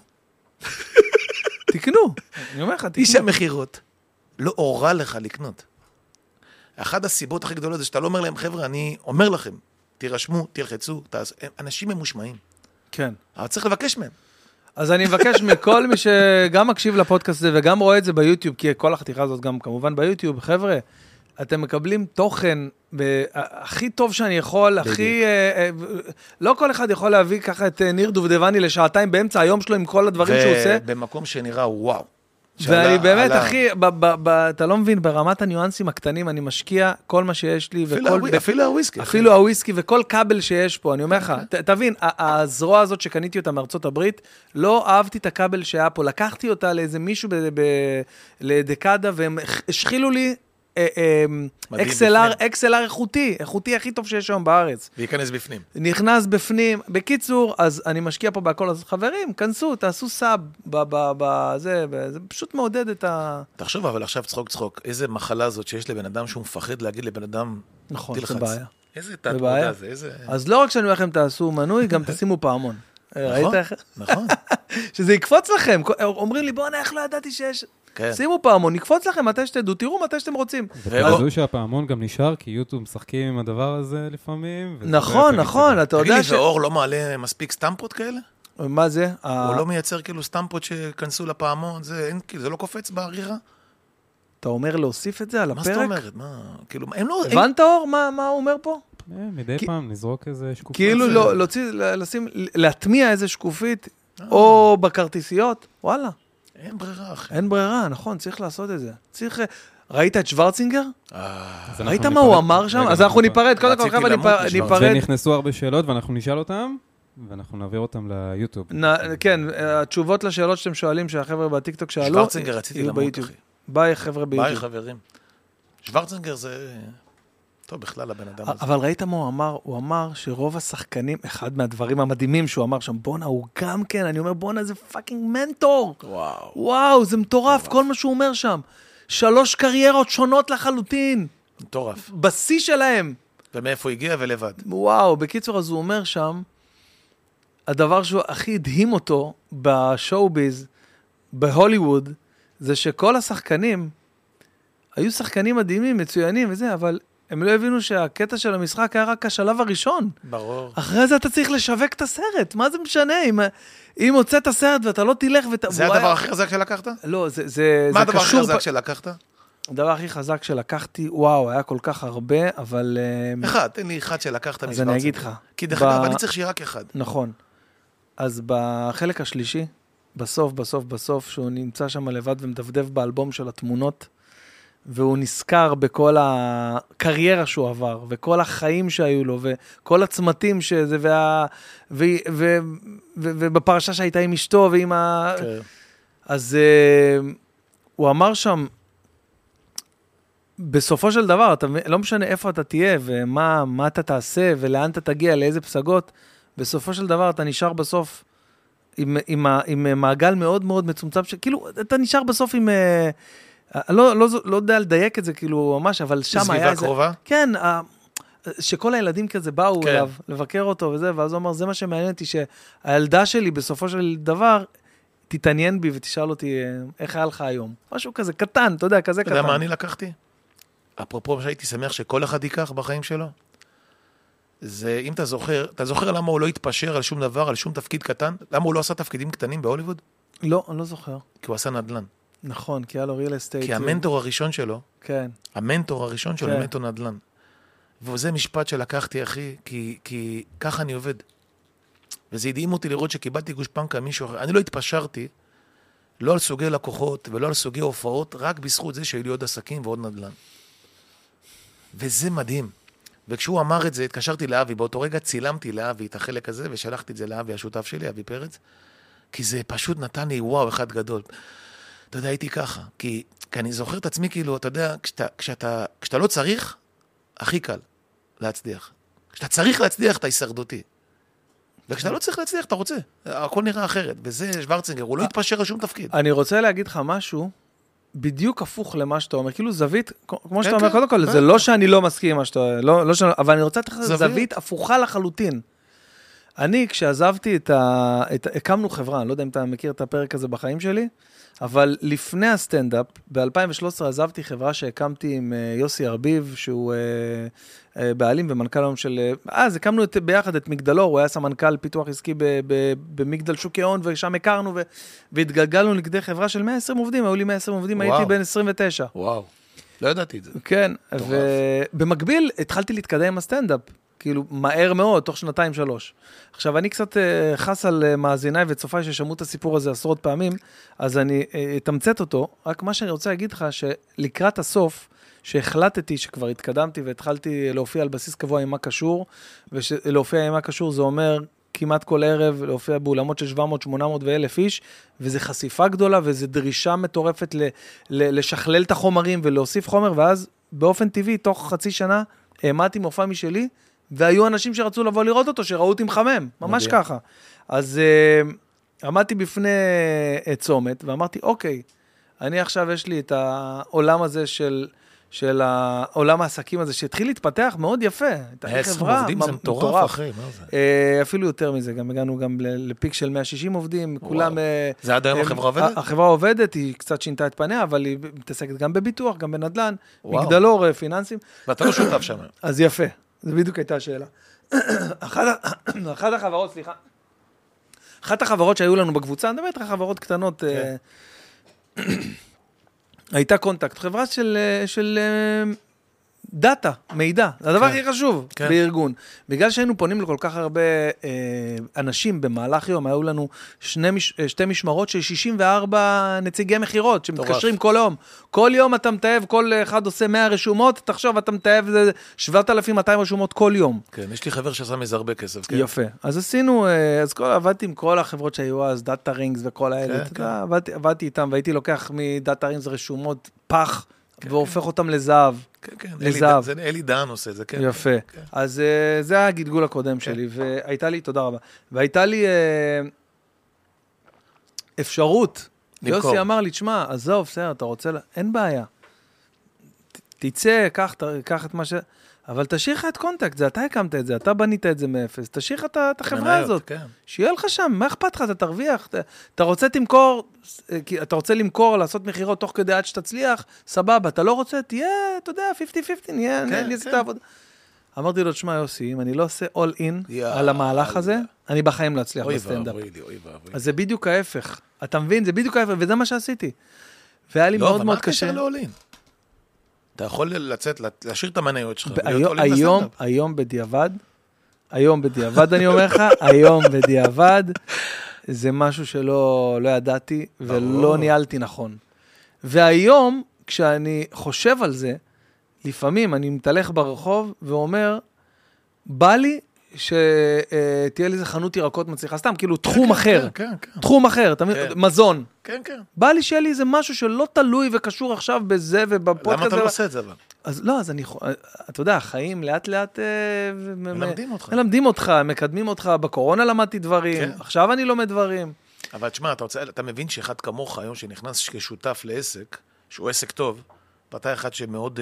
תקנו. אני אומר לך, תקנו. איש המחירות לא הורה לך לקנות. אחת הסיבות הכי גדולות זה שאתה לא אומר להם, חבר'ה, אני אומר לכם, תירשמו, תלחצו, אנשים ממושמעים. כן. אבל צריך לבקש מהם. אז אני מבקש מכל מי שגם מקשיב לפודקאסט הזה וגם רואה את זה ביוטיוב, כי כל החתיכה הזאת גם כמובן ביוטיוב, חבר'ה, אתם מקבלים תוכן הכי טוב שאני יכול, הכי... לא כל אחד יכול להביא ככה את ניר דובדבני לשעתיים באמצע היום שלו עם כל הדברים שהוא עושה. ובמקום שנראה וואו. ואני באמת, אחי, אתה לא מבין, ברמת הניואנסים הקטנים, אני משקיע כל מה שיש לי, אפילו הוויסקי. אפילו הוויסקי וכל כבל שיש פה, אני אומר לך, תבין, הזרוע הזאת שקניתי אותה מארצות הברית, לא אהבתי את הכבל שהיה פה, לקחתי אותה לאיזה מישהו לדקדה, והם השחילו לי XLR איכותי הכי טוב שיש היום בארץ. וייכנס בפנים. נכנס בפנים. בקיצור, אז אני משקיע פה בהכל, אז חברים, כנסו, תעשו סאב בזה, זה פשוט מעודד את ה... תחשוב, אבל עכשיו צחוק, איזה מחלה זאת שיש לבן אדם שהוא מפחד להגיד לבן אדם, נכון, זה בעיה. איזה תת-מודע זה, איזה... אז לא רק שאני אומר לכם תעשו מנוי, גם תשימו פעמון. ראית איך? נכון. שזה יקפוץ לכם. אומרים לי, בוא'נה, איך לא ידעתי שיש... כן. שימו פעמון, נקפוץ לכם מתי שתדעו, תראו מתי שאתם רוצים. ותעזו שהפעמון גם נשאר, כי יוטיוב משחקים עם הדבר הזה לפעמים. נכון, נכון, אתה יודע תגיד לי, ואור לא מעלה מספיק סטמפות כאלה? מה זה? הוא לא מייצר כאילו סטמפות שכנסו לפעמון, זה לא קופץ בערירה? אתה אומר להוסיף את זה על הפרק? מה זאת אומרת? מה? כאילו, הם לא... הבנת אור? מה הוא אומר פה? מדי פעם נזרוק איזה שקופית. כאילו לשים, להטמיע איזה שקופית, או בכרטיסיות, וואלה. אין ברירה, אחי. אין ברירה, נכון, צריך לעשות את זה. צריך... ראית את שוורצינגר? אז ראית אנחנו מה הוא ניפרד. אמר שם? רגע, אז אנחנו אנחנו ניפרד, קודם כל, רציתי חבר'ה, למות ניפרד. ונכנסו הרבה שאלות, ואנחנו נשאל אותם, ואנחנו נעביר אותם ליוטיוב. כן, התשובות לשאלות שאתם שואלים, שהחבר'ה בטיקטוק שאלו, שוורצינגר רציתי יהיו למות, ביוטיוב. אחי. ביי, חבר'ה ביי, ביוטיוב. חברים. שוורצינגר זה... טוב, בכלל הבן אדם הזה. אבל ראית מה הוא אמר? הוא אמר שרוב השחקנים, אחד מהדברים המדהימים שהוא אמר שם, בונה, הוא גם כן, אני אומר, בונה, זה פאקינג מנטור. וואו. וואו, זה מטורף, כל מה שהוא אומר שם. 3 קריירות שונות לחלוטין. מטורף. בשיא שלהם. ומאיפה הוא הגיע ולבד. וואו, בקיצור, אז הוא אומר שם, הדבר שהוא הכי הדהים אותו בשואו-ביז, בהוליווד, זה שכל השחקנים, היו שחקנים מדהימים, מצוינים וזה, אבל הם לא הבינו שהקטע של המשחק היה רק השלב הראשון. ברור. אחרי זה אתה צריך לשווק את הסרט, מה זה משנה? אם הוצאת הסרט ואתה לא תלך זה הדבר הכי חזק שלקחת? לא, זה קשור... מה הדבר הכי חזק שלקחת? הדבר הכי חזק שלקחתי, וואו, היה כל כך הרבה, אבל... אחד, תן לי אחד שלקחת אז אני אגיד לך. כי דרך אגב, אני צריך שיהיה רק אחד. נכון. אז בחלק השלישי, בסוף, שהוא נמצא שם לבד ומדפדף באלבום של התמונות, והוא נזכר בכל הקריירה שהוא עבר, וכל החיים שהיו לו, וכל הצמתים שזה, ובפרשה שהייתה עם אשתו, ועם ה... אז הוא אמר שם, בסופו של דבר, לא משנה איפה אתה תהיה, ומה אתה תעשה, ולאן אתה תגיע, לאיזה פסגות, בסופו של דבר אתה נשאר בסוף עם מעגל מאוד מאוד מצומצם, כאילו, אתה נשאר בסוף עם... לא יודע לדייק את זה, כאילו, ממש, אבל שם היה איזה... סביבה קרובה? כן, שכל הילדים כזה באו אליו, לבקר אותו וזה, ואז הוא אמר, זה מה שמעניין אותי, שהילדה שלי בסופו של דבר, תתעניין בי ותשאל אותי, איך היה לך היום? משהו כזה קטן, אתה יודע, כזה קטן. אתה יודע מה אני לקחתי? אפרופו שהייתי שמח שכל אחד ייקח בחיים שלו, זה אם אתה זוכר למה הוא לא התפשר על שום דבר, על שום תפקיד קטן? למה הוא לא עשה תפקידים קטנים בהוליווד? לא, אני לא זוכר. כי הוא עשה נדל"ן. נכון, כי היה לו real estate. כי המנטור הראשון שלו, כן. המנטור הראשון שלו, הוא מנטור נדל"ן. וזה משפט שלקחתי, אחי, כי ככה אני עובד. וזה הדהים אותי לראות שקיבלתי גושפנקה מישהו אחר. אני לא התפשרתי, לא על סוגי לקוחות ולא על סוגי הופעות, רק בזכות זה שהיו לי עוד עסקים ועוד נדל"ן. וזה מדהים. וכשהוא אמר את זה, התקשרתי לאבי, באותו רגע צילמתי לאבי את החלק הזה, ושלחתי את זה לאבי, השותף שלי, אבי פרץ, כי זה פשוט נתן לי וואו אחד גדול. אתה יודע, הייתי ככה, כי אני זוכר את עצמי, כאילו, אתה יודע, כשאתה לא צריך, הכי קל להצליח. כשאתה צריך להצליח, אתה הישרדותי. וכשאתה לא צריך להצליח, אתה רוצה. הכל נראה אחרת. וזה שוורצינגר, הוא לא התפשר על שום תפקיד. אני רוצה להגיד לך משהו, בדיוק הפוך למה שאתה אומר. כאילו זווית, כמו שאתה אומר, קודם כל, זה לא שאני לא מסכים עם מה שאתה אומר, אבל אני רוצה לתת לך זווית הפוכה לחלוטין. אני, כשעזבתי הקמנו חברה, אני לא יודע אם אתה מכיר את הפרק הזה בחיים שלי, אבל לפני הסטנדאפ, ב-2013 עזבתי חברה שהקמתי עם יוסי ארביב, שהוא בעלים ומנכ"ל היום של... אז הקמנו ביחד את מגדלור, הוא היה סמנכ"ל פיתוח עסקי במגדל שוק ההון, ושם הכרנו והתגלגלנו לכדי חברה של 120 עובדים, היו לי 120 עובדים, הייתי בן 29. וואו, לא ידעתי את זה. כן, ובמקביל התחלתי להתקדם עם הסטנדאפ. כאילו, מהר מאוד, תוך 2-3. עכשיו, אני קצת חס על מאזיניי וצופיי ששמעו את הסיפור הזה עשרות פעמים, אז אני אתמצת אותו, רק מה שאני רוצה להגיד לך, שלקראת הסוף, שהחלטתי שכבר התקדמתי והתחלתי להופיע על בסיס קבוע עם מה קשור, ולהופיע עם מה קשור זה אומר כמעט כל ערב, להופיע באולמות של 700, 800 ו1,000 איש, וזו חשיפה גדולה, וזו דרישה מטורפת לשכלל את החומרים ולהוסיף חומר, ואז באופן טבעי, תוך חצי שנה, העמדתי מופע משלי, והיו אנשים שרצו לבוא לראות אותו, שראו אותי מחמם, ממש ככה. אז עמדתי בפני צומת, ואמרתי, אוקיי, אני עכשיו יש לי את העולם הזה של העולם העסקים הזה, שהתחיל להתפתח מאוד יפה. הייתה חברה עובדים זה מטורף, אחי, מה זה? אפילו יותר מזה, גם הגענו גם לפיק של 160 עובדים, כולם... זה עד היום החברה עובדת? החברה עובדת, היא קצת שינתה את פניה, אבל היא מתעסקת גם בביטוח, גם בנדל"ן, מגדלור, פיננסים. ואתה לא שותף שם. אז יפה, זה בדיוק הייתה השאלה. אחת החברות, סליחה, אחת החברות שהיו לנו בקבוצה, אני מדבר איתך חברות קטנות, הייתה קונטקט, חברה של דאטה, מידע, זה הדבר הכי חשוב בארגון. בגלל שהיינו פונים לכל כך הרבה אנשים במהלך יום, היו לנו שתי משמרות של 64 נציגי מחירות, שמתקשרים כל יום. כל יום אתה מתאהב, כל אחד עושה 100 רשומות, תחשוב, אתה מתאהב 7,200 רשומות כל יום. כן, יש לי חבר שעשה מזה הרבה כסף. יפה. אז עשינו, עבדתי עם כל החברות שהיו אז, דאטה רינגס וכל האלה. עבדתי איתם, והייתי לוקח מדאטה רינגס רשומות פח, והופך אותם לזהב. כן, כן, אלי דהן עושה זה, כן. יפה. אז זה הגלגול הקודם שלי, והייתה לי, תודה רבה, והייתה לי אפשרות, יוסי אמר לי, תשמע, עזוב, בסדר, אתה רוצה, אין בעיה. תצא, קח את מה ש... אבל תשאיר לך את קונטקט, זה אתה הקמת את זה, אתה בנית את זה מאפס, תשאיר לך את החברה הזאת, שיהיה לך שם, מה אכפת לך, אתה תרוויח, אתה רוצה תמכור, אתה רוצה למכור, לעשות מחירות תוך כדי עד שתצליח, סבבה, אתה לא רוצה, תהיה, אתה יודע, 50-50, נהיה את העבודה. אמרתי לו, תשמע יוסי, אם אני לא עושה all in על המהלך הזה, אני בחיים לא אצליח בסטנדאפ. אז זה בדיוק ההפך, אתה מבין, זה בדיוק ההפך, וזה מה שעשיתי. והיה לי מאוד מאוד קשה. אתה יכול לצאת, להשאיר את המניות שלך. היום בדיעבד אני אומר לך, היום בדיעבד, זה משהו שלא ידעתי ולא ניהלתי נכון. והיום, כשאני חושב על זה, לפעמים אני מתהלך ברחוב ואומר, בא לי שתהיה לי איזה חנות ירקות מצליחה, סתם, כאילו תחום אחר, תחום אחר, מזון. כן, כן. בא לי שיהיה לי איזה משהו שלא תלוי וקשור עכשיו בזה ובפודקאסט. למה אתה לא עושה את זה אבל? אז לא, אז אתה יודע, החיים לאט לאט מלמדים אותך, מקדמים אותך, בקורונה למדתי דברים, עכשיו אני לומד דברים. אבל תשמע, אתה מבין שאחד כמוך היום שנכנס כשותף לעסק, שהוא עסק טוב, ואתה אחד שמאוד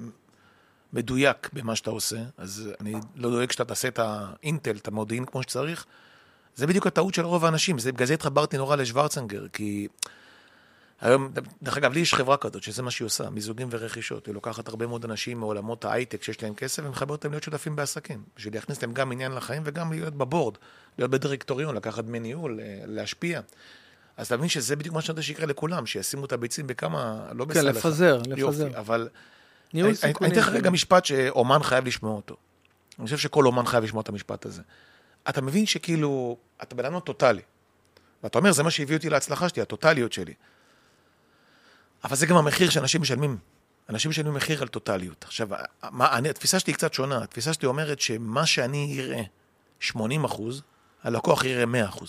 מדויק במה שאתה עושה, אז אני לא דואג שאתה תעשה את האינטל, את המודיעין כמו שצריך, זה בדיוק הטעות של רוב האנשים, בגלל זה התחברתי נורא לשוורצנגר, כי היום, דרך אגב, לי יש חברה כזאת, שזה מה שהיא עושה, מיזוגים ורכישות, היא לוקחת הרבה מאוד אנשים מעולמות ההייטק שיש להם כסף, ומחבר אותם להיות שותפים בעסקים, בשביל להכניס להם גם עניין לחיים, וגם להיות בבורד, להיות בדירקטוריון, לקחת דמי ניהול, להשפיע. אז אתה מבין שזה בדיוק מה שאני יודע שיקרה לכולם, שישימו את הביצים בכמה, לא בסל לך. כן, לפזר. אבל אני אתן לך רגע משפט שאומן חייב לשמוע אותו. אני חושב שכל אומן חייב לשמוע את המשפט הזה. אתה מבין שכאילו, אתה בלענות טוטלי. ואתה אומר, זה מה שהביא אותי להצלחה שלי, הטוטליות שלי. אבל זה גם המחיר שאנשים משלמים. אנשים משלמים מחיר על טוטליות. עכשיו, התפיסה שלי היא קצת שונה. התפיסה שלי אומרת שמה שאני אראה 80%, הלקוח יראה 100%.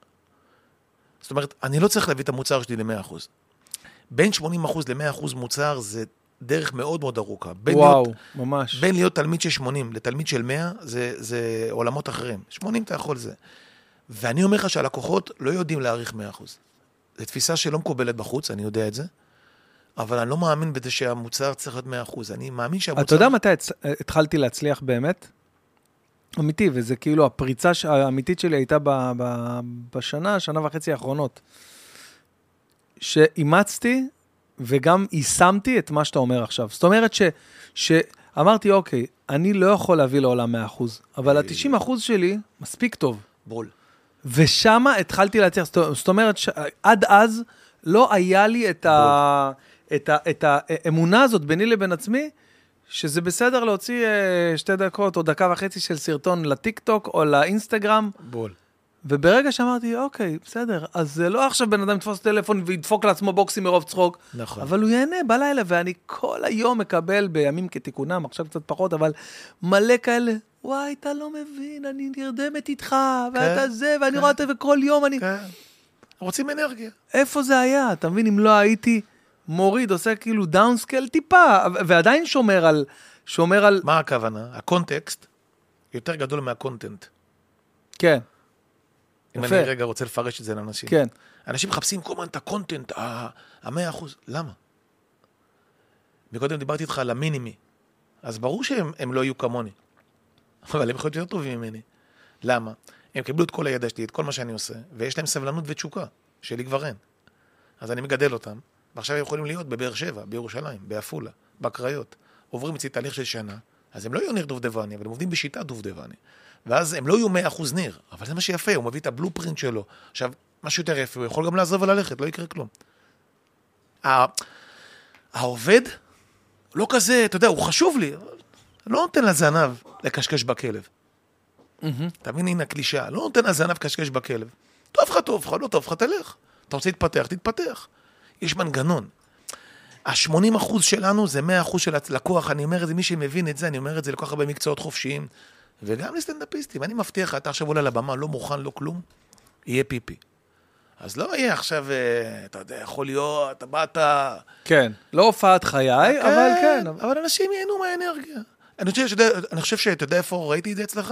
זאת אומרת, אני לא צריך להביא את המוצר שלי ל-100%. בין 80% ל-100% מוצר זה דרך מאוד מאוד ארוכה. וואו, ממש. בין להיות תלמיד של 80 לתלמיד של 100, זה עולמות אחרים. 80 אתה יכול זה. ואני אומר לך שהלקוחות לא יודעים להעריך 100%. זו תפיסה שלא מקובלת בחוץ, אני יודע את זה, אבל אני לא מאמין בזה שהמוצר צריך להיות 100%. אני מאמין שהמוצר... אתה יודע מתי התחלתי להצליח באמת? אמיתי, וזה כאילו הפריצה האמיתית שלי הייתה שנה וחצי האחרונות. שאימצתי וגם יישמתי את מה שאתה אומר עכשיו. זאת אומרת שאמרתי, אוקיי, אני לא יכול להביא לעולם 100%, אבל ה-90% שלי מספיק טוב. בול. ושם התחלתי להצליח. זאת אומרת, עד אז לא היה לי את האמונה הזאת ביני לבין עצמי, שזה בסדר להוציא 2 דקות או 1.5 דקות של סרטון לטיק-טוק או לאינסטגרם. בול. וברגע שאמרתי, אוקיי, בסדר, אז זה לא עכשיו בן אדם יתפוס טלפון וידפוק לעצמו בוקסים מרוב צחוק, נכון. אבל הוא ייהנה בלילה, ואני כל היום מקבל בימים כתיקונם, עכשיו קצת פחות, אבל מלא כאלה, וואי, אתה לא מבין, אני נרדמת איתך, ואתה זה, ואני רואה אותה וכל יום אני... כן. רוצים אנרגיה. איפה זה היה? אתה מבין, אם לא הייתי מוריד, עושה כאילו דאונסקל טיפה, ועדיין שומר על... מה הכוונה? הקונטקסט יותר גדול מהקונטנט. כן. אם אני רגע רוצה לפרש את זה לאנשים. כן. אנשים מחפשים כל הזמן את הקונטנט, 100%. למה? מקודם דיברתי איתך על המינימי. אז ברור שהם לא יהיו כמוני. אבל הם יכולים להיות יותר טובים ממני. למה? הם קיבלו את כל הידע שלי, את כל מה שאני עושה, ויש להם סבלנות ותשוקה, שלי כבר אין. אז אני מגדל אותם, ועכשיו הם יכולים להיות בבאר שבע, בירושלים, באפולה, בקריות. עוברים אצלי תהליך של שנה, אז הם לא יהיו ניר דובדבני, אבל הם עובדים בשיטה דובדבני. ואז הם לא יהיו 100% ניר, אבל זה מה שיפה, הוא מביא את הבלופרינט שלו. עכשיו, משהו יותר יפה, הוא יכול גם לעזוב וללכת, לא יקרה כלום. העובד, לא כזה, אתה יודע, הוא חשוב לי, לא נותן לזנב לקשקש בכלב. אתה מבין, הנה הקלישה, לא נותן לזנב לקשקש בכלב. טוב לך, לא טוב לך, תלך. אתה רוצה להתפתח, תתפתח. יש מנגנון. ה-80% שלנו זה 100% של הלקוח, אני אומר את זה, מי שמבין את זה, אני אומר את זה לכל כך הרבה מקצועות חופשיים, וגם לסטנדאפיסטים. אני מבטיח לך, אתה עכשיו עולה לבמה, לא מוכן, לא כלום, יהיה פיפי. אז לא יהיה עכשיו, אתה יודע, יכול להיות, אתה באת... כן, לא הופעת חיי, אבל כן. אבל אנשים ייהנו מהאנרגיה. אני חושב שאתה יודע איפה ראיתי את זה אצלך?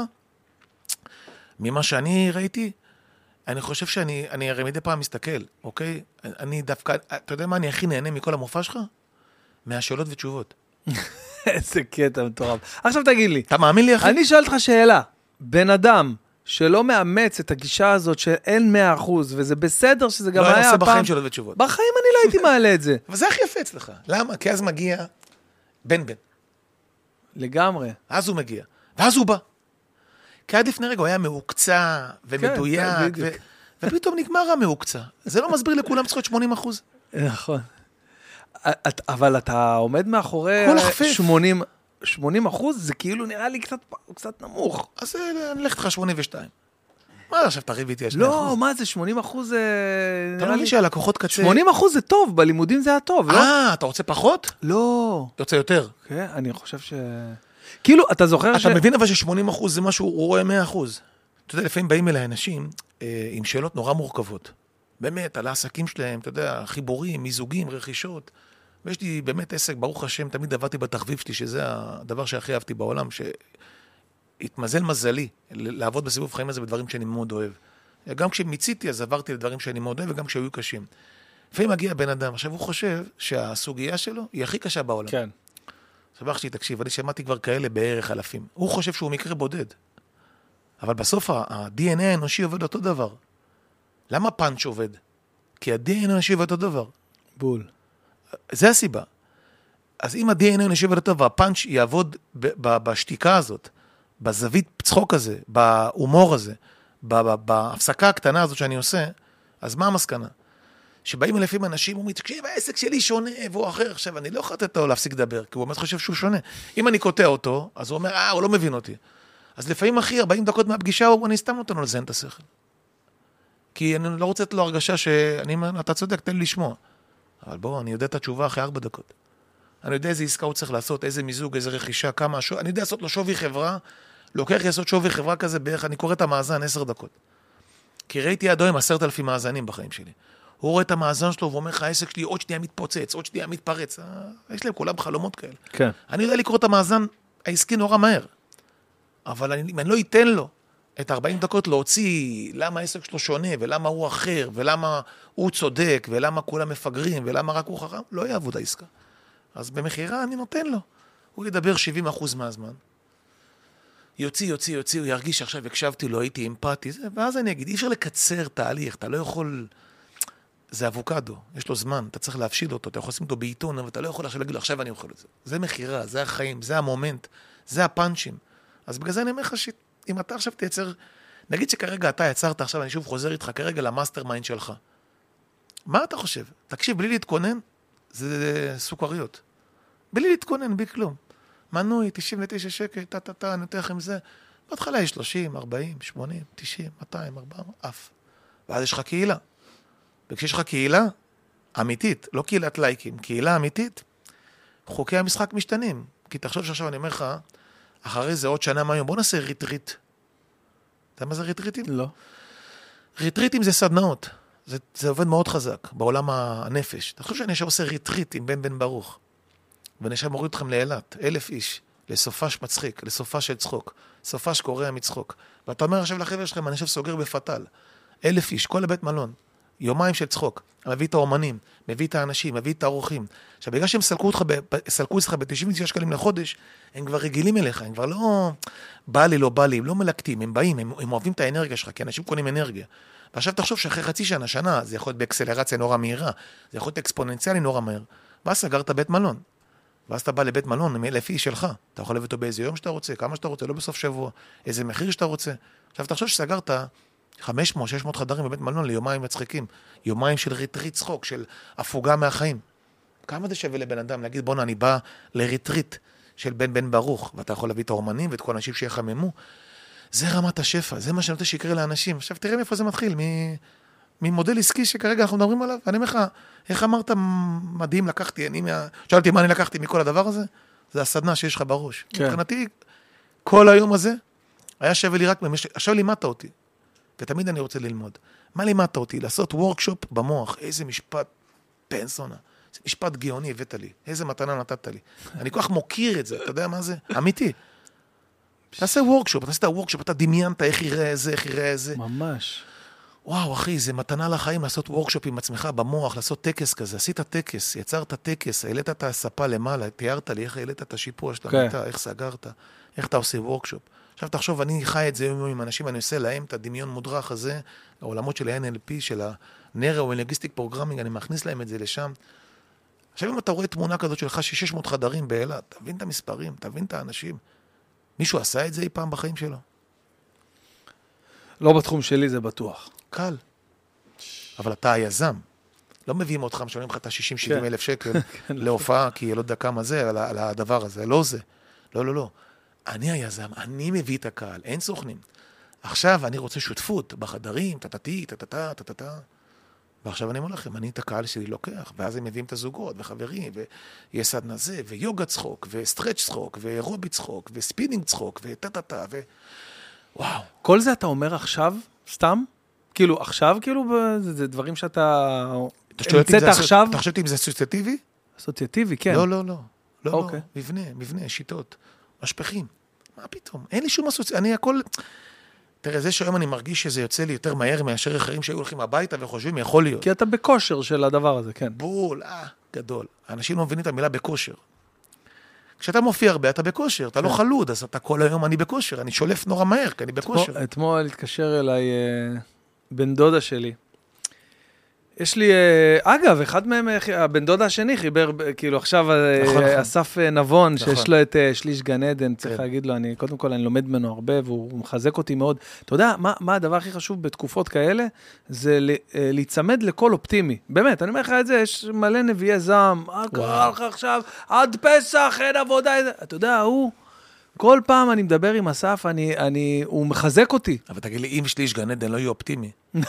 ממה שאני ראיתי, אני חושב שאני הרי מדי פעם מסתכל, אוקיי? אני דווקא, אתה יודע מה אני הכי נהנה מכל המופע שלך? מהשאלות ותשובות. איזה קטע מטורף. עכשיו תגיד לי. אתה מאמין לי, אחי? אני שואל אותך שאלה. בן אדם שלא מאמץ את הגישה הזאת שאין 100%, וזה בסדר שזה גם היה הפעם... לא היה עושה בחיים שאלות ותשובות. בחיים אני לא הייתי מעלה את זה. אבל זה הכי יפה אצלך. למה? כי אז מגיע בן. לגמרי. אז הוא מגיע. ואז הוא בא. כי עד לפני רגע הוא היה מעוקצה ומדויק, ופתאום נגמר המעוקצה. זה לא מסביר לכולם צריך להיות 80%. נכון. אבל אתה עומד מאחורי 80%, זה כאילו נראה לי קצת נמוך. אז אני הולך איתך 82. מה עכשיו תריב איתי? לא, מה זה 80% זה... אתה לא מבין שהלקוחות קצה... 80% זה טוב, בלימודים זה היה טוב, לא? אתה רוצה פחות? לא. יוצא יותר. כן, אני חושב ש... כאילו, אתה זוכר אתה מבין אבל ש80% זה משהו, הוא רואה 100%. אתה יודע, לפעמים באים אליי אנשים עם שאלות נורא מורכבות. באמת, על העסקים שלהם, אתה יודע, חיבורים, מיזוגים, רכישות. ויש לי באמת עסק, ברוך השם, תמיד עבדתי בתחביב שלי, שזה הדבר שהכי אהבתי בעולם, שהתמזל מזלי לעבוד בסיבוב חיים הזה בדברים שאני מאוד אוהב. גם כשמיציתי, אז עברתי לדברים שאני מאוד אוהב, וגם כשהיו קשים. לפעמים מגיע בן אדם, עכשיו הוא חושב שהסוגיה שלו היא הכי קשה בעולם. כן. סבח שלי, תקשיב, אני שמעתי כבר כאלה בערך אלפים. הוא חושב שהוא מקרה בודד. אבל בסוף ה-DNA האנושי עובד אותו דבר. למה פאנץ' עובד? כי ה-DNA האנושי עובד אותו דבר. בול. זה הסיבה. אז אם ה-DNA האנושי עובד אותו דבר, הפאנץ' יעבוד בשתיקה הזאת, בזווית צחוק הזה, בהומור הזה, בהפסקה הקטנה הזאת שאני עושה, אז מה המסקנה? שבאים אלפים אנשים, הוא מתקשיב, העסק שלי שונה, והוא אחר. עכשיו, אני לא יכול לתת לו להפסיק לדבר, כי הוא באמת חושב שהוא שונה. אם אני קוטע אותו, אז הוא אומר, הוא לא מבין אותי. אז לפעמים, אחי, 40 דקות מהפגישה, אני סתם נותן לו לזיין את השכל. כי אני לא רוצה לתת לו הרגשה אתה צודק, תן לי לשמוע. אבל בוא, אני יודע את התשובה אחרי 4 דקות. אני יודע איזה עסקה הוא צריך לעשות, איזה מיזוג, איזה רכישה, כמה, אני יודע לעשות לו שווי חברה, לוקח לעשות שווי חברה כזה בערך, אני קורא את המאזן 10 דקות. כי ראיתי עד היום 10,000 מאזנים בחיים שלי. הוא רואה את המאזן שלו ואומר לך, העסק שלי עוד שנייה מתפוצץ, עוד שנייה מתפרץ. יש להם כולם חלומות כאלה. כן. אני יודע לקרוא את המאזן העסקי נורא מהר. אבל אם אני לא אתן לו את 40 דקות להוציא למה העסק שלו שונה, ולמה הוא אחר, ולמה הוא צודק, ולמה כולם מפגרים, ולמה רק הוא חכם, לא יעבוד העסקה. אז במחירה אני נותן לו. הוא ידבר 70% מהזמן. יוציא, הוא ירגיש שעכשיו הקשבתי לו, הייתי אמפתי, ואז אני אגיד, אי אפשר לקצר תהליך, אתה לא יכול... זה אבוקדו, יש לו זמן, אתה צריך להפשיל אותו, אתה יכול לשים אותו בעיתון, אבל אתה לא יכול עכשיו להגיד לו, עכשיו אני אוכל את זה. זה מחירה, זה החיים, זה המומנט, זה הפאנצ'ים. אז בגלל זה אני אומר לך שאם אתה עכשיו תייצר, נגיד שכרגע אתה יצרת עכשיו, אני שוב חוזר איתך כרגע למאסטר מיינד שלך. מה אתה חושב? תקשיב, בלי להתכונן, זה סוכריות. בלי להתכונן, בלי כלום. מנוי, 99 שקל, אני נותן לכם זה. בהתחלה יש 30, 40, 80, 90, 200, 400, אף. ואז יש לך קהילה. וכשיש לך קהילה אמיתית, לא קהילת לייקים, קהילה אמיתית, חוקי המשחק משתנים. כי תחשוב שעכשיו אני אומר לך, אחרי זה עוד שנה מהיום, בוא נעשה ריטריט. אתה יודע מה זה ריטריטים? לא. ריטריטים זה סדנאות. זה עובד מאוד חזק, בעולם הנפש. תחשוב שאני עכשיו עושה ריטריט עם בן ברוך. ואני עכשיו מוריד אתכם לאילת, 1,000 איש, לסופש מצחיק, לסופש של צחוק, סופש קורע מצחוק. ואתה אומר עכשיו לחבר שלכם, אני עכשיו סוגר בפתל. 1,000 איש, כל הבית מלון. יומיים של צחוק. מביא את האומנים, מביא את האנשים, מביא את האורחים. עכשיו, בגלל שהם סלקו אצלך ב-99 שקלים לחודש, הם כבר רגילים אליך, הם כבר לא בא לי, לא בא לי, הם לא מלקטים, הם באים, הם אוהבים את האנרגיה שלך, כי אנשים קונים אנרגיה. ועכשיו תחשוב שאחרי חצי שנה, זה יכול להיות באקסלרציה נורא מהירה, זה יכול להיות אקספוננציאלי נורא מהר, ואז סגרת בית מלון. ואז אתה בא לבית מלון, לפי שלך. אתה יכול להביא אותו באיזה יום שאתה רוצה, כמה שאתה רוצה, לא בסוף שבוע, איזה מחיר שאתה רוצה. עכשיו תחשוב שסגרת 500-600 חדרים בבית מלון ליומיים מצחיקים, יומיים של ריטריט צחוק, של הפוגה מהחיים. כמה זה שווה לבן אדם להגיד, בונה, אני בא לריטריט של בן ברוך, ואתה יכול להביא את האומנים ואת כל האנשים שיחממו. זה רמת השפע, זה מה שאני רוצה שיקרה לאנשים. עכשיו תראה מאיפה זה מתחיל, ממודל עסקי שכרגע אנחנו מדברים עליו. אני אומר לך, איך אמרת מדהים לקחתי, שאלתי מה אני לקחתי מכל הדבר הזה? זה הסדנה שיש לך בראש. כן. מבחינתי, כל היום הזה, היה שווה לי רק, עכשיו לימדת אותי, ותמיד אני רוצה ללמוד. מה לימדת אותי? לעשות וורקשופ במוח, איזה משפט פנסונה, זה משפט גאוני הבאת לי, איזה מתנה נתת לי. אני כל כך מוקיר את זה, אתה יודע מה זה? אמיתי. תעשה וורקשופ, תעשה את הוורקשופ, אתה דמיינת איך יראה זה, איך יראה זה. ממש. וואו, אחי, זה מתנה לחיים לעשות וורקשופ עם עצמך במוח, לעשות טקס כזה. עשית טקס, יצרת טקס, העלית את הספה למעלה, תיארת לי איך העלית את השיפוע של המיטה, איך סגרת, איך אתה עושה וורקשופ. עכשיו תחשוב, אני חי את זה יום עם אנשים, אני עושה להם את הדמיון מודרך הזה, העולמות של ה-NLP, של ה-Neuro-Linguistic Programming, אני מכניס להם את זה לשם. עכשיו אם אתה רואה תמונה כזאת שלך 600 חדרים באילת, תבין את המספרים, תבין את האנשים. מישהו עשה את זה אי פעם בחיים שלו? לא בתחום שלי, זה בטוח. קל. אבל אתה היזם. לא מביאים אותך, משלמים לך את ה-60-70 אלף שקל להופעה, כי לא יודע כמה זה, על הדבר הזה. לא זה. לא. אני היזם, אני מביא את הקהל, אין סוכנים. עכשיו אני רוצה שותפות בחדרים, טטטה. ועכשיו אני אומר לכם, אני את הקהל שלי לוקח, ואז הם מביאים את הזוגות וחברים, ויש סדנה זה, ויוגה צחוק, וסטרץ' צחוק, ואירובי צחוק, וספינינג צחוק, וטטטה, וואו. כל זה אתה אומר עכשיו, סתם? כאילו, עכשיו, כאילו, זה דברים שאתה המצאת עכשיו? אתה חושבת אם זה אסוציאטיבי? אסוציאטיבי, כן. לא, מבנה, שיטות, משפחים. מה פתאום? אין לי שום אסוציאטיבי, אני הכל... תראה, זה שהיום אני מרגיש שזה יוצא לי יותר מהר מאשר אחרים שהיו הולכים הביתה וחושבים, יכול להיות. כי אתה בכושר של הדבר הזה, כן. בול, גדול. אנשים לא מבינים את המילה בכושר. כשאתה מופיע הרבה, אתה בכושר, אתה לא חלוד, אז אתה כל היום אני בכושר, אני שולף נורא מהר, כי אני בכושר. אתמול התקשר אליי בן דודה שלי. יש לי, אגב, אחד מהם, הבן דודה השני חיבר, כאילו עכשיו אסף נבון, שיש לו את שליש גן עדן, צריך להגיד לו, קודם כל אני לומד ממנו הרבה, והוא מחזק אותי מאוד. אתה יודע, מה הדבר הכי חשוב בתקופות כאלה? זה להיצמד לכל אופטימי. באמת, אני אומר לך את זה, יש מלא נביאי זעם, קרא לך עכשיו, עד פסח, אין עבודה, אתה יודע, הוא... כל פעם אני מדבר עם אסף, הוא מחזק אותי. אבל תגיד לי, אם שליש גן עדן לא יהיה אופטימי.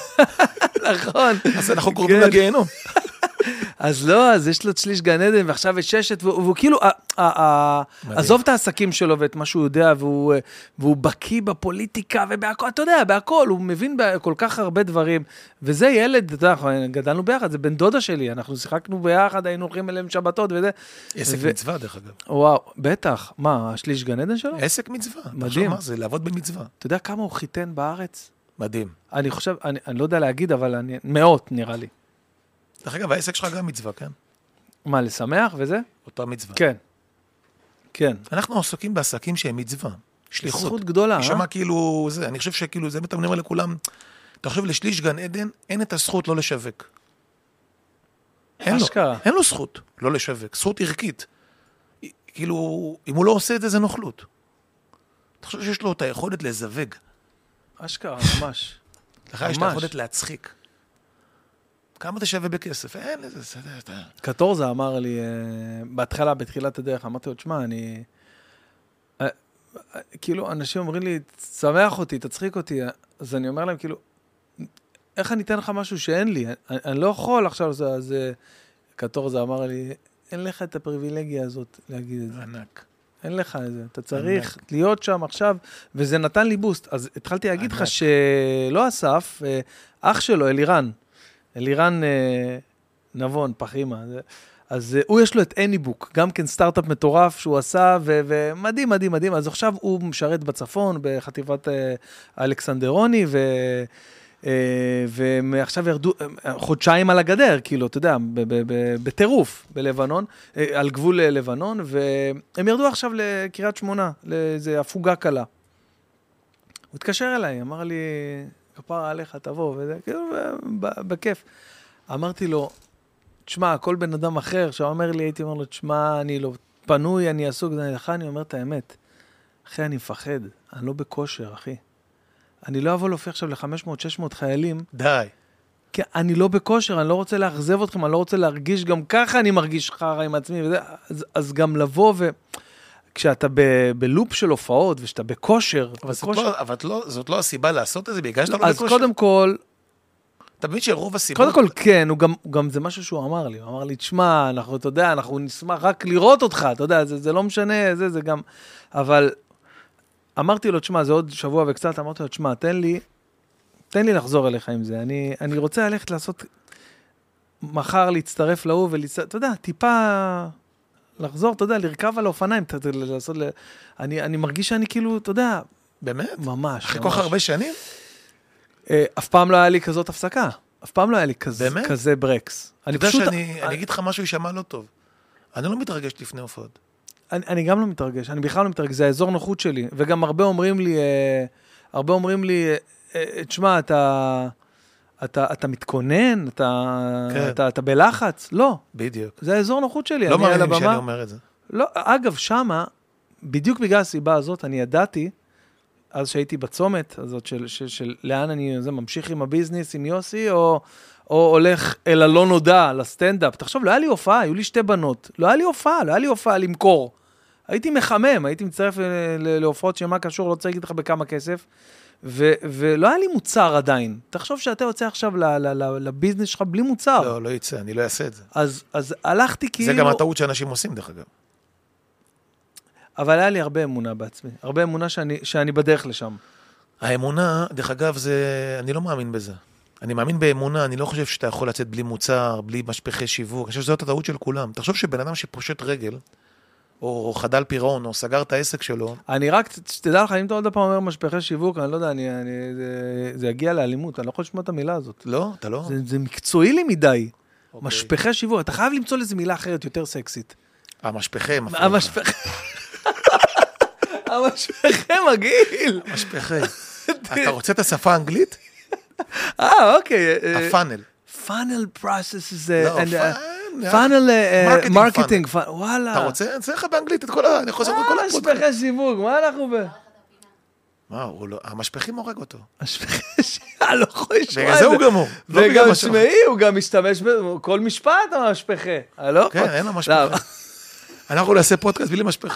נכון. אז אנחנו קרובים לגיהנום. אז לא, אז יש לו שליש גן עדן, ועכשיו יש ששת, והוא כאילו, עזוב את העסקים שלו ואת מה שהוא יודע, והוא בקיא בפוליטיקה ובהכל, אתה יודע, בהכל, הוא מבין כל כך הרבה דברים, וזה ילד, אתה יודע, גדלנו ביחד, זה בן דודה שלי, אנחנו שיחקנו ביחד, היינו הולכים אליהם שבתות וזה. עסק מצווה, דרך אגב. וואו, בטח. מה, השליש גן עדן שלו? עסק מצווה. מדהים. מה זה, לעבוד במצווה. אתה יודע כמה הוא חיתן בארץ? מדהים. אני חושב, אני לא יודע להגיד, אבל מאות נראה לי. דרך אגב, העסק שלך גם מצווה, כן? מה, לשמח וזה? אותה מצווה. כן. כן. אנחנו עסוקים בעסקים שהם מצווה. שליחות. זכות גדולה, נשמע כאילו זה, אני חושב שכאילו זה באמת אני אומר לכולם, אתה חושב לשליש גן עדן, אין את הזכות לא לשווק. אין לו זכות לא לשווק, זכות ערכית. כאילו, אם הוא לא עושה את זה, זה נוכלות. אתה חושב שיש לו את היכולת לזווג. אשכרה, ממש. לך יש את היכולת להצחיק. כמה אתה שווה בכסף? אין לזה, אתה... קטורזה אמר לי, בתחילת הדרך, אמרתי לו, תשמע, כאילו, אנשים אומרים לי, תשמח אותי, תצחיק אותי, אז אני אומר להם, כאילו, איך אני אתן לך משהו שאין לי? אני לא יכול עכשיו, אז קטורזה אמר לי, אין לך את הפריבילגיה הזאת להגיד את זה. ענק. אין לך את זה. אתה צריך להיות שם עכשיו, וזה נתן לי בוסט. אז התחלתי להגיד לך שלא אסף, אח שלו, אלירן נבון, פחימה. אז הוא יש לו את Anybook, גם כן סטארט-אפ מטורף שהוא עשה, ומדהים, מדהים, מדהים. אז עכשיו הוא משרת בצפון, בחטיבת אלכסנדרוני, ועכשיו ירדו חודשיים על הגדר, כאילו, אתה יודע, בטירוף בלבנון, על גבול לבנון, והם ירדו עכשיו לקריית שמונה, לאיזו הפוגה קלה. הוא התקשר אליי, אמר לי, כפרה עליך, תבוא, וזה, כאילו, בכיף. אמרתי לו, תשמע, כל בן אדם אחר, שהוא אומר לי, הייתי אומר לו, תשמע, אני לא פנוי, אני עסוק, אני אומר את האמת. אחי, אני מפחד, אני לא בכושר, אחי. אני לא אבוא להופיע עכשיו ל-500-600 חיילים. די. כי אני לא בכושר, אני לא רוצה לאכזב אתכם, אני לא רוצה להרגיש, גם ככה אני מרגיש חרא עם עצמי, וזה, אז גם לבוא כשאתה בלופ של הופעות, ושאתה בכושר, אבל זאת לא הסיבה לעשות את זה, בגלל שאתה לא בכושר. אז קודם כל, אתה מבין שרוב הסיבות... קודם כל, כן, גם זה משהו שהוא אמר לי. הוא אמר לי, תשמע, אתה יודע, אנחנו נשמח רק לראות אותך, אתה יודע, זה לא משנה, זה גם... אבל אמרתי לו, תשמע, זה עוד שבוע וקצת, אמרתי לו, תשמע, תן לי לחזור אליך עם זה. אני רוצה ללכת לעשות... מחר להצטרף להוא אתה יודע, טיפה לחזור, אתה יודע, לרכב על האופניים, לעשות... אני מרגיש שאני כאילו, אתה יודע... באמת? ממש. אחרי כל כך הרבה שנים? אף פעם לא היה לי כזאת הפסקה. אף פעם לא היה לי כזה ברקס. אני פשוט... אני אגיד לך משהו יישמע לא טוב. אני לא מתרגש לפני הופעות. אני גם לא מתרגש. אני בכלל לא מתרגש. זה האזור נוחות שלי. וגם הרבה אומרים לי, תשמע, אתה מתכונן? אתה בלחץ? לא. בדיוק. זה האזור נוחות שלי. לא מאמין שאני אומר את זה. לא, אגב, שמה, בדיוק בגלל הסיבה הזאת, אני ידעתי, אז שהייתי בצומת הזאת של לאן אני ממשיך עם הביזנס, עם יוסי, או הולך אל הלא נודע, לסטנדאפ. תחשוב, לא היה לי הופעה, היו לי 2 בנות. לא היה לי הופעה למכור. הייתי מחמם, הייתי מצטרף להופעות שמה קשור, לא צריך להגיד לך בכמה כסף, ולא היה לי מוצר עדיין. תחשוב שאתה יוצא עכשיו לביזנס שלך בלי מוצר. לא יצא, אני לא אעשה את זה. אז הלכתי כאילו... זה גם הטעות שאנשים עושים, דרך אגב. אבל היה לי הרבה אמונה בעצמי, הרבה אמונה שאני בדרך לשם. האמונה, דרך אגב, אני לא מאמין בזה. אני מאמין באמונה, אני לא חושב שאתה יכול לצאת בלי מוצר, בלי משפחי שיווק, אני חושב שזאת הטעות של כולם. תחשוב שבן אדם שפושט רגל, או חדל פירעון, או סגר את העסק שלו. אני רק, תדע לך, אם אתה עוד פעם אומר משפחי שיווק, אני לא יודע, זה יגיע לאלימות, אני לא יכול לשמוע את המילה הזאת. לא, אתה לא? זה מקצועי לי מדי. משפחי שיווק, אתה חייב למצוא לזה מילה אחרת, יותר סקסית. המשפחי. המשפחי מגיל. המשפחי. אתה רוצה את השפה האנגלית? אוקיי. הפאנל. פאנל פרוסס, לא, פאנל מרקטינג, וואלה. אתה רוצה? אני צריך לך באנגלית את כל אני חוזר את כל הפודקאסט. משפחי שיווק, מה אנחנו מה, המשפחים הורג אותו. לא יכול לשמוע בגלל זה הוא גמור. וגם שמעי, הוא גם משתמש בכל משפט המשפחי. כן, אין לו משפחי. אנחנו נעשה פודקאסט בלי משפחי.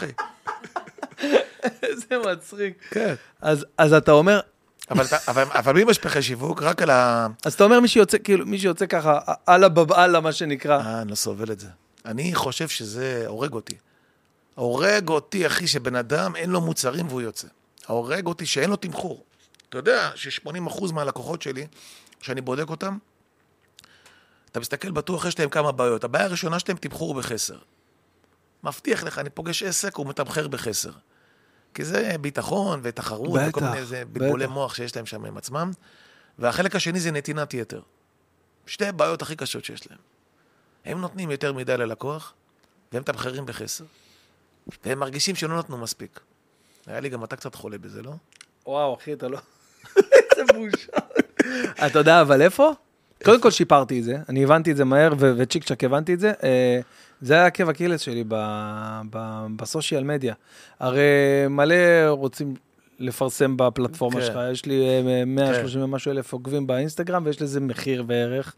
זה מצחיק. כן. אז אתה אומר... אבל בלי משפחי שיווק, רק על ה... אז אתה אומר מי שיוצא ככה, על מה שנקרא. אני לא סובל את זה. אני חושב שזה הורג אותי. הורג אותי, אחי, שבן אדם אין לו מוצרים והוא יוצא. הורג אותי שאין לו תמחור. אתה יודע ש80% מהלקוחות שלי, שאני בודק אותם, אתה מסתכל בטוח, יש להם כמה בעיות. הבעיה הראשונה שלהם תמחור בחסר. מבטיח לך, אני פוגש עסק, הוא מתמחר בחסר. כי זה ביטחון ותחרות, וכל מיני בלבולי מוח שיש להם שם עם עצמם. והחלק השני זה נתינת יתר. 2 בעיות הכי קשות שיש להם. הם נותנים יותר מדי ללקוח, והם תמחרים בחסר. והם מרגישים שלא נתנו מספיק. היה לי גם אתה קצת חולה בזה, לא? וואו, אחי, אתה לא... איזה בושה. אתה יודע, אבל איפה? קודם כל שיפרתי את זה, אני הבנתי את זה מהר, וצ'יק צ'ק הבנתי את זה. זה היה עקב אכילס שלי בסושיאל מדיה. הרי מלא רוצים לפרסם בפלטפורמה שלך, יש לי 130 ומשהו אלף עוקבים באינסטגרם, ויש לזה מחיר וערך.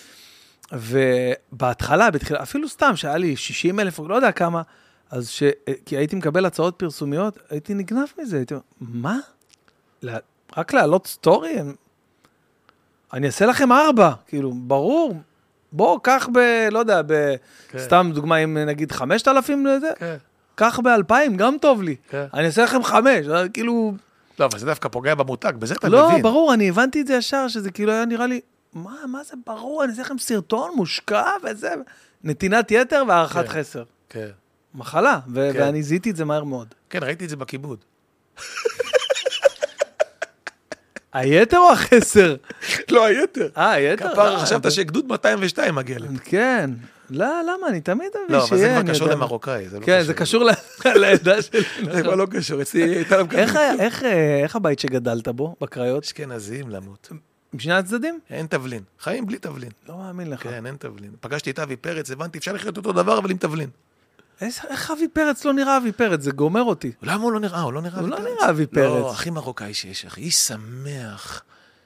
ובהתחלה, אפילו סתם שהיה לי 60 אלף, לא יודע כמה, אז כי הייתי מקבל הצעות פרסומיות, הייתי נגנב מזה, הייתי אומר, מה? רק להעלות סטורי? אני אעשה לכם 4, כאילו, ברור, בוא, קח לא יודע, סתם דוגמה, אם נגיד 5,000 לזה, קח 2,000, גם טוב לי. אני אעשה לכם 5, כאילו... לא, אבל זה דווקא פוגע במותג, בזה אתה לא, מבין. לא, ברור, אני הבנתי את זה ישר, שזה כאילו היה נראה לי, מה זה ברור, אני אעשה לכם סרטון מושקע וזה, נתינת יתר והערכת חסר. כן. מחלה, ואני זיהיתי את זה מהר מאוד. כן, ראיתי את זה בכיבוד. היתר או החסר? לא, היתר. היתר? כפר, חשבת שגדוד 202 מגיע לי. כן. לא, למה? אני תמיד אביא לא, אבל זה שיהיה. כבר קשור למרוקאי. כן, זה קשור לעדה שלי. זה כבר לא קשור. איך הבית שגדלת בו, בקריות? אשכנזים למות. משני הצדדים? אין תבלין. חיים בלי תבלין. לא מאמין לך. כן, אין תבלין. פגשתי את אבי פרץ, הבנתי, אפשר לחיות אותו דבר, אבל עם תבלין. איך אבי פרץ לא נראה אבי פרץ? זה גומר אותי. למה הוא לא נראה? הוא לא נראה הוא אבי לא פרץ. נראה אבי פרץ. לא, הכי מרוקאי שיש, אחי. איש שמח,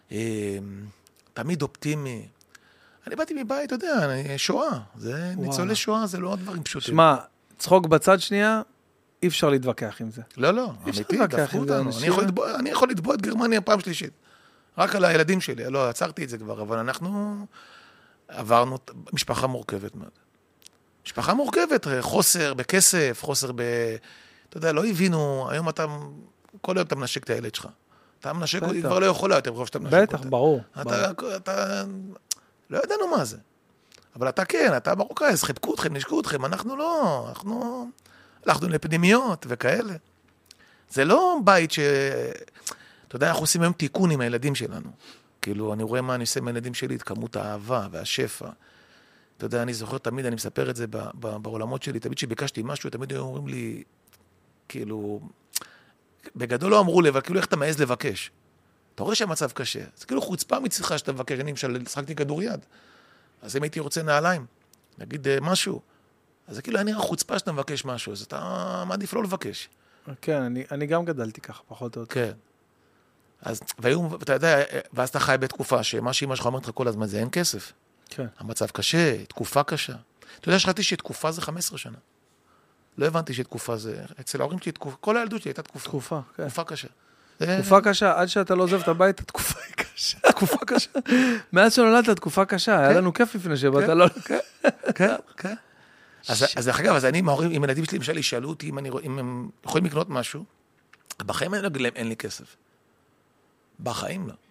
תמיד אופטימי. אני באתי מבית, אתה יודע, שואה. זה ניצולי שואה, זה לא דברים פשוטים. שמע, צחוק בצד שנייה, אי אפשר להתווכח עם זה. לא, אמיתי, דפקו אותנו. אני יכול לתבוע את גרמניה פעם שלישית. רק על הילדים שלי. לא, עצרתי את זה כבר, אבל אנחנו עברנו משפחה מורכבת מאוד. משפחה מורכבת, חוסר בכסף, חוסר ב... אתה יודע, לא הבינו, היום אתה, כל היום אתה מנשק את הילד שלך. אתה מנשק, היא כבר לא יכולה יותר, ברוב שאתה מנשק אותה. בטח, ברור. אתה, לא ידענו מה זה. אבל אתה כן, אתה מרוקאי, אז חיבקו אתכם, נשקו אתכם, אנחנו לא, אנחנו הלכנו לפנימיות וכאלה. זה לא בית ש... אתה יודע, אנחנו עושים היום תיקון עם הילדים שלנו. כאילו, אני רואה מה אני עושה עם הילדים שלי, את כמות האהבה והשפע. אתה יודע, אני זוכר תמיד, אני מספר את זה בעולמות שלי, תמיד שביקשתי משהו, תמיד היו אומרים לי, כאילו, בגדול לא אמרו לי, אבל כאילו איך אתה מעז לבקש? אתה רואה שהמצב קשה. זה כאילו חוצפה מצליחה שאתה מבקש, אני למשל, שחקתי כדוריד. אז אם הייתי רוצה נעליים, נגיד משהו, אז זה כאילו היה נראה חוצפה שאתה מבקש משהו, אז אתה מעדיף לא לבקש. כן, אני גם גדלתי ככה, פחות או יותר. כן. אז, ואתה יודע, ואז אתה חי בתקופה שמה שאמא שלך אומרת לך כל הזמן זה אין כסף. כן. המצב קשה, תקופה קשה. אתה יודע שחשבתי שתקופה זה 15 שנה. לא הבנתי שתקופה זה... אצל ההורים שלי, כל הילדות שלי הייתה תקופה. תקופה, כן. תקופה קשה. תקופה קשה, עד שאתה לא עוזב את הבית, התקופה היא קשה. תקופה קשה. מאז שנולדת, תקופה קשה. היה לנו כיף לפני שבאת, לא... כן, כן. אז דרך אגב, אז אני עם ההורים, עם הילדים שלי, למשל, ישאלו אותי אם הם יכולים לקנות משהו, בחיים אין לי כסף. בחיים לא.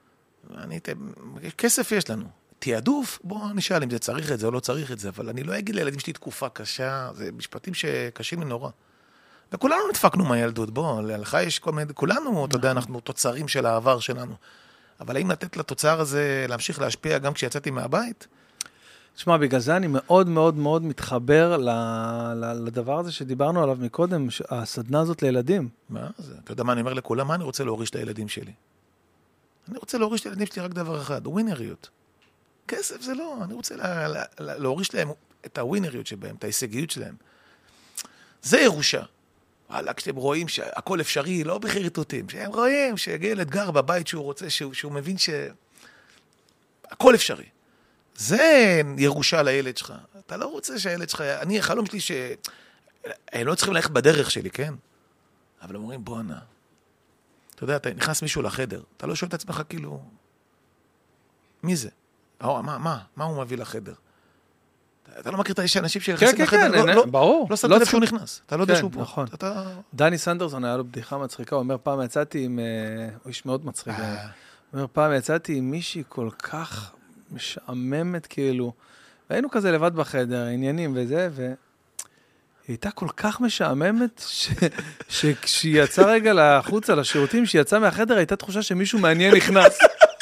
כסף יש לנו. תיעדוף, בוא נשאל אם זה צריך את זה או לא צריך את זה, אבל אני לא אגיד לילדים שלי תקופה קשה, זה משפטים שקשים לי נורא. וכולנו נדפקנו מהילדות, בוא, לך יש כל מיני, כולנו, אתה יודע, אנחנו תוצרים של העבר שלנו. אבל האם לתת לתוצר הזה להמשיך להשפיע גם כשיצאתי מהבית? תשמע, בגלל זה אני מאוד מאוד מאוד מתחבר לדבר הזה שדיברנו עליו מקודם, הסדנה הזאת לילדים. מה זה? אתה יודע מה אני אומר לכולם? מה אני רוצה להוריש לילדים שלי? אני רוצה להוריש לילדים שלי רק דבר אחד, ווינריות. כסף זה לא, אני רוצה להוריש להם את הווינריות שבהם, את ההישגיות שלהם. זה ירושה. וואלה, כשאתם רואים שהכל אפשרי, לא בחירטוטים, שהם רואים שילד גר בבית שהוא רוצה, שהוא מבין שהכל אפשרי. זה ירושה לילד שלך. אתה לא רוצה שהילד שלך, אני, החלום שלי הם לא צריכים ללכת בדרך שלי, כן? אבל הם אומרים, בוא נע. אתה יודע, אתה נכנס מישהו לחדר, אתה לא שואל את עצמך כאילו, מי זה? מה הוא מביא לחדר? אתה לא מכיר את האנשים שנכנסים לחדר, ברור. לא שמת לב שהוא נכנס, אתה לא יודע שהוא פה. נכון. דני סנדרסון היה לו בדיחה מצחיקה, הוא אומר, פעם יצאתי עם, הוא איש מאוד מצחיק, הוא אומר, פעם יצאתי עם מישהי כל כך משעממת כאילו, והיינו כזה לבד בחדר, עניינים וזה, והיא הייתה כל כך משעממת, שכשהיא יצאה רגע לחוץ על השירותים, כשהיא יצאה מהחדר, הייתה תחושה שמישהו מעניין נכנס.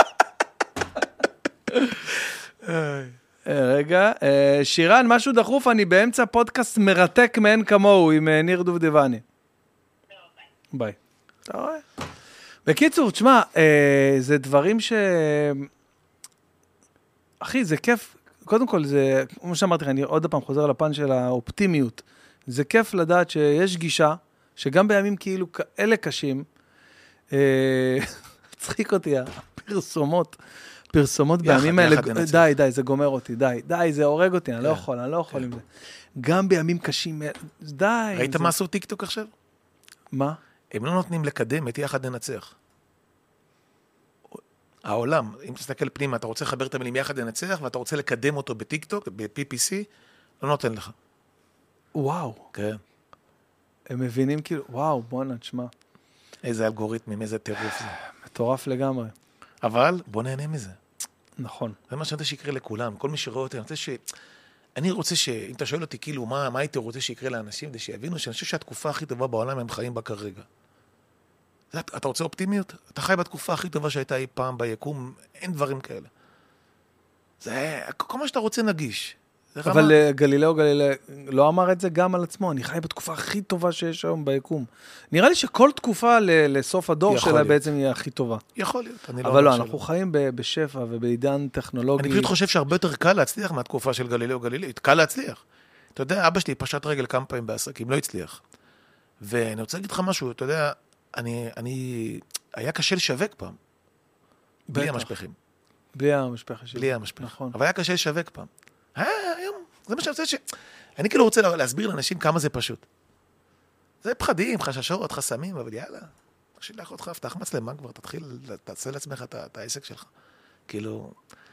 רגע, שירן, משהו דחוף, אני באמצע פודקאסט מרתק מאין כמוהו, עם ניר דובדבני. ביי. אתה רואה? בקיצור, תשמע, זה דברים ש... אחי, זה כיף. קודם כל, זה, כמו שאמרתי, אני עוד פעם חוזר לפן של האופטימיות. זה כיף לדעת שיש גישה, שגם בימים כאילו כאלה קשים, צחיק אותי, פרסומות בימים האלה, די, זה גומר אותי, די, זה הורג אותי, אני לא יכול עם זה. גם בימים קשים, די. ראית מה עשו טיקטוק עכשיו? מה? הם לא נותנים לקדם את יחד ננצח. העולם, אם תסתכל פנימה, אתה רוצה לחבר את המילים יחד ננצח, ואתה רוצה לקדם אותו בטיקטוק, ב-PPC, לא נותן לך. וואו. כן. הם מבינים כאילו, וואו, בוא נשמע. איזה אלגוריתמים, איזה טירוף זה. מטורף לגמרי. אבל בוא נהנה מזה. נכון. זה מה שאני רוצה שיקרה לכולם. כל מי שרואה אותי, אני רוצה אם אתה שואל אותי כאילו, מה הייתי רוצה שיקרה לאנשים, כדי שיבינו שאני חושב שהתקופה הכי טובה בעולם הם חיים בה כרגע. אתה רוצה אופטימיות? אתה חי בתקופה הכי טובה שהייתה אי פעם ביקום, אין דברים כאלה. זה, כל מה שאתה רוצה נגיש. אבל גלילאו לא אמר את זה גם על עצמו, אני חי בתקופה הכי טובה שיש היום ביקום. נראה לי שכל תקופה לסוף הדור שלה בעצם היא הכי טובה. יכול להיות, אני לא... אבל לא, אנחנו חיים בשפע ובעידן טכנולוגי. אני פשוט חושב שהרבה יותר קל להצליח מהתקופה של גלילאו גלילי. קל להצליח. אתה יודע, אבא שלי פשט רגל כמה פעמים בעסקים, לא הצליח. ואני רוצה להגיד לך משהו, אתה יודע, היה קשה לשווק פעם. בלי המשפחים. בלי המשפחה שלי. בלי המשפחה. נכון. אבל היה קשה לשווק פעם. היום, זה מה שאני רוצה אני כאילו רוצה להסביר לאנשים כמה זה פשוט. זה פחדים, חששות, חסמים, אבל יאללה, שילח אותך, פתח מצלמה כבר, תעשה לעצמך את העסק שלך. כאילו,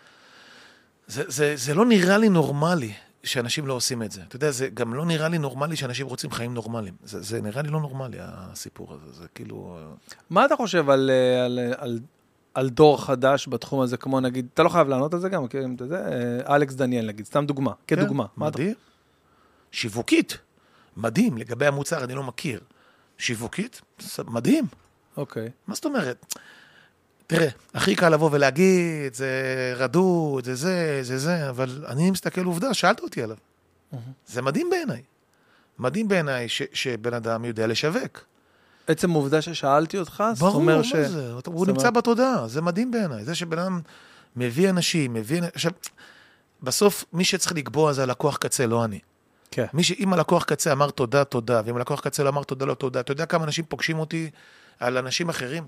זה לא נראה לי נורמלי שאנשים לא עושים את זה. אתה יודע, זה גם לא נראה לי נורמלי שאנשים רוצים חיים נורמליים. זה נראה לי לא נורמלי, הסיפור הזה. זה כאילו... מה אתה חושב על דור חדש בתחום הזה, כמו נגיד, אתה לא חייב לענות על זה גם, כי אתה יודע, אלכס דניאל נגיד, סתם דוגמה, כדוגמה. מדהים. שיווקית, מדהים, לגבי המוצר אני לא מכיר. שיווקית, מדהים. אוקיי. מה זאת אומרת? תראה, הכי קל לבוא ולהגיד, זה רדוד, זה, אבל אני מסתכל עובדה, שאלת אותי עליו. זה מדהים בעיניי. מדהים בעיניי שבן אדם יודע לשווק. עצם עובדה ששאלתי אותך, ברור, מה זה? הוא נמצא בתודעה, זה מדהים בעיניי. זה שבן אדם מביא אנשים, עכשיו, בסוף מי שצריך לקבוע זה הלקוח קצה, לא אני. כן. אם הלקוח קצה אמר תודה, תודה, ואם הלקוח קצה לא אמר תודה, לא תודה, אתה יודע כמה אנשים פוגשים אותי על אנשים אחרים?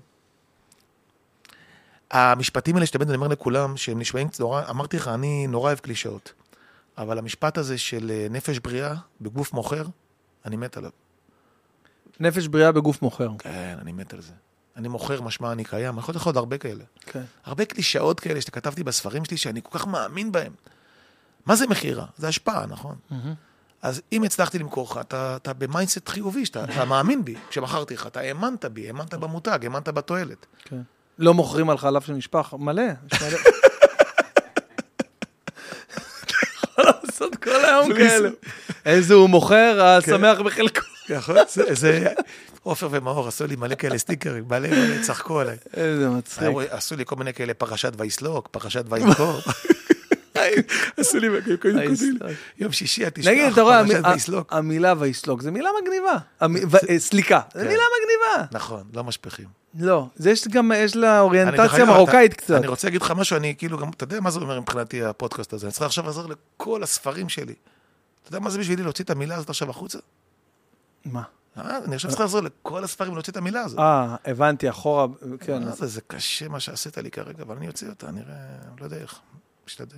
המשפטים האלה שתמיד אני אומר לכולם, שהם נשמעים נורא, אמרתי לך, אני נורא אוהב קלישאות, אבל המשפט הזה של נפש בריאה בגוף מוכר, אני מת עליו. נפש בריאה בגוף מוכר. כן, אני מת על זה. אני מוכר משמע אני קיים, אני יכול עוד הרבה כאלה. כן. הרבה קלישאות כאלה שכתבתי בספרים שלי, שאני כל כך מאמין בהם. מה זה מחירה? זה השפעה, נכון? אז אם הצלחתי למכור לך, אתה במיינדסט חיובי, אתה מאמין בי, כשמכרתי לך, אתה האמנת בי, האמנת במותג, האמנת בתועלת. כן. לא מוכרים על חלב של משפח, מלא. יש מלא. אתה יכול לעשות כל היום כאלה. איזה הוא מוכר, השמח בחלקו. נכון, זה... עופר ומאור עשו לי מלא כאלה סטיקרים, מלא צחקו עליי. איזה מצחיק. עשו לי כל מיני כאלה פרשת ויסלוק, פרשת וינקור. עשו לי יום שישי, התשפח, נגיד, אתה רואה, פרשת ויסלוק. המילה ויסלוק, זה מילה מגניבה. סליקה, זה מילה מגניבה. נכון, לא משפחים. לא, יש לה אוריינטציה מרוקאית קצת. אני רוצה להגיד לך משהו, אני כאילו גם, אתה יודע מה זה אומר מבחינתי הפודקאסט הזה? אני צריך עכשיו לעזור לכל הספרים שלי. אתה יודע מה זה בשבילי להוציא את המילה הזאת עכשיו החוצה? מה? אני עכשיו צריך לעזור לכל הספרים להוציא את המילה הזאת. הבנתי, אחורה, כן. זה קשה מה שעשית לי כרגע, אבל אני אוציא אותה, נראה, לא יודע איך, משתדל.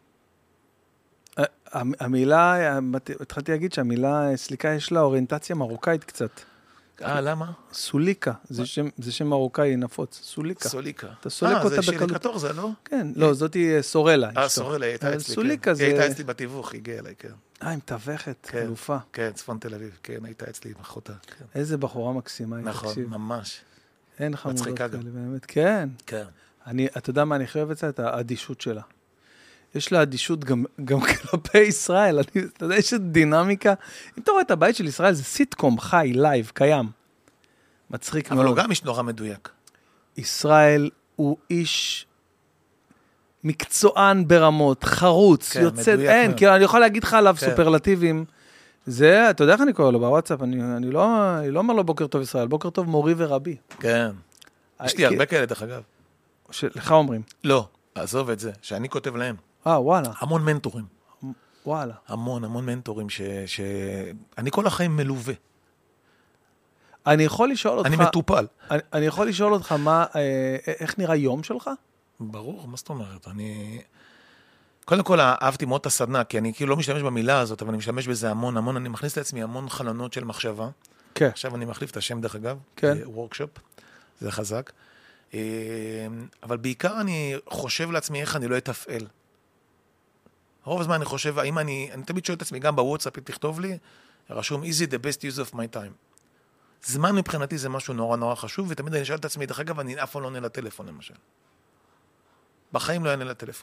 המילה, התחלתי להגיד שהמילה סליקה יש לה אוריינטציה מרוקאית קצת. למה? סוליקה, זה שם מרוקאי נפוץ, סוליקה. סוליקה. אתה סולק אותה זה שירי קטור זה, לא? כן, לא, זאתי סורלה. סורלה, היא הייתה אצלי, סוליקה זה... היא הייתה אצלי בתיווך, היא הגיעה אליי, כן. היא מתווכת, חלופה. כן, צפון תל אביב, כן, הייתה אצלי עם אחותה. איזה בחורה מקסימה. נכון, ממש. אין חמודות מצחיקה כאלה, גם. באמת, כן. כן. אתה יודע מה אני חייב את זה? את האדישות שלה. יש לה אדישות גם כלפי ישראל. אתה יודע, יש דינמיקה. אם אתה רואה את הבית של ישראל, זה סיטקום חי, לייב, קיים. מצחיק. אבל הוא גם איש נורא מדויק. ישראל הוא איש מקצוען ברמות, חרוץ, יוצא, אין, כי אני יכול להגיד לך עליו סופרלטיבים. זה, אתה יודע איך אני קורא לו בוואטסאפ? אני לא אומר לו בוקר טוב ישראל, בוקר טוב מורי ורבי. כן. יש לי הרבה כאלה, דרך אגב. לך אומרים? לא, עזוב את זה, שאני כותב להם. וואלה. המון מנטורים. וואלה. המון מנטורים אני כל החיים מלווה. אני יכול לשאול אותך... אני מטופל. אני יכול לשאול אותך איך נראה יום שלך? ברור, מה זאת אומרת? קודם כל, אהבתי מאוד את הסדנה, כי אני כאילו לא משתמש במילה הזאת, אבל אני משתמש בזה המון, אני מכניס לעצמי המון חלונות של מחשבה. כן. עכשיו אני מחליף את השם, דרך אגב. כן. וורקשופ. זה חזק. אבל בעיקר אני חושב לעצמי איך אני לא אתפעל. רוב הזמן אני חושב, אני תמיד שואל את עצמי, גם בוואטסאפ תכתוב לי, רשום, is it the best use of my time? זמן מבחינתי זה משהו נורא חשוב, ותמיד אני שואל את עצמי, דרך אגב, אני אף פעם לא עונה לטלפון, למשל. בחיים לא אענה לטלפון.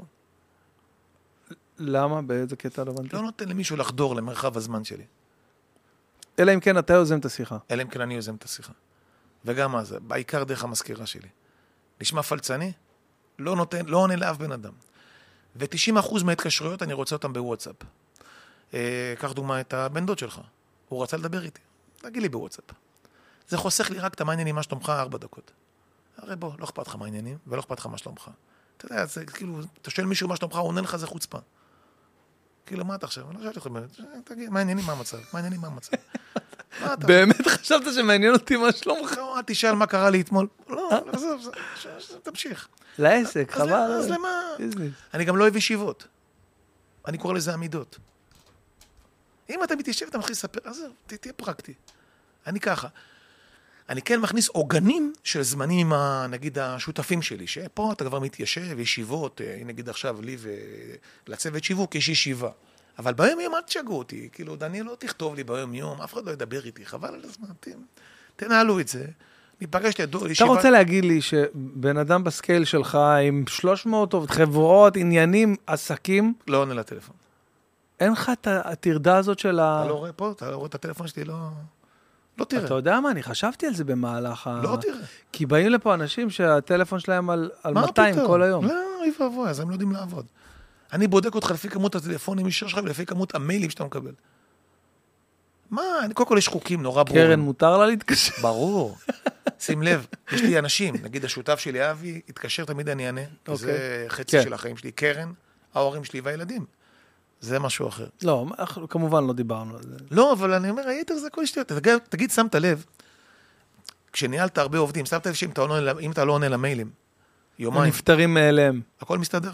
למה? באיזה קטע לא הבנתי? לא נותן למישהו לחדור למרחב הזמן שלי. אלא אם כן אתה יוזם את השיחה. אלא אם כן אני יוזם את השיחה. וגם מה זה, בעיקר דרך המזכירה שלי. נשמע פלצני? לא עונה לאף בן אדם. ו-90% מההתקשרויות אני רוצה אותם בוואטסאפ. קח דוגמה את הבן דוד שלך. הוא רצה לדבר איתי. תגיד לי בוואטסאפ. זה חוסך לי רק את המעניינים מה שלומך 4 דקות. הרי בוא, לא אכפת לך מעניינים, ולא אכפת לך מה שלומך. אתה יודע, זה כאילו, אתה שואל מישהו מה שלומך, הוא עונה לך, זה חוצפה. כאילו, מה אתה עכשיו? אני לא שואל לך, תגיד, מעניינים מה המצב? מעניינים מה המצב? באמת חשבת שמעניין אותי מה שלומך? לא, תשאל מה קרה לי אתמול. לא, תמשיך. לעסק, חבל. אז למה? אני גם לא אוהב ישיבות. אני קורא לזה עמידות. אם אתה מתיישב, אתה מתחיל לספר, אז תהיה פרקטי. אני ככה. אני כן מכניס עוגנים של זמנים עם, נגיד, השותפים שלי, שפה אתה כבר מתיישב, ישיבות, נגיד עכשיו לי ולצוות שיווק, יש ישיבה. אבל ביום יום אל תשגעו אותי, כאילו, דניאל לא תכתוב לי ביום יום, אף אחד לא ידבר איתי, חבל על הזמן, תנהלו את זה. ניפגש לידו, אתה רוצה להגיד לי שבן אדם בסקייל שלך עם 300 חברות, עניינים, עסקים, לא עונה לטלפון. אין לך את התרדה הזאת של ה... אתה לא רואה פה, אתה לא רואה את הטלפון שלי, לא תראה. אתה יודע מה, אני חשבתי על זה במהלך ה... לא תראה. כי באים לפה אנשים שהטלפון שלהם על 200 כל היום. לא, אי ואבוי, אז הם לא יודעים לעבוד. אני בודק אותך לפי כמות הטלפונים שלך ולפי כמות המיילים שאתה מקבל. מה, קודם כל יש חוקים נורא ברורים. קרן, מותר לה להתקשר? ברור. שים לב, יש לי אנשים, נגיד השותף שלי אבי, התקשר תמיד אני אענה, זה חצי של החיים שלי, קרן, ההורים שלי והילדים. זה משהו אחר. לא, כמובן לא דיברנו על זה. לא, אבל אני אומר, היתר זה כל שטויות. תגיד, שמת לב, כשניהלת הרבה עובדים, שמת לב שאם אתה לא עונה למיילים, יומיים, נפטרים מאליהם. הכל מסתדר.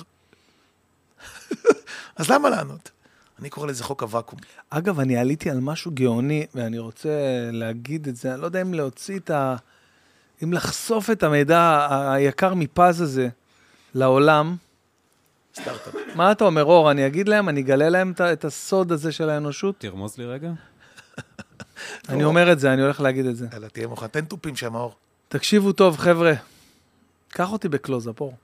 אז למה לענות? אני קורא לזה חוק הוואקום. אגב, אני עליתי על משהו גאוני, ואני רוצה להגיד את זה, אני לא יודע אם להוציא אם לחשוף את המידע היקר מפז הזה לעולם. סטארט-אפ. מה אתה אומר, אור? אני אגיד להם, אני אגלה להם את הסוד הזה של האנושות? תרמוז לי רגע. אני אומר את זה, אני הולך להגיד את זה. אלא תהיה מוכן, תן טופים שם, אור. תקשיבו טוב, חבר'ה. קח אותי בקלוז-אפ, אור.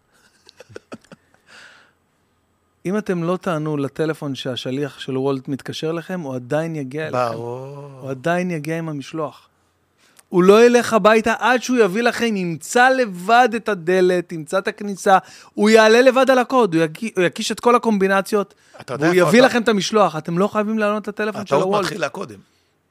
אם אתם לא תענו לטלפון שהשליח של וולט מתקשר לכם, הוא עדיין יגיע אליכם. ברור. הוא עדיין יגיע עם המשלוח. הוא לא ילך הביתה עד שהוא יביא לכם, ימצא לבד את הדלת, ימצא את הכניסה, הוא יעלה לבד על הקוד, הוא יקיש את כל הקומבינציות, והוא יביא לכם את המשלוח. אתם לא חייבים לענות את הטלפון של הוולט. אתה עוד מתחילה קודם.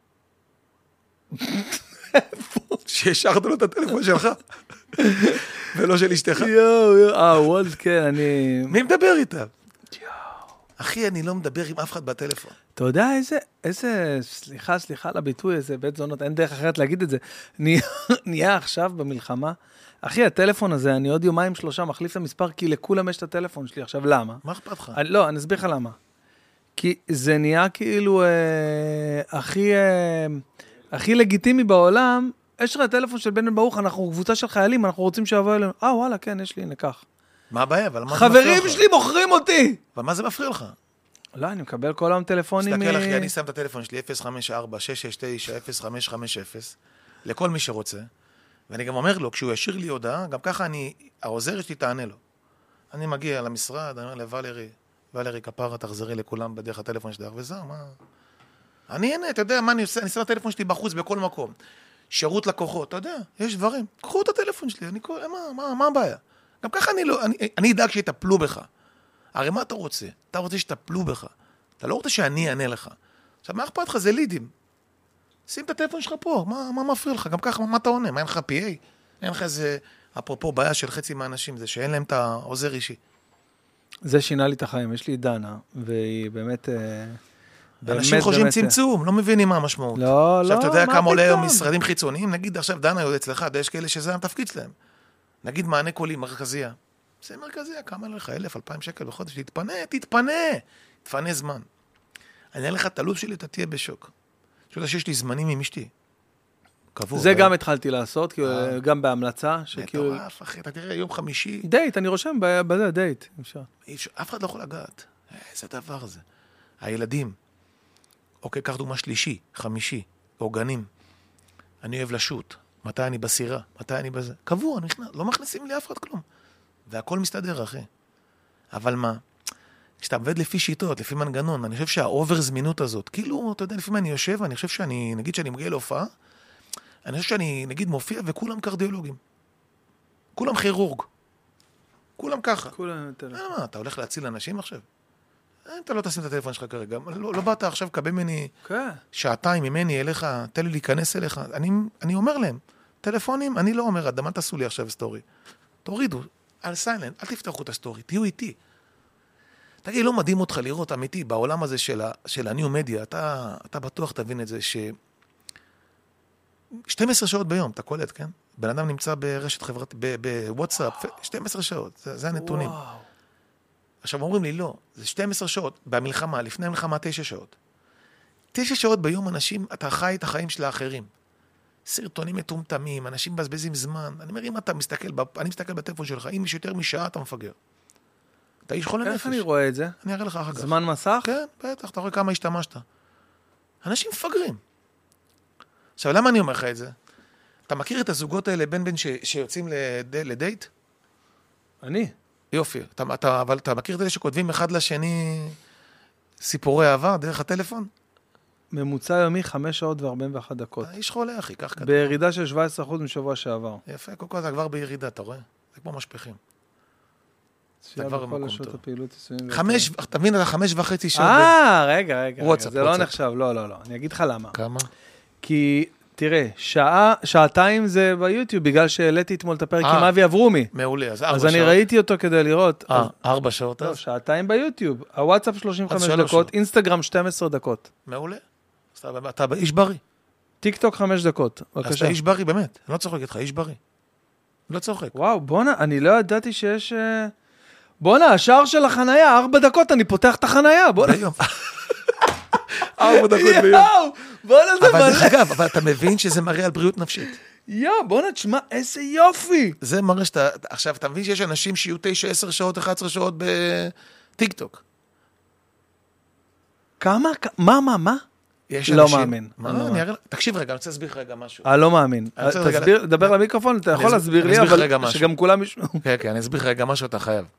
שהשארת לו את הטלפון שלך, ולא של אשתך. וולט, כן, אני... מי מדבר איתה? אחי, אני לא מדבר עם אף אחד בטלפון. אתה יודע איזה, סליחה על הביטוי, איזה בית זונות, אין דרך אחרת להגיד את זה, נהיה עכשיו במלחמה, אחי, הטלפון הזה, אני עוד 2-3 מחליף את המספר, כי לכולם יש את הטלפון שלי, עכשיו למה? מה אכפת לך? לא, אני אסביר לך למה. כי זה נהיה כאילו הכי לגיטימי בעולם, יש לך הטלפון של בן ברוך, אנחנו קבוצה של חיילים, אנחנו רוצים שיבוא אלינו, וואלה, כן, יש לי, נקח. מה הבעיה? אבל מה זה מפריע לך? חברים שלי מוכרים אותי! אבל מה זה מפריע לך? לא, אני מקבל כל היום טלפונים... תסתכל אחי, אני שם את הטלפון שלי 054-669-0550 לכל מי שרוצה, ואני גם אומר לו, כשהוא ישאיר לי הודעה, גם ככה העוזרת שלי תענה לו. אני מגיע למשרד, אני אומר לוולרי כפרה, תחזרי לכולם בדרך הטלפון שלך, וזהו, מה... אני הנה, אתה יודע מה אני עושה? אני שם את הטלפון שלי בחוץ בכל מקום. שירות לקוחות, אתה יודע, יש דברים. קחו את הטלפון שלי, מה הבעיה? גם ככה אני אדאג שיטפלו בך. הרי מה אתה רוצה? אתה רוצה שטפלו בך. אתה לא רוצה שאני אענה לך. עכשיו, מה אכפת לך? זה לידים. שים את הטלפון שלך פה, מה מפריע לך? גם ככה, מה אתה עונה? מה אין לך PA? אין לך איזה, אפרופו, בעיה של חצי מהאנשים, זה שאין להם את העוזר אישי. זה שינה לי את החיים. יש לי דנה, והיא באמת... אנשים חושבים צמצום, לא מבינים מה המשמעות. לא, עכשיו, אתה יודע כמה עולה היום משרדים חיצוניים? נגיד, עכשיו דנה יוצא אצלך, יש כאלה שזה התפקיד שלהם. נגיד מענה קולי, מרכזייה. זה מרכזייה, כמה לך? 1,000-2,000 שקל בחודש, תתפנה זמן. אני אראה לך את הלו"ז שלי, אתה תהיה בשוק. אתה יודע שיש לי זמנים עם אשתי. קבוע. זה גם התחלתי לעשות, גם בהמלצה. מטורף, אחי, אתה תראה, יום חמישי. דייט, אני רושם בזה, דייט. אף אחד לא יכול לגעת. איזה דבר זה. הילדים. אוקיי, קח דוגמה שלישי, חמישי, עוגנים. אני אוהב לשוט. מתי אני בסירה? מתי אני בזה? קבוע, לא מכניסים לי אף אחד כלום. והכל מסתדר, אחי. אבל מה? כשאתה עובד לפי שיטות, לפי מנגנון, אני חושב שהאובר זמינות הזאת, כאילו, אתה יודע, לפי מה אני יושב, אני חושב נגיד שאני מגיע להופעה, אני חושב שאני, נגיד, מופיע וכולם קרדיולוגים. כולם כירורג. כולם ככה. כולם טלפון. מה, אתה הולך להציל אנשים עכשיו? אתה לא תשים את הטלפון שלך כרגע. לא באת עכשיו לקבל ממני כן. שעתיים ממני אליך, תן לי להיכנס אליך. אני אומר להם, טלפונים, אני לא אומר, אדם, אל תעשו לי עכשיו סטורי. תורידו, על סיילנט, אל תפתחו את הסטורי, תהיו איתי. תגיד, לא מדהים אותך לראות אמיתי בעולם הזה של הניו מדיה, אתה בטוח תבין את זה, 12 שעות ביום, אתה קולט, כן? בן אדם נמצא ברשת חברתית, בוואטסאפ, 12 שעות, זה הנתונים. וואו. עכשיו אומרים לי, לא, זה 12 שעות, במלחמה, לפני המלחמה 9 שעות. 9 שעות ביום אנשים, אתה חי את החיים של האחרים. סרטונים מטומטמים, אנשים מבזבזים זמן. אני אומר, אם אתה מסתכל, אני מסתכל בטלפון שלך, אם יש יותר משעה, אתה מפגר. אתה איש חולה נפש. איך אני רואה את זה? אני אראה לך אחר כך. זמן מסך? כן, בטח, אתה רואה כמה השתמשת. אנשים מפגרים. עכשיו, למה אני אומר לך את זה? אתה מכיר את הזוגות האלה בין שיוצאים לדייט? אני. יופי. אבל אתה מכיר את אלה שכותבים אחד לשני סיפורי אהבה דרך הטלפון? ממוצע יומי 5 שעות ו-41 דקות. איש חולה, אחי, כך כתוב. בירידה של 17% משבוע שעבר. יפה, כל כך זה כבר בירידה, אתה רואה? זה כמו משפכים. כבר במקום טוב. אתה מבין, אתה 5.5 שעות. רגע, זה לא נחשב, לא. אני אגיד לך למה. כמה? כי, תראה, שעתיים זה ביוטיוב, בגלל שהעליתי אתמול את הפרק עם אבי אברומי. מעולה, אז 4 אז שעות. אני ראיתי אותו כדי לראות. 4 שעות לא, אז? שעתיים ביוטיוב. הוואטסאפ 35 דקות, אינסטגרם 12 דקות. מעולה. אתה איש בריא. טיק טוק 5 דקות. אז בבקשה. אתה איש בריא, באמת. אני לא צוחק איתך, איש בריא. לא צוחק. וואו, בונה, אני לא ידעתי שיש... בונה, השער של החנייה, 4 דקות, אני פותח את החנייה, בונה. ביום. 4 דקות ביום. בונה, זה אבל דרך מלא. אגב, אבל אתה מבין שזה מראה על בריאות נפשית. בונה, תשמע, איזה יופי. זה מראה שאתה... עכשיו, אתה מבין שיש אנשים שיהיו 9, 10 שעות, 11 שעות בטיק טוק. כמה? מה? יש לא אנשים... מאמין. תקשיב רגע, אני רוצה להסביר לך רגע משהו. לא מאמין. אני רוצה רגע- דבר למיקרופון, אתה יכול להסביר אני לי, אסביר לך רגע אבל משהו. שגם כולם ישמעו. כן, אני אסביר לך רגע משהו, אתה חייב.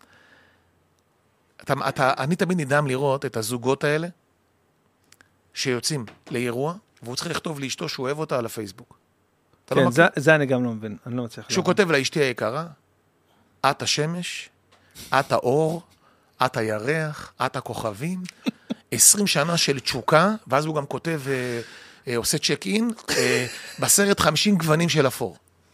אני תמיד נדהם לראות את הזוגות האלה, שיוצאים לאירוע, והוא צריך לכתוב לאשתו שהוא אוהב אותה על הפייסבוק. אתה לא כן, מכיר? זה אני גם לא מבין, אני לא מצליח. שהוא כותב לאשתי היקרה, את השמש, את האור, את הירח, את הכוכבים, 20 שנה של תשוקה, ואז הוא גם כותב, עושה צ'ק אין, בסרט 50 גוונים של אפור.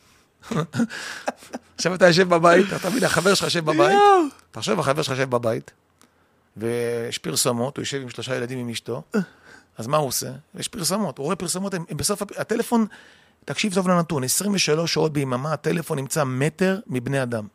עכשיו אתה יושב בבית, אתה מבין, החבר שלך יושב בבית, תחשוב, החבר שלך יושב בבית, ויש פרסומות, הוא יושב עם 3 ילדים עם אשתו, אז מה הוא עושה? יש פרסומות, הוא רואה פרסומות, הם בסוף, הטלפון, תקשיב טוב לנתון, 23 שעות ביממה, הטלפון נמצא מטר מבני אדם.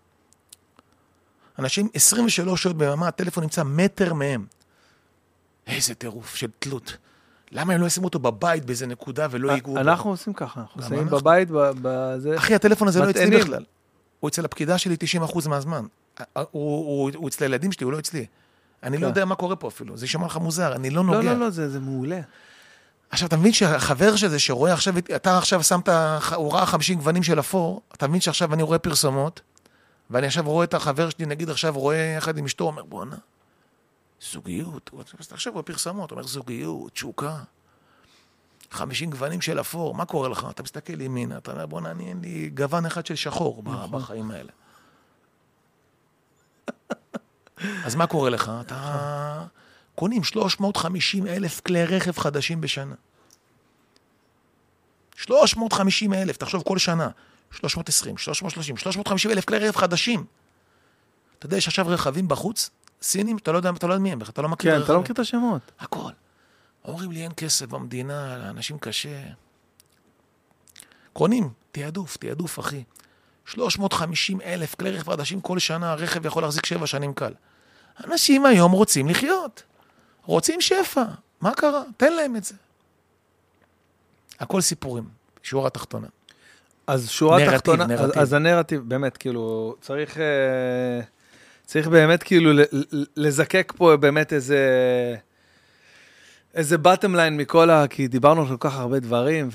אנשים, 23 שעות ביממה, הטלפון נמצא מטר מהם. איזה טירוף של תלות. למה הם לא ישימו אותו בבית באיזה נקודה ולא ייגעו בו? אנחנו עושים ככה, אנחנו למה שמים אנחנו? בבית, בזה... אחי, הטלפון הזה לא אצלי מטענים. בכלל. הוא אצל הפקידה שלי 90% מהזמן. הוא אצל הילדים שלי, הוא לא אצלי. אני לא יודע מה קורה פה אפילו. זה יישמע לך מוזר, אני לא נוגע. לא, זה מעולה. עכשיו, אתה מבין שהחבר שזה שרואה עכשיו, אתה עכשיו שמת, הוא ראה 50 גוונים של אפור, אתה מבין שעכשיו אני רואה פרסומות, ואני עכשיו רואה את החבר שלי, נגיד עכשיו רואה יחד עם אשתו, אומר, בוא'נה, זוגיות. אז עכשיו רואה פרסומות, אומר, זוגיות, תשוקה, 50 גוונים של אפור, מה קורה לך? אתה מסתכל ימינה, אתה אומר, בוא'נה, אין לי גוון אחד של שחור בחיים האלה. אז מה קורה לך? אתה קונים 350,000 כלי רכב חדשים בשנה. 350,000, תחשוב כל שנה. 320, 330, 350,000 כלי רכב חדשים. אתה יודע, יש עכשיו רכבים בחוץ, סינים, אתה לא יודע מי הם, אתה לא מכיר כן, אתה לא מכיר את השמות. הכל. אומרים לי, אין כסף במדינה, לאנשים קשה. קונים, תיעדוף, אחי. 350,000 כלי רכב חדשים כל שנה, הרכב יכול להחזיק 7 שנים קל. אנשים היום רוצים לחיות. רוצים שפע. מה קרה? תן להם את זה. הכל סיפורים. שורה התחתונה. אז שורה התחתונה, נרטיב. אז הנרטיב, באמת, כאילו, צריך באמת, כאילו, לזקק פה באמת איזה bottom line מכל כי דיברנו על כל כך הרבה דברים,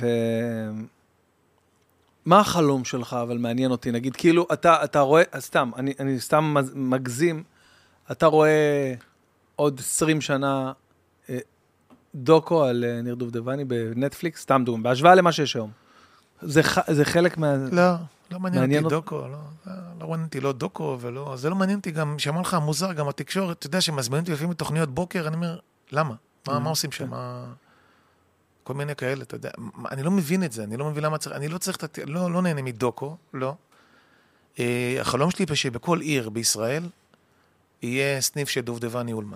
מה החלום שלך, אבל מעניין אותי, נגיד, כאילו, אתה רואה, סתם, אני סתם מגזים, אתה רואה עוד 20 שנה דוקו על ניר דובדבני בנטפליקס, סתם דוגמא, בהשוואה למה שיש היום. זה חלק מה... לא מעניין אותי דוקו, לא מעניין אותי לא דוקו ולא... זה לא מעניין אותי גם, שאמר לך מוזר, גם התקשורת, אתה יודע שמזמינים אותי לפעמים מתוכניות בוקר, אני אומר, למה? מה עושים שם? כל מיני כאלה, אתה יודע. אני לא מבין את זה, אני לא מבין למה צריך... אני לא צריך... לא נהנה מדוקו, לא. החלום שלי שבכל עיר בישראל יהיה סניף של דובדבני אולמן.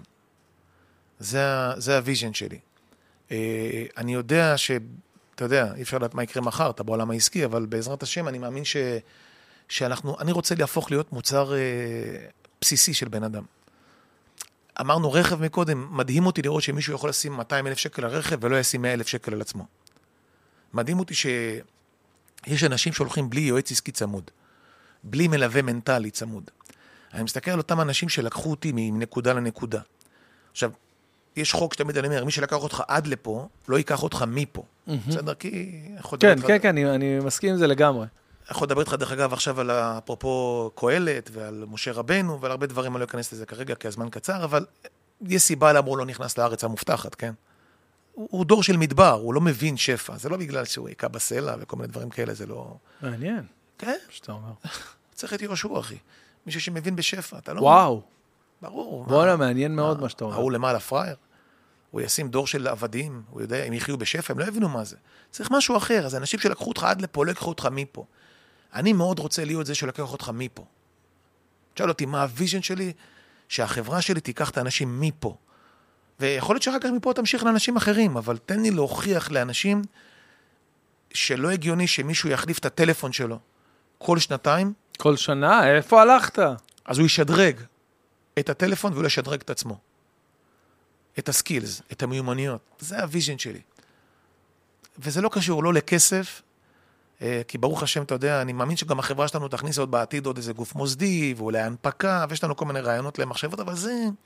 זה הוויז'ן שלי. אני יודע אתה יודע, אי אפשר לדעת מה יקרה מחר, אתה בעולם העסקי, אבל בעזרת השם אני מאמין אני רוצה להפוך להיות מוצר בסיסי של בן אדם. אמרנו רכב מקודם, מדהים אותי לראות שמישהו יכול לשים 200,000 שקל על רכב ולא ישים 100,000 שקל על עצמו. מדהים אותי שיש אנשים שהולכים בלי יועץ עסקי צמוד, בלי מלווה מנטלי צמוד. אני מסתכל על אותם אנשים שלקחו אותי מנקודה לנקודה. עכשיו, יש חוק שתמיד אני אומר, מי שלקח אותך עד לפה, לא ייקח אותך מפה. בסדר? כי... כן, אני מסכים עם זה לגמרי. יכול לדבר איתך דרך אגב עכשיו על אפרופו קהלת ועל משה רבנו ועל הרבה דברים, אני לא אכנס לזה כרגע כי הזמן קצר, אבל יש סיבה למה הוא לא נכנס לארץ המובטחת, כן? הוא דור של מדבר, הוא לא מבין שפע, זה לא בגלל שהוא יקע בסלע וכל מיני דברים כאלה, זה לא... מעניין. כן? שאתה אומר. צריך את יהושע, אחי. מישהו שמבין בשפע, אתה לא... וואו. ברור. וואלה, מעניין מאוד מה שאתה אומר. הוא למעלה פראייר. הוא ישים דור של עבדים, הוא יודע, הם יחיו בשפע, הם לא הבינו מה זה. צריך משהו אחר, אז אנשים שלקחו אותך עד לפה, לא יקחו אותך מפה. אני מאוד רוצה להיות זה שלקח אותך מפה. תשאל אותי, מה הוויז'ן שלי? שהחברה שלי תיקח את האנשים מפה. ויכול להיות שאחר כך מפה תמשיך לאנשים אחרים, אבל תן לי להוכיח לאנשים שלא הגיוני שמישהו יחליף את הטלפון שלו כל שנתיים. כל שנה? איפה הלכת? אז הוא ישדרג את הטלפון והוא ישדרג את עצמו. את הסקילס, את המיומנויות. זה הוויז'ן שלי. וזה לא קשור, לא לכסף, כי ברוך השם, אתה יודע, אני מאמין שגם החברה שלנו תכניס עוד בעתיד עוד איזה גוף מוסדי, ואולי הנפקה, ויש לנו כל מיני רעיונות למחשבות, אבל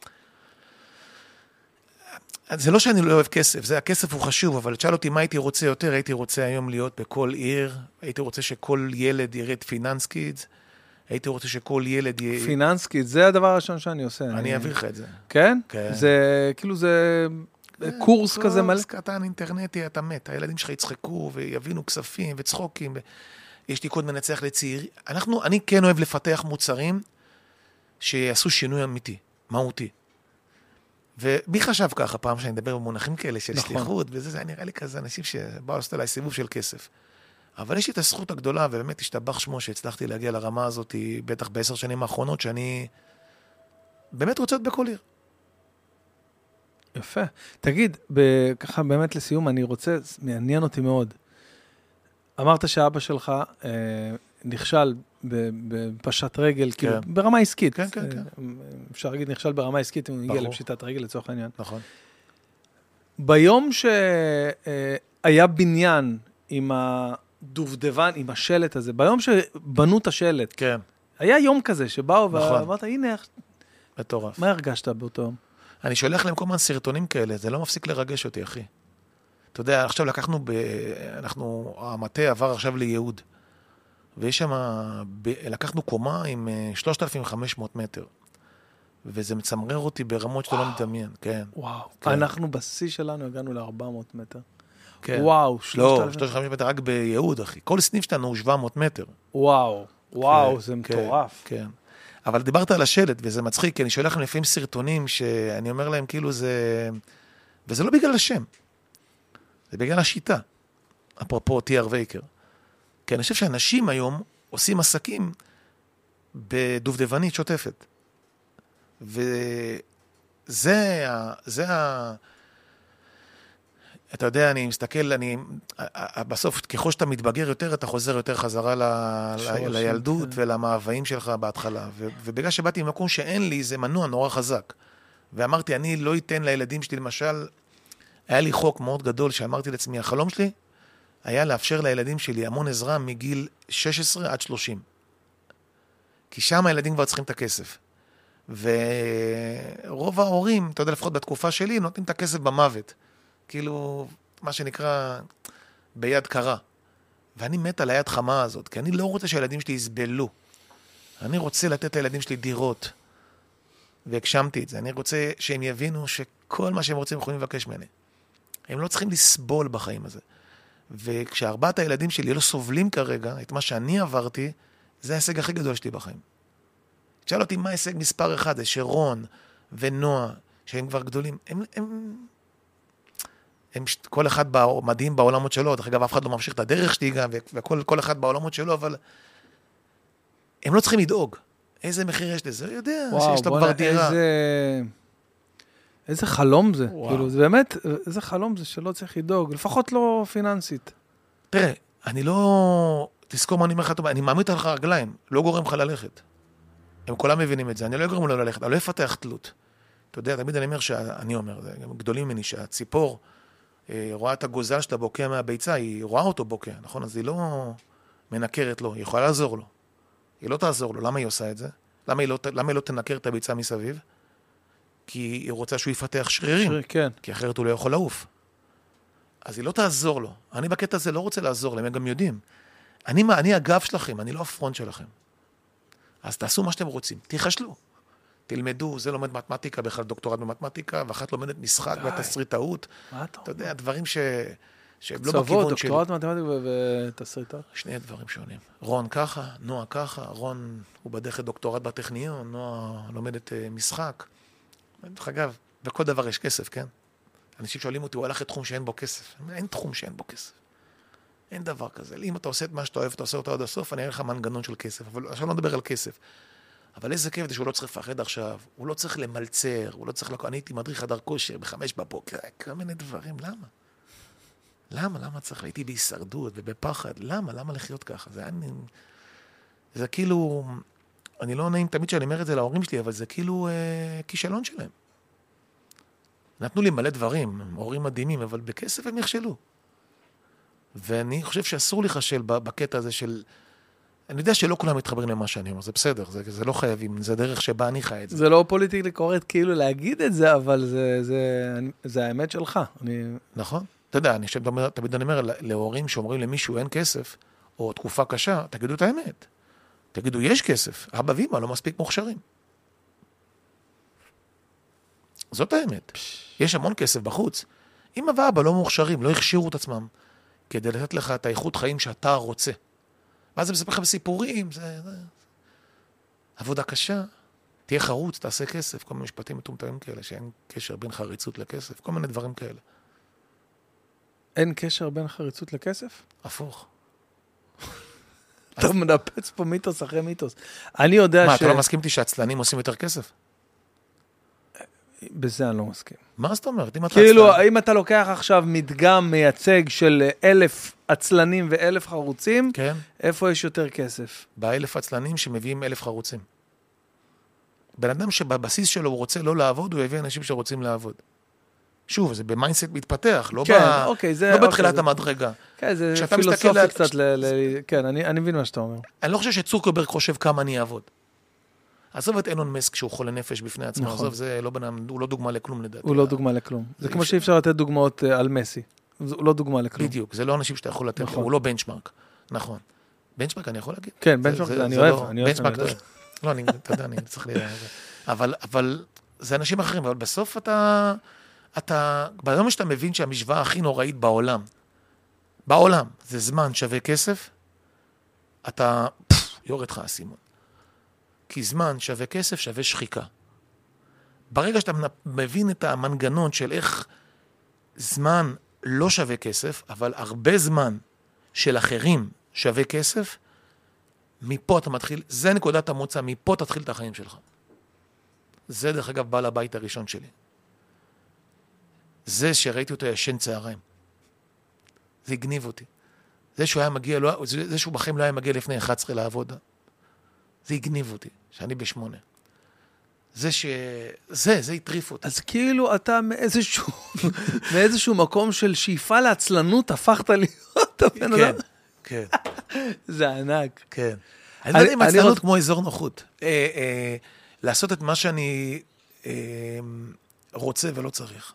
זה לא שאני לא אוהב כסף, זה הכסף הוא חשוב, אבל תשאל אותי מה הייתי רוצה יותר, הייתי רוצה היום להיות בכל עיר, הייתי רוצה שכל ילד יראה את פיננסקידס, הייתי רוצה שכל ילד יהיה... פיננסקית, זה הדבר הראשון שאני עושה. אני אעביר לך את זה. כן? כן. זה כאילו זה קורס כזה מלא. קורס קטן אינטרנטי, אתה מת. הילדים שלך יצחקו ויבינו כספים וצחוקים. יש לי קוד מנצח לצעירים. אני כן אוהב לפתח מוצרים שיעשו שינוי אמיתי, מהותי. ומי חשב ככה פעם שאני מדבר במונחים כאלה של שליחות, וזה היה נראה לי כזה אנשים שבאו לעשות עליי סיבוב של כסף. אבל יש לי את הזכות הגדולה, ובאמת השתבח שמו שהצלחתי להגיע לרמה הזאת, בטח ב10 שנים האחרונות, שאני באמת רוצה להיות בכל עיר. יפה. תגיד, ככה באמת לסיום, אני רוצה, מעניין אותי מאוד. אמרת שאבא שלך נכשל בפשט רגל, כאילו, ברמה עסקית. כן, כן, כן. אפשר להגיד נכשל ברמה עסקית, אם הוא הגיע לפשיטת רגל לצורך העניין. נכון. ביום שהיה בניין עם הדובדבן, עם השלט הזה, ביום שבנו את השלט, כן. היה יום כזה שבאו נכון. ואמרת, הנה, מטורף. מה הרגשת באותו יום? אני שולח להם כל מיני סרטונים כאלה, זה לא מפסיק לרגש אותי, אחי. אתה יודע, עכשיו המטה עבר עכשיו ליהוד, ויש שם, לקחנו קומה עם 3,500 מטר, וזה מצמרר אותי ברמות שאתה לא מדמיין, כן. וואו, כן. אנחנו בשיא שלנו הגענו ל-400 מטר. כן. וואו, 3,500 מטר רק ביהוד, אחי. כל סניף שלנו הוא 700 מטר. וואו, וואו, כן, זה מטורף. כן. אבל דיברת על השלט, וזה מצחיק, כי אני שולח להם לפעמים סרטונים, שאני אומר להם כאילו זה... וזה לא בגלל השם, זה בגלל השיטה. אפרופו טי.אר. וייקר. כי אני חושב שאנשים היום עושים עסקים בדובדבנית שוטפת. וזה אתה יודע, אני מסתכל, בסוף, ככל שאתה מתבגר יותר, אתה חוזר יותר חזרה לילדות ולמאוויים שלך בהתחלה. ובגלל שבאתי ממקום שאין לי, זה מנוע נורא חזק. ואמרתי, אני לא אתן לילדים שלי, למשל, היה לי חוק מאוד גדול שאמרתי לעצמי, החלום שלי היה לאפשר לילדים שלי המון עזרה מגיל 16 עד 30. כי שם הילדים כבר צריכים את הכסף. ורוב ההורים, אתה יודע, לפחות בתקופה שלי, נותנים את הכסף במוות. כאילו, מה שנקרא, ביד קרה. ואני מת על היד חמה הזאת, כי אני לא רוצה שהילדים שלי יסבלו. אני רוצה לתת לילדים שלי דירות. והגשמתי את זה. אני רוצה שהם יבינו שכל מה שהם רוצים יכולים לבקש ממני. הם לא צריכים לסבול בחיים הזה. וכשארבעת הילדים שלי לא סובלים כרגע את מה שאני עברתי, זה ההישג הכי גדול שלי בחיים. תשאל אותי מה ההישג מספר אחד, זה שרון ונועה, שהם כבר גדולים, הם כל אחד מדהים בעולמות שלו, דרך אגב, אף אחד לא ממשיך את הדרך שלי גם, וכל אחד בעולמות שלו, אבל הם לא צריכים לדאוג. איזה מחיר יש לזה? הוא יודע שיש לו כבר דירה. איזה חלום זה. כאילו, זה באמת, איזה חלום זה שלא צריך לדאוג, לפחות לא פיננסית. תראה, אני לא... תזכור מה אני אומר לך, אני מעמיד לך רגליים, לא גורם לך ללכת. הם כולם מבינים את זה, אני לא גורם לו ללכת, אני לא אפתח תלות. אתה יודע, תמיד אני אומר, זה גדולים ממני, שהציפור רואה את הגוזל שלה בוקע מהביצה, היא רואה אותו בוקע, נכון? אז היא לא מנקרת לו, היא יכולה לעזור לו. היא לא תעזור לו, למה היא עושה את זה? למה היא לא תנקר את הביצה מסביב? כי היא רוצה שהוא יפתח שרירים, כן. כי אחרת הוא לא יכול לעוף. אז היא לא תעזור לו. אני בקטע הזה לא רוצה לעזור להם, הם גם יודעים. אני הגב שלכם, אני לא הפרונט שלכם. אז תעשו מה שאתם רוצים, תיחשלו. תלמדו, זה לומד מתמטיקה, בכלל דוקטורט במתמטיקה, ואחת לומדת משחק ותסריטאות. מה אתה אומר? אתה יודע, דברים שהם לא בכיוון שלי. דוקטורט מתמטיקה ותסריטאות? שני דברים שונים. רון ככה, נועה ככה, רון הוא בדרך דוקטורט בטכניון, נועה לומדת משחק. דרך אגב, בכל דבר יש כסף, כן? אנשים שואלים אותי, הוא הלך לתחום שאין בו כסף. אין תחום שאין בו כסף. אין דבר כזה. אם אתה עושה את מה שאתה אוהב, אתה עושה אותו עד הסוף, אני אראה לך מנגנון של כסף. אבל עכשיו לא נדבר על כסף. אבל איזה כיף זה שהוא לא צריך לפחד עכשיו, הוא לא צריך למלצר, הוא לא צריך... אני הייתי מדריך חדר כושר ב5 בבוקר, כל מיני דברים, למה? למה צריך? הייתי בהישרדות ובפחד, למה לחיות ככה? זה כאילו, אני לא נעים תמיד שאני אומר את זה להורים שלי, אבל זה כאילו כישלון שלהם. נתנו לי מלא דברים, הורים מדהימים, אבל בכסף הם יכשלו. ואני חושב שאסור לחשל בקטע הזה של... אני יודע שלא כולם מתחברים למה שאני אומר, זה בסדר, זה לא חייבים, זה דרך שבה אני חי את זה. זה לא פוליטיקלי קורקט כאילו להגיד את זה, אבל זה האמת שלך. נכון. אתה יודע, תמיד אני אומר להורים שאומרים למישהו אין כסף, או תקופה קשה, תגידו את האמת. תגידו, יש כסף, אבא ואמא לא מספיק מוכשרים. זאת האמת. יש המון כסף בחוץ. אמא ואבא לא מוכשרים, לא הכשירו את עצמם, כדי לתת לך את האיכות חיים שאתה רוצה. ואז זה מספר לך בסיפורים, זה עבודה קשה, תהיה חרוץ, תעשה כסף, כל מיני משפטים מטומטמים כאלה, שאין קשר בין חריצות לכסף, כל מיני דברים כאלה. אין קשר בין חריצות לכסף? הפוך. אתה מנפץ פה מיתוס אחרי מיתוס. אני יודע מה, אתה לא מסכים איתי שהצלנים עושים יותר כסף? בזה אני לא מסכים. מה זאת אומרת? כאילו, אם אתה לוקח עכשיו מדגם מייצג של 1,000 עצלנים ו1,000 חרוצים, כן. איפה יש יותר כסף? ב1,000 עצלנים שמביאים 1,000 חרוצים. בן אדם שבבסיס שלו הוא רוצה לא לעבוד, הוא הביא אנשים שרוצים לעבוד. שוב, זה במיינדסט מתפתח, לא, כן, אוקיי, לא בתחילת המדרגה. כן, זה פילוסופי קצת, כן, אני מבין מה שאתה אומר. אני לא חושב שצוקרברג חושב כמה אני אעבוד. עזוב את אילון מסק שהוא חולה נפש בפני עצמו, נכון. עזוב, זה לא בנם, הוא לא דוגמה לכלום לדעתי. הוא לא דוגמה לכלום. זה כמו שאי אפשר לתת דוגמאות על מסי. הוא לא דוגמה לכלום. בדיוק, זה לא אנשים שאתה יכול לתת, נכון. הוא לא בנצ'מרק. נכון. בנצ'מרק אני יכול להגיד? כן, בנצ'מרק זה אני אוהב. בנצ'מרק, לא, אתה יודע, אני צריך אבל זה אנשים אחרים, אבל בסוף ביום שאתה מבין שהמשוואה הכי נוראית בעולם, זה זמן שווה כסף, אתה יורד לך הסימון. כי זמן שווה כסף שווה שחיקה. ברגע שאתה מבין את המנגנון של איך זמן לא שווה כסף, אבל הרבה זמן של אחרים שווה כסף, מפה אתה מתחיל, זה נקודת המוצא, מפה תתחיל את החיים שלך. זה דרך אגב בעל הבית הראשון שלי. זה שראיתי אותו ישן צהריים. זה הגניב אותי. זה שהוא היה מגיע, זה שהוא בחיים לא היה מגיע לפני 11 לעבודה. זה הגניב אותי, שאני ב8. זה הטריף אותי. אז כאילו אתה מאיזשהו מקום של שאיפה לעצלנות, הפכת להיות הבן אדם. כן. זה ענק. כן. אני לא יודע אם עצלנות כמו אזור נוחות. לעשות את מה שאני רוצה ולא צריך.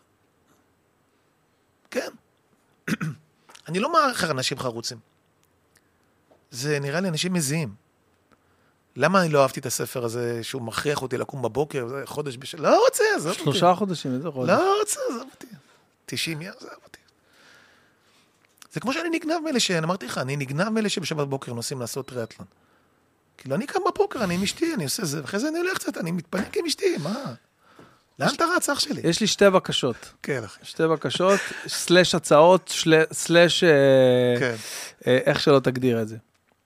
כן. אני לא מעריך אנשים חרוצים. זה נראה לי אנשים מזיעים. למה אני לא אהבתי את הספר הזה, שהוא מכריח אותי לקום בבוקר, זה חודש לא רוצה, עזוב אותי. 3 חודשים, איזה חודש? לא רוצה, עזוב אותי. 90 יום, עזוב אותי. זה כמו שאני נגנב מאלה אמרתי לך, אני נגנב מאלה שבשבת בוקר נוסעים לעשות טריאטלון. כאילו, אני קם בבוקר, אני עם אשתי, אני עושה זה, ואחרי זה אני הולך קצת, אני מתפנק עם אשתי, מה? לאן אתה רץ, אח שלי? יש לי 2 בקשות. כן, אחי. 2 בקשות, סלש הצעות, סלש, איך שלא תגדיר את זה.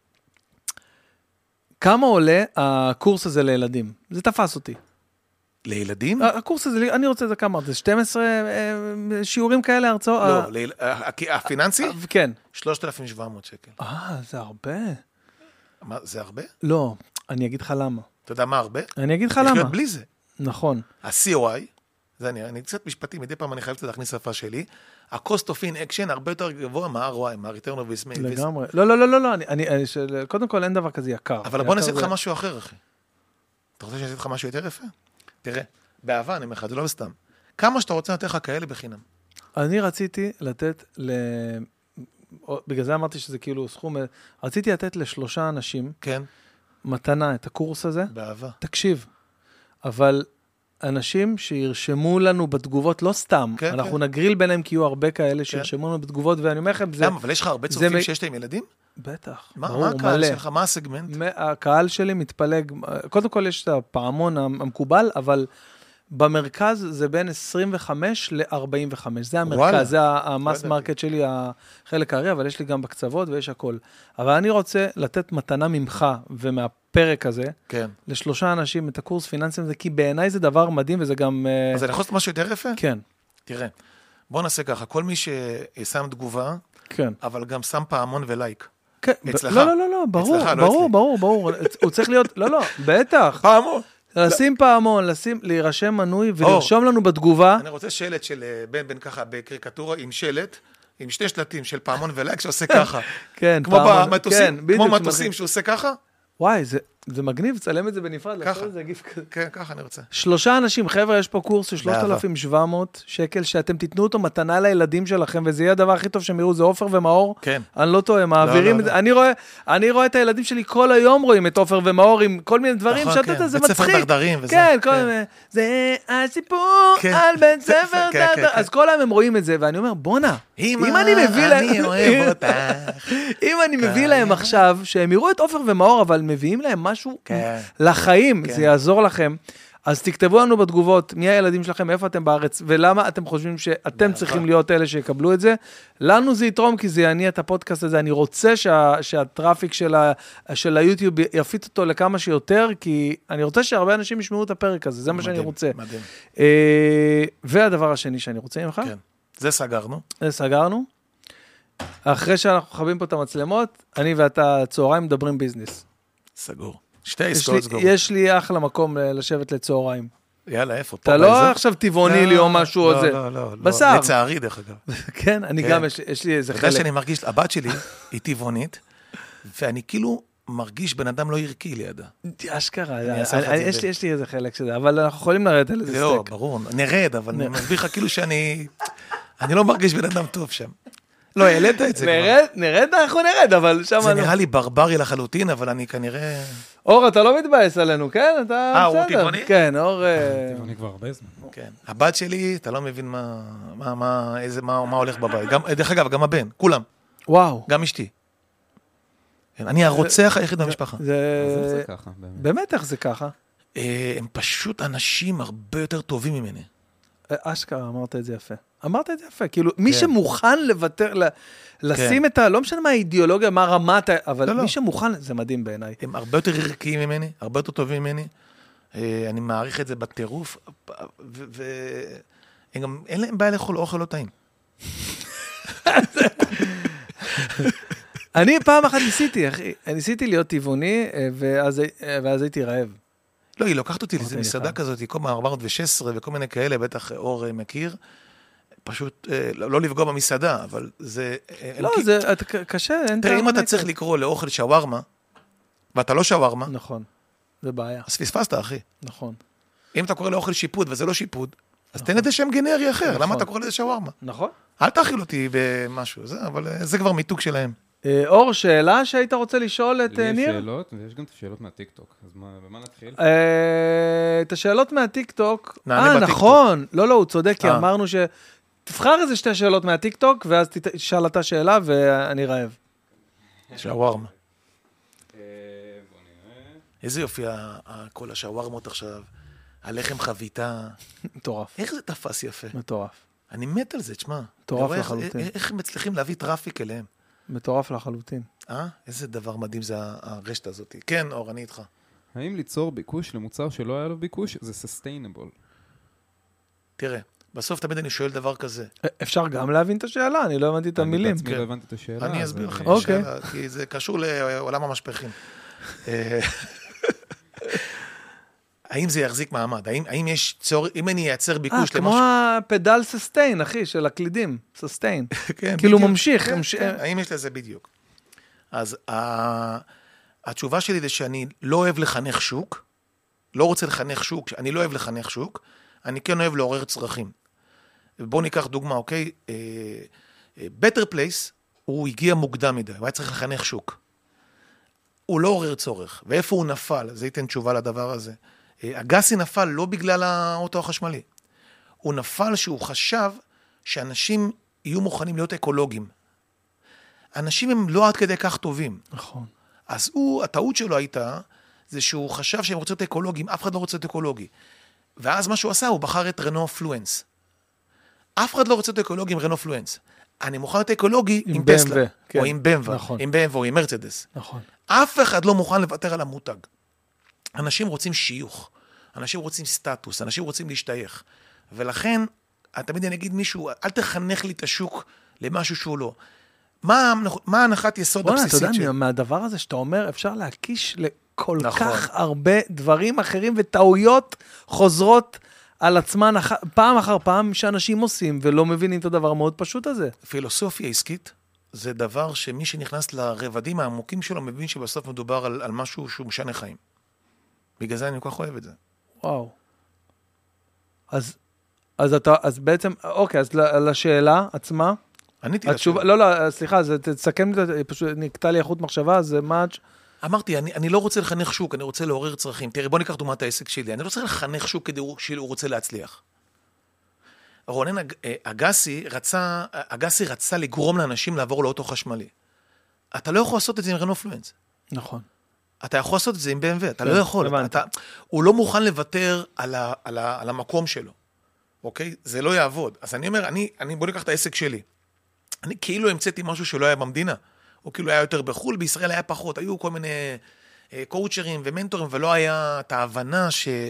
כמה עולה הקורס הזה לילדים? זה תפס אותי. לילדים? הקורס הזה, אני רוצה את זה כמה, זה 12 שיעורים כאלה, הרצאות? לא, הפיננסי? כן. 3,700 שקל. זה הרבה. מה, זה הרבה? לא, אני אגיד לך למה. אתה יודע מה הרבה? אני אגיד לך למה. לחיות בלי זה. נכון. ה-COI, זה אני קצת משפטי, מדי פעם אני חייב קצת להכניס שפה שלי, ה-Cost of in Action הרבה יותר גבוה מה-ROI, מה-Return of Investment. לגמרי. לא, קודם כל אין דבר כזה יקר. אבל בוא נעשה לך משהו אחר, אחי. אתה רוצה שנעשה לך משהו יותר יפה? תראה, באהבה אני אומר לך, זה לא בסתם. כמה שאתה רוצה לתת לך כאלה בחינם. אני רציתי לתת בגלל זה אמרתי שזה כאילו סכום, רציתי לתת ל3 אנשים, כן. מתנה את הקורס הזה. באהבה. תקשיב, אבל אנשים שירשמו לנו בתגובות, לא סתם, כן, אנחנו כן. נגריל ביניהם, כי יהיו הרבה כאלה שירשמו לנו בתגובות, ואני אומר לכם, זה... למה? אבל יש לך הרבה צופים שיש להם ילדים? בטח, מה ברור, הקהל מלא. שלך? מה הסגמנט? הקהל שלי מתפלג, קודם כל יש את הפעמון המקובל, אבל במרכז זה בין 25 ל-45, זה המרכז, וואלה. זה המס מרקט שלי, החלק הארי, אבל יש לי גם בקצוות ויש הכל. אבל אני רוצה לתת מתנה ממך ומהפרק הזה, כן. ל3 אנשים את הקורס פיננסים הזה, כי בעיניי זה דבר מדהים וזה גם... אז אני יכול לעשות משהו יותר יפה? כן. תראה, בוא נעשה ככה, כל מי ששם תגובה, כן. אבל גם שם פעמון ולייק. כן. אצלך. לא, ברור, אצלך, לא ברור. הוא צריך להיות, לא, בטח. פעמון. לשים פעמון, להירשם מנוי ולרשום לנו בתגובה. אני רוצה שלט של בן ככה בקריקטורה עם שלט, עם 2 שלטים של פעמון ולייק שעושה ככה. כן, כמו במטוסים, כן, כמו מטוסים שהוא עושה ככה. וואי, זה מגניב, צלם את זה בנפרד. ככה. זה גיף כזה. כן, ככה אני רוצה. 3 אנשים, חבר'ה, יש פה קורס של 3,700 שקל, שאתם תיתנו אותו מתנה לילדים שלכם, וזה יהיה הדבר הכי טוב שהם יראו, זה עופר ומאור. כן. אני לא טועה, מעבירים את זה. אני רואה את הילדים שלי כל היום רואים את עופר ומאור עם כל מיני דברים, שאתה יודע, זה מצחיק. בית ספר דרדרים וזה. כן, זה הסיפור על בית ספר דרדרים. אז כל היום הם רואים את זה, ואני אומר, בונה, אם אני מביא להם עכשיו, שהם יראו את עופר ומאור, אבל מביאים להם משהו לחיים, זה יעזור לכם. אז תכתבו לנו בתגובות מי הילדים שלכם, איפה אתם בארץ, ולמה אתם חושבים שאתם צריכים להיות אלה שיקבלו את זה. לנו זה יתרום, כי זה יניע את הפודקאסט הזה. אני רוצה שהטראפיק של היוטיוב יפיץ אותו לכמה שיותר, כי אני רוצה שהרבה אנשים ישמעו את הפרק הזה, זה מה שאני רוצה. מדהים. והדבר השני שאני רוצה ממך. כן, זה סגרנו. זה סגרנו. אחרי שאנחנו חווים פה את המצלמות, אני ואתה צהריים מדברים ביזנס. סגור. 2 עסקאות סגורות. יש לי אחלה מקום לשבת לצהריים. יאללה, איפה? אתה לא עכשיו טבעוני לי או משהו או זה. לא. בשר. לצערי, דרך אגב. כן, אני גם, יש לי איזה אתה יודע חלק. שאני מרגיש, הבת שלי היא טבעונית, ואני כאילו מרגיש בן אדם לא ערכי לידה. אשכרה, יש לי איזה חלק שזה, אבל אנחנו יכולים לרדת על איזה סטייק. לא, ברור, נרד, אבל אני מסביר לך כאילו שאני לא מרגיש בן אדם טוב שם. לא, העלית את זה כבר. נרד, אנחנו נרד, אבל שם... זה נראה לי ברברי לחלוטין, אבל אני כנראה... אור, אתה לא מתבאס עלינו, כן? אתה הוא בסדר. טבעוני? כן, אור... טבעוני כבר הרבה זמן. כן. הבת שלי, אתה לא מבין מה הולך בבית. דרך אגב, גם הבן, כולם. וואו. גם אשתי. אני הרוצח היחיד במשפחה. זה ככה, באמת. באמת איך זה ככה? הם פשוט אנשים הרבה יותר טובים ממני. אשכרה, אמרת את זה יפה. אמרת את זה יפה, כאילו, מי שמוכן לוותר, לשים את ה... לא משנה מה האידיאולוגיה, מה רמת, אבל מי שמוכן, זה מדהים בעיניי. הם הרבה יותר ערכיים ממני, הרבה יותר טובים ממני. אני מעריך את זה בטירוף, וגם אין להם בעיה לאכול אוכל לא טעים. אני פעם אחת ניסיתי להיות טבעוני, ואז הייתי רעב. לא, היא לוקחת אותי לאיזו מסעדה כזאת, כל מיני 416 וכל מיני כאלה, בטח אור מכיר. פשוט לא לפגוע במסעדה, אבל זה... לא, זה קשה. תראה, אם אתה צריך לקרוא לאוכל שווארמה, ואתה לא שווארמה, נכון, זה בעיה. אז פספסת, אחי. נכון. אם אתה קורא לאוכל שיפוד וזה לא שיפוד, אז תן את זה שם גנרי אחר, למה אתה קורא לזה שווארמה? נכון. אל תאכיל אותי במשהו, אבל זה כבר מיתוג שלהם. אור, שאלה שהיית רוצה לשאול את ניר? לי יש שאלות, ויש גם את השאלות מהטיקטוק, אז במה נתחיל? את השאלות מהטיקטוק, נענה בטיקטוק. נכון, לא, הוא צודק, כי אמרנו תבחר איזה 2 שאלות מהטיקטוק, ואז תשאל אתה שאלה, ואני רעב. שווארמה. בוא נראה. איזה יופי כל השווארמות עכשיו, הלחם חביתה. מטורף, איך זה תפס יפה? מטורף. אני מת על זה, תשמע. מטורף אני רואה לחלוטין. איך הם מצליחים להביא טראפיק אליהם. מטורף לחלוטין. איזה דבר מדהים זה הרשת הזאת. כן, אור, אני איתך. האם ליצור ביקוש למוצר שלא היה לו ביקוש זה sustainable? תראה, בסוף תמיד אני שואל דבר כזה. אפשר גם להבין את השאלה? אני לא הבנתי את המילים. אני בעצמי לא הבנתי את השאלה. אני אז אסביר לכם את אוקיי. השאלה, כי זה קשור לעולם המשפחים. האם זה יחזיק מעמד? האם יש צורך, אם אני אייצר ביקוש כמו הפדל ססטיין, אחי, של הקלידים. ססטיין. כן, כאילו בדיוק. ממשיך. כן, כן, האם יש לזה בדיוק? אז התשובה שלי זה שאני לא אוהב לחנך שוק, לא רוצה לחנך שוק, אני לא אוהב לחנך שוק, אני כן אוהב לעורר צרכים. בואו ניקח דוגמה, אוקיי? Better Place, הוא הגיע מוקדם מדי, הוא היה צריך לחנך שוק. הוא לא עורר צורך. ואיפה הוא נפל? זה ייתן תשובה לדבר הזה. אגסי נפל לא בגלל האוטו החשמלי. הוא נפל שהוא חשב שאנשים יהיו מוכנים להיות אקולוגיים. אנשים הם לא עד כדי כך טובים. נכון. אז הטעות שלו הייתה, זה שהוא חשב שהם רוצים להיות אקולוגיים, אף אחד לא רוצה להיות אקולוגי. ואז מה שהוא עשה, הוא בחר את רנו פלואנס. אף אחד לא רוצה להיות אקולוגי עם רנו פלואנס. אני מוכן להיות אקולוגי עם טסלה, או עם במבה, עם במבה או עם מרצדס. נכון. אף אחד לא מוכן לוותר על המותג. אנשים רוצים שיוך, אנשים רוצים סטטוס, אנשים רוצים להשתייך. ולכן, תמיד אני אגיד מישהו, אל תחנך לי את השוק למשהו שהוא לא. מה ההנחת יסוד הבסיסית אתה יודע, מהדבר הזה שאתה אומר, אפשר להקיש לכל נכון. כך הרבה דברים אחרים וטעויות חוזרות על עצמן פעם אחר פעם שאנשים עושים ולא מבינים את הדבר המאוד פשוט הזה. פילוסופיה עסקית זה דבר שמי שנכנס לרבדים העמוקים שלו מבין שבסוף מדובר על משהו שהוא משנה חיים. בגלל זה אני כל כך אוהב את זה. וואו. אז בעצם, אוקיי, אז לשאלה עצמה, עניתי לשאלה. לא, סליחה, תסכם, פשוט נקטע לי איכות מחשבה, זה מה... אמרתי, אני לא רוצה לחנך שוק, אני רוצה לעורר צרכים. תראה, בוא ניקח דוגמת העסק שלי. אני לא רוצה לחנך שוק כדי שהוא רוצה להצליח. רונן אגסי רצה לגרום לאנשים לעבור לאוטו חשמלי. אתה לא יכול לעשות את זה עם רנו פלואנס. נכון. אתה יכול לעשות את זה עם BMW, אתה לא יכול. הוא לא מוכן לוותר על המקום שלו. אוקיי? זה לא יעבוד. אז אני אומר, בוא ניקח את העסק שלי. אני כאילו המצאתי משהו שלא היה במדינה. או כאילו היה יותר בחול, בישראל היה פחות. היו כל מיני קואוצ'רים ומנטורים, ולא היה את ההבנה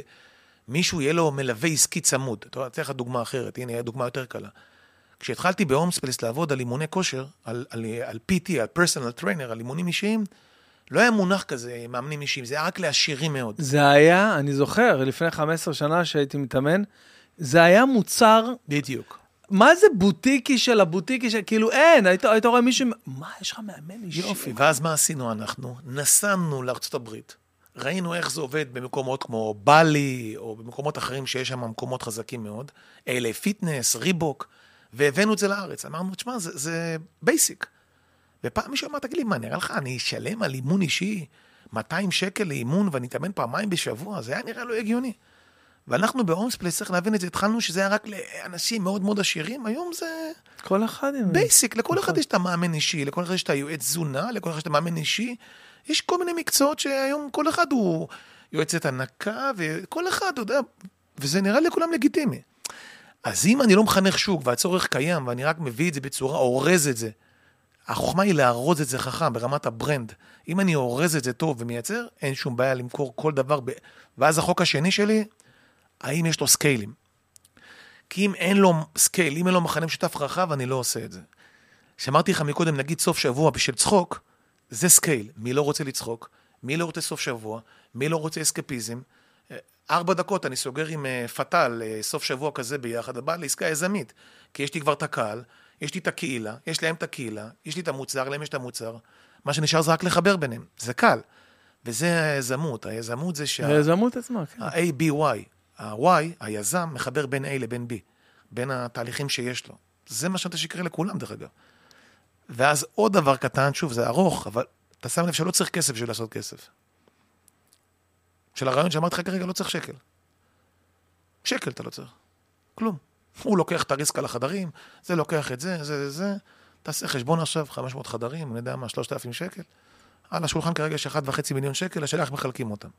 שמישהו יהיה לו מלווה עסקי צמוד. אתה יודע, לך דוגמה אחרת. הנה, היה דוגמה יותר קלה. כשהתחלתי בהומספלס לעבוד על אימוני כושר, על PT, על פרסונל טריינר, על אימונים אישיים, לא היה מונח כזה, מאמנים אישיים, זה היה רק לעשירים מאוד. זה היה, אני זוכר, לפני 15 שנה שהייתי מתאמן, זה היה מוצר... בדיוק. מה זה בוטיקי של הבוטיקי, כאילו אין, היית רואה מישהו, מה, יש לך מאמן אישי? יופי, ואז מה עשינו אנחנו? נסענו לארצות הברית, ראינו איך זה עובד במקומות כמו בלי, או במקומות אחרים שיש שם מקומות חזקים מאוד, אלה פיטנס, ריבוק, והבאנו את זה לארץ. אמרנו, תשמע, זה בייסיק. ופעם מישהו אמר, תגיד לי, מה, נראה לך, אני אשלם על אימון אישי 200 שקל לאימון, ואני אתאמן פעמיים בשבוע, זה היה נראה לא הגיוני. ואנחנו בהומספלייס צריך להבין את זה, התחלנו שזה היה רק לאנשים מאוד מאוד עשירים, היום זה... כל אחד... בייסיק, לכל אחד יש את המאמן אישי, לכל אחד יש את היועץ תזונה, לכל אחד יש את המאמן אישי, יש כל מיני מקצועות שהיום כל אחד הוא יועצת הנקה, וכל אחד, אתה יודע, וזה נראה לכולם לגיטימי. אז אם אני לא מחנך שוק, והצורך קיים, ואני רק מביא את זה בצורה, אורז את זה, החוכמה היא להרוז את זה חכם ברמת הברנד. אם אני אורז את זה טוב ומייצר, אין שום בעיה למכור כל דבר. ואז החוק השני שלי, האם יש לו סקיילים? כי אם אין לו סקייל, אם אין לו מחנה משותף רחב, אני לא עושה את זה. שאמרתי לך מקודם, נגיד סוף שבוע בשביל צחוק, זה סקייל. מי לא רוצה לצחוק? מי לא רוצה סוף שבוע? מי לא רוצה אסקפיזם? 4 דקות אני סוגר עם פטל, סוף שבוע כזה ביחד, הבא לעסקה יזמית. כי יש לי כבר את הקהל, יש לי את הקהילה, יש להם את הקהילה, יש לי את המוצר, להם יש את המוצר. מה שנשאר זה רק לחבר ביניהם. זה קל. וזה היזמות. היזמות זה היזמות עצמה, כן. ה-A-B-Y. ה-Y, היזם, מחבר בין A לבין B. בין התהליכים שיש לו. זה מה שאתה שיקרה לכולם, דרך אגב. ואז עוד דבר קטן, שוב, זה ארוך, אבל אתה שם לב שלא צריך כסף בשביל לעשות כסף. של הרעיון שאמרתי לך כרגע, לא צריך שקל. שקל אתה לא צריך. כלום. הוא לוקח את הריסק על החדרים, זה לוקח את זה. תעשה חשבון עכשיו, 500 חדרים, אני יודע מה, 3,000 שקל. על השולחן כרגע יש 1.5 מיליון שקל, השאלה איך מחלקים אותם.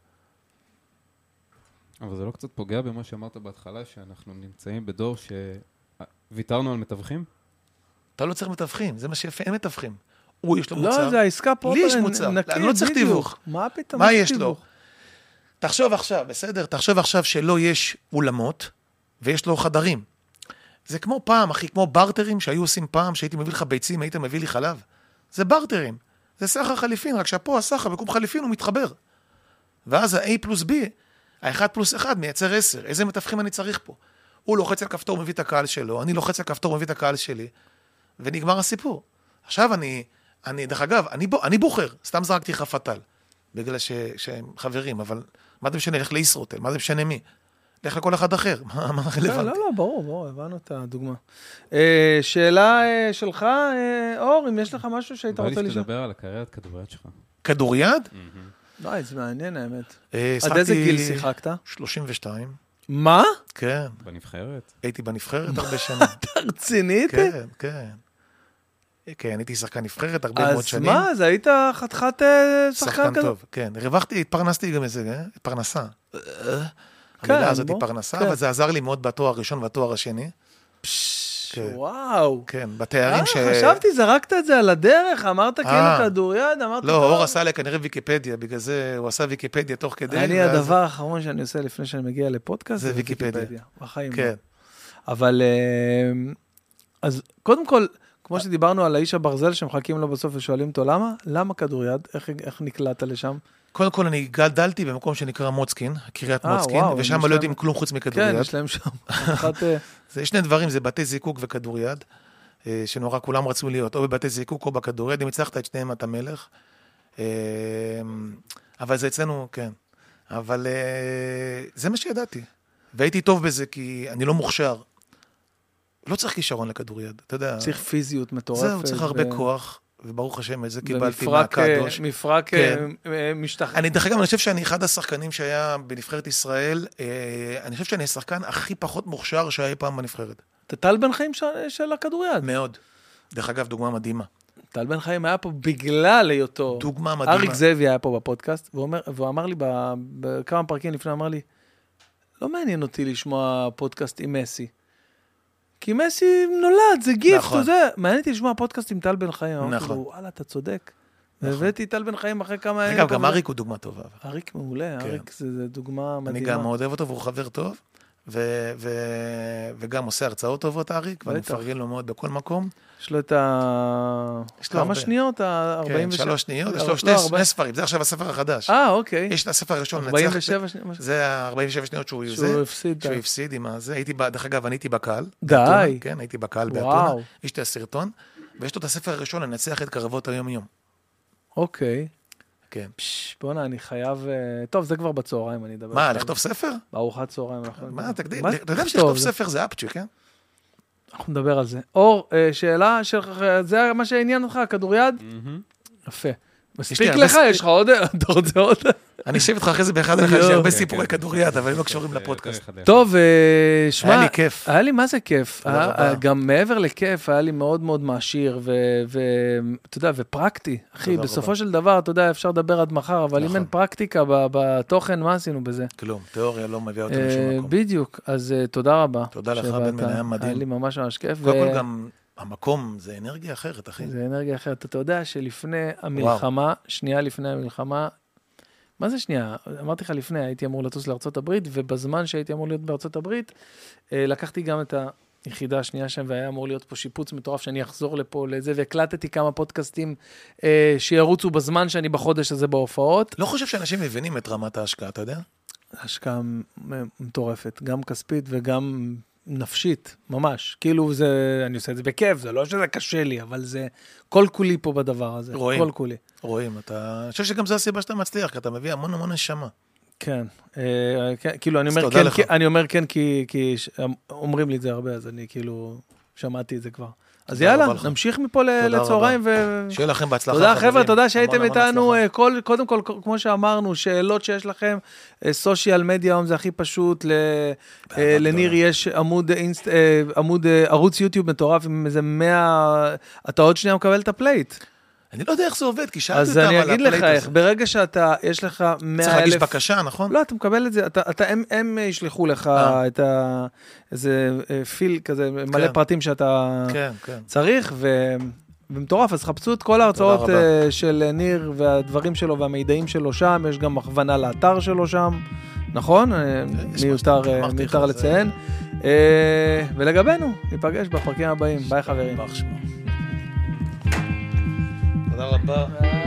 אבל זה לא קצת פוגע במה שאמרת בהתחלה, שאנחנו נמצאים בדור שוויתרנו על מתווכים? אתה לא צריך מתווכים, זה מה שיפה, אין מתווכים. הוא יש לו מוצר. לא, זה העסקה פה. לי יש מוצר, אני לא צריך תיווך. מה פתאום? מה יש לו? תחשוב עכשיו, בסדר? תחשוב עכשיו שלא יש אולמות, ויש לו חדרים. זה כמו פעם, אחי, כמו ברטרים שהיו עושים פעם, שהייתי מביא לך ביצים, היית מביא לי חלב. זה ברטרים. זה סחר חליפין, רק שפה הסחר בקום חליפין הוא מתחבר. ואז ה-A פלוס B, ה-1 פלוס 1 מייצר 10. איזה מתווכים אני צריך פה? הוא לוחץ על כפתור, מביא את הקהל שלו, אני לוחץ על כפתור, מביא את הקהל שלי, ונגמר הסיפור. עכשיו דרך אגב, אני בוחר, סתם זרקתי לך פטל, בגלל שהם חברים, אבל מה זה משנה? לך לישרוטל, מה זה משנה מי? לך לכל אחד אחר, מה רלוונטי? לא, ברור, הבנו את הדוגמה. שאלה שלך, אור, אם יש לך משהו שהיית רוצה לשאול? בא לי שתדבר על הקריירת כדוריד שלך. כדוריד? לא, זה מעניין האמת. עד איזה גיל שיחקת? 32. מה? כן. בנבחרת? הייתי בנבחרת הרבה שנים. אתה רצינית? כן. כן, הייתי שחקן נבחרת הרבה מאוד שנים. אז מה, אז היית חתיכת שחקן כזה? טוב, כן. הרווחתי, התפרנסתי גם איזה, פרנסה. המילה הזאת היא פרנסה, אבל זה עזר לי מאוד בתואר הראשון והתואר השני. וואו. כן, בתארים חשבתי, זרקת את זה על הדרך, אמרת כאילו כדוריד, אמרת... לא, אור עשה לי כנראה ויקיפדיה, בגלל זה הוא עשה ויקיפדיה תוך כדי. אני הדבר האחרון שאני עושה לפני שאני מגיע לפודקאסט, זה ויקיפדיה. בחיים. כן. אבל, אז קודם כל, כמו שדיברנו על האיש הברזל שמחכים לו בסוף ושואלים אותו למה? למה כדוריד? איך נקלעת לשם? קודם כל אני גדלתי במקום שנקרא מוצקין, קריית מוצקין, ושם לא יודעים כלום חוץ מכדוריד. כן, יש להם שם. יש שני דברים, זה בתי זיקוק וכדוריד, שנורא כולם רצו להיות, או בבתי זיקוק או בכדוריד, אם הצלחת את שניהם אתה מלך. אבל זה אצלנו, כן. אבל זה מה שידעתי. והייתי טוב בזה, כי אני לא מוכשר. לא צריך כישרון לכדוריד, אתה יודע. צריך פיזיות מטורפת. זהו, צריך הרבה כוח. וברוך השם, את זה קיבלתי מהקדוש. מפרק משתחרר. אני דרך אגב, אני חושב שאני אחד השחקנים שהיה בנבחרת ישראל, אני חושב שאני השחקן הכי פחות מוכשר שהיה פעם בנבחרת. אתה טל בן חיים של הכדוריד. מאוד. דרך אגב, דוגמה מדהימה. טל בן חיים היה פה בגלל היותו. דוגמה מדהימה. אריק זאבי היה פה בפודקאסט, והוא אמר לי בכמה פרקים לפני, אמר לי, לא מעניין אותי לשמוע פודקאסט עם מסי. כי מסי נולד, זה גיפט, נכון. זה. מעניין אותי לשמוע פודקאסט עם טל בן חיים. נכון. אמרתי לו, וואלה, אתה צודק. נכון. והבאתי טל בן חיים אחרי כמה... אגב, גם אריק הוא דוגמה טובה. אריק מעולה, כן. אריק זה דוגמה מדהימה. אני גם מאוד אוהב אותו, והוא חבר טוב, וגם עושה הרצאות טובות, אריק, ואני מפרגן לו מאוד בכל מקום. יש לו את כמה שניות? כן, 3 שניות, יש לו שני ספרים, זה עכשיו הספר החדש. אוקיי. יש את הספר הראשון, 47 שניות. זה ה-47 שניות שהוא הפסיד עם הזה. דרך אגב, אני הייתי בקהל. די. כן, הייתי בקהל באתונה. יש את הסרטון, ויש לו את הספר הראשון, לנצח את קרבות היום-יום. אוקיי. כן. בוא'נה, אני חייב... טוב, זה כבר בצהריים, אני אדבר. מה, לכתוב ספר? בארוחת צהריים. מה, תקדים? אתה יודע שלכתוב ספר זה אפצ'י, כן? אנחנו נדבר על זה. אור, שאלה שלך, זה מה שעניין אותך, הכדוריד? יפה. מספיק לך, יש לך עוד, אתה רוצה עוד? אני אשב איתך אחרי זה באחד על אחד, יש הרבה סיפורי כדוריד, אבל הם לא קשורים לפודקאסט. טוב, שמע, היה לי כיף. היה לי מה זה כיף. גם מעבר לכיף, היה לי מאוד מאוד מעשיר, ואתה יודע, ופרקטי. אחי, בסופו של דבר, אתה יודע, אפשר לדבר עד מחר, אבל אם אין פרקטיקה בתוכן, מה עשינו בזה? כלום, תיאוריה לא מביאה אותנו לשום מקום. בדיוק, אז תודה רבה. תודה לך, בן מנהל מדהים. היה לי ממש ממש כיף. קודם כל גם... המקום זה אנרגיה אחרת, אחי. זה אנרגיה אחרת. אתה יודע שלפני המלחמה, שנייה לפני המלחמה, מה זה שנייה? אמרתי לך לפני, הייתי אמור לטוס לארצות הברית, ובזמן שהייתי אמור להיות בארצות הברית, לקחתי גם את היחידה השנייה שם, והיה אמור להיות פה שיפוץ מטורף, שאני אחזור לפה לזה, והקלטתי כמה פודקאסטים שירוצו בזמן שאני בחודש הזה בהופעות. לא חושב שאנשים מבינים את רמת ההשקעה, אתה יודע? השקעה מטורפת, גם כספית וגם... נפשית, ממש. כאילו זה, אני עושה את זה בכיף, זה לא שזה קשה לי, אבל זה כל כולי פה בדבר הזה. רואים. כל כולי. רואים, אני חושב שגם זו הסיבה שאתה מצליח, כי אתה מביא המון המון נשמה. כן. כאילו, אני אומר כן, כי אומרים לי את זה הרבה, אז אני כאילו שמעתי את זה כבר. אז יאללה, נמשיך מפה לצהריים. שיהיה לכם בהצלחה. תודה חבר'ה, תודה שהייתם איתנו. קודם כל, כמו שאמרנו, שאלות שיש לכם, סושיאל מדיה, זה הכי פשוט. לניר יש עמוד ערוץ יוטיוב מטורף, עם איזה 100, אתה עוד שנייה מקבל את הפלייט. אני לא יודע איך זה עובד, כי שאלתי אז אותם אני על אגיד לך איך, ברגע שאתה, יש לך 100,000... צריך להגיש בקשה, נכון? לא, אתה מקבל את זה, הם ישלחו לך את איזה פיל כזה, מלא פרטים שאתה צריך, ומטורף, אז חפשו את כל ההרצאות של ניר והדברים שלו והמידעים שלו שם, יש גם הכוונה לאתר שלו שם, נכון? מיותר לציין. ולגבינו, ניפגש בפרקים הבאים. ביי חברים. תודה רבה.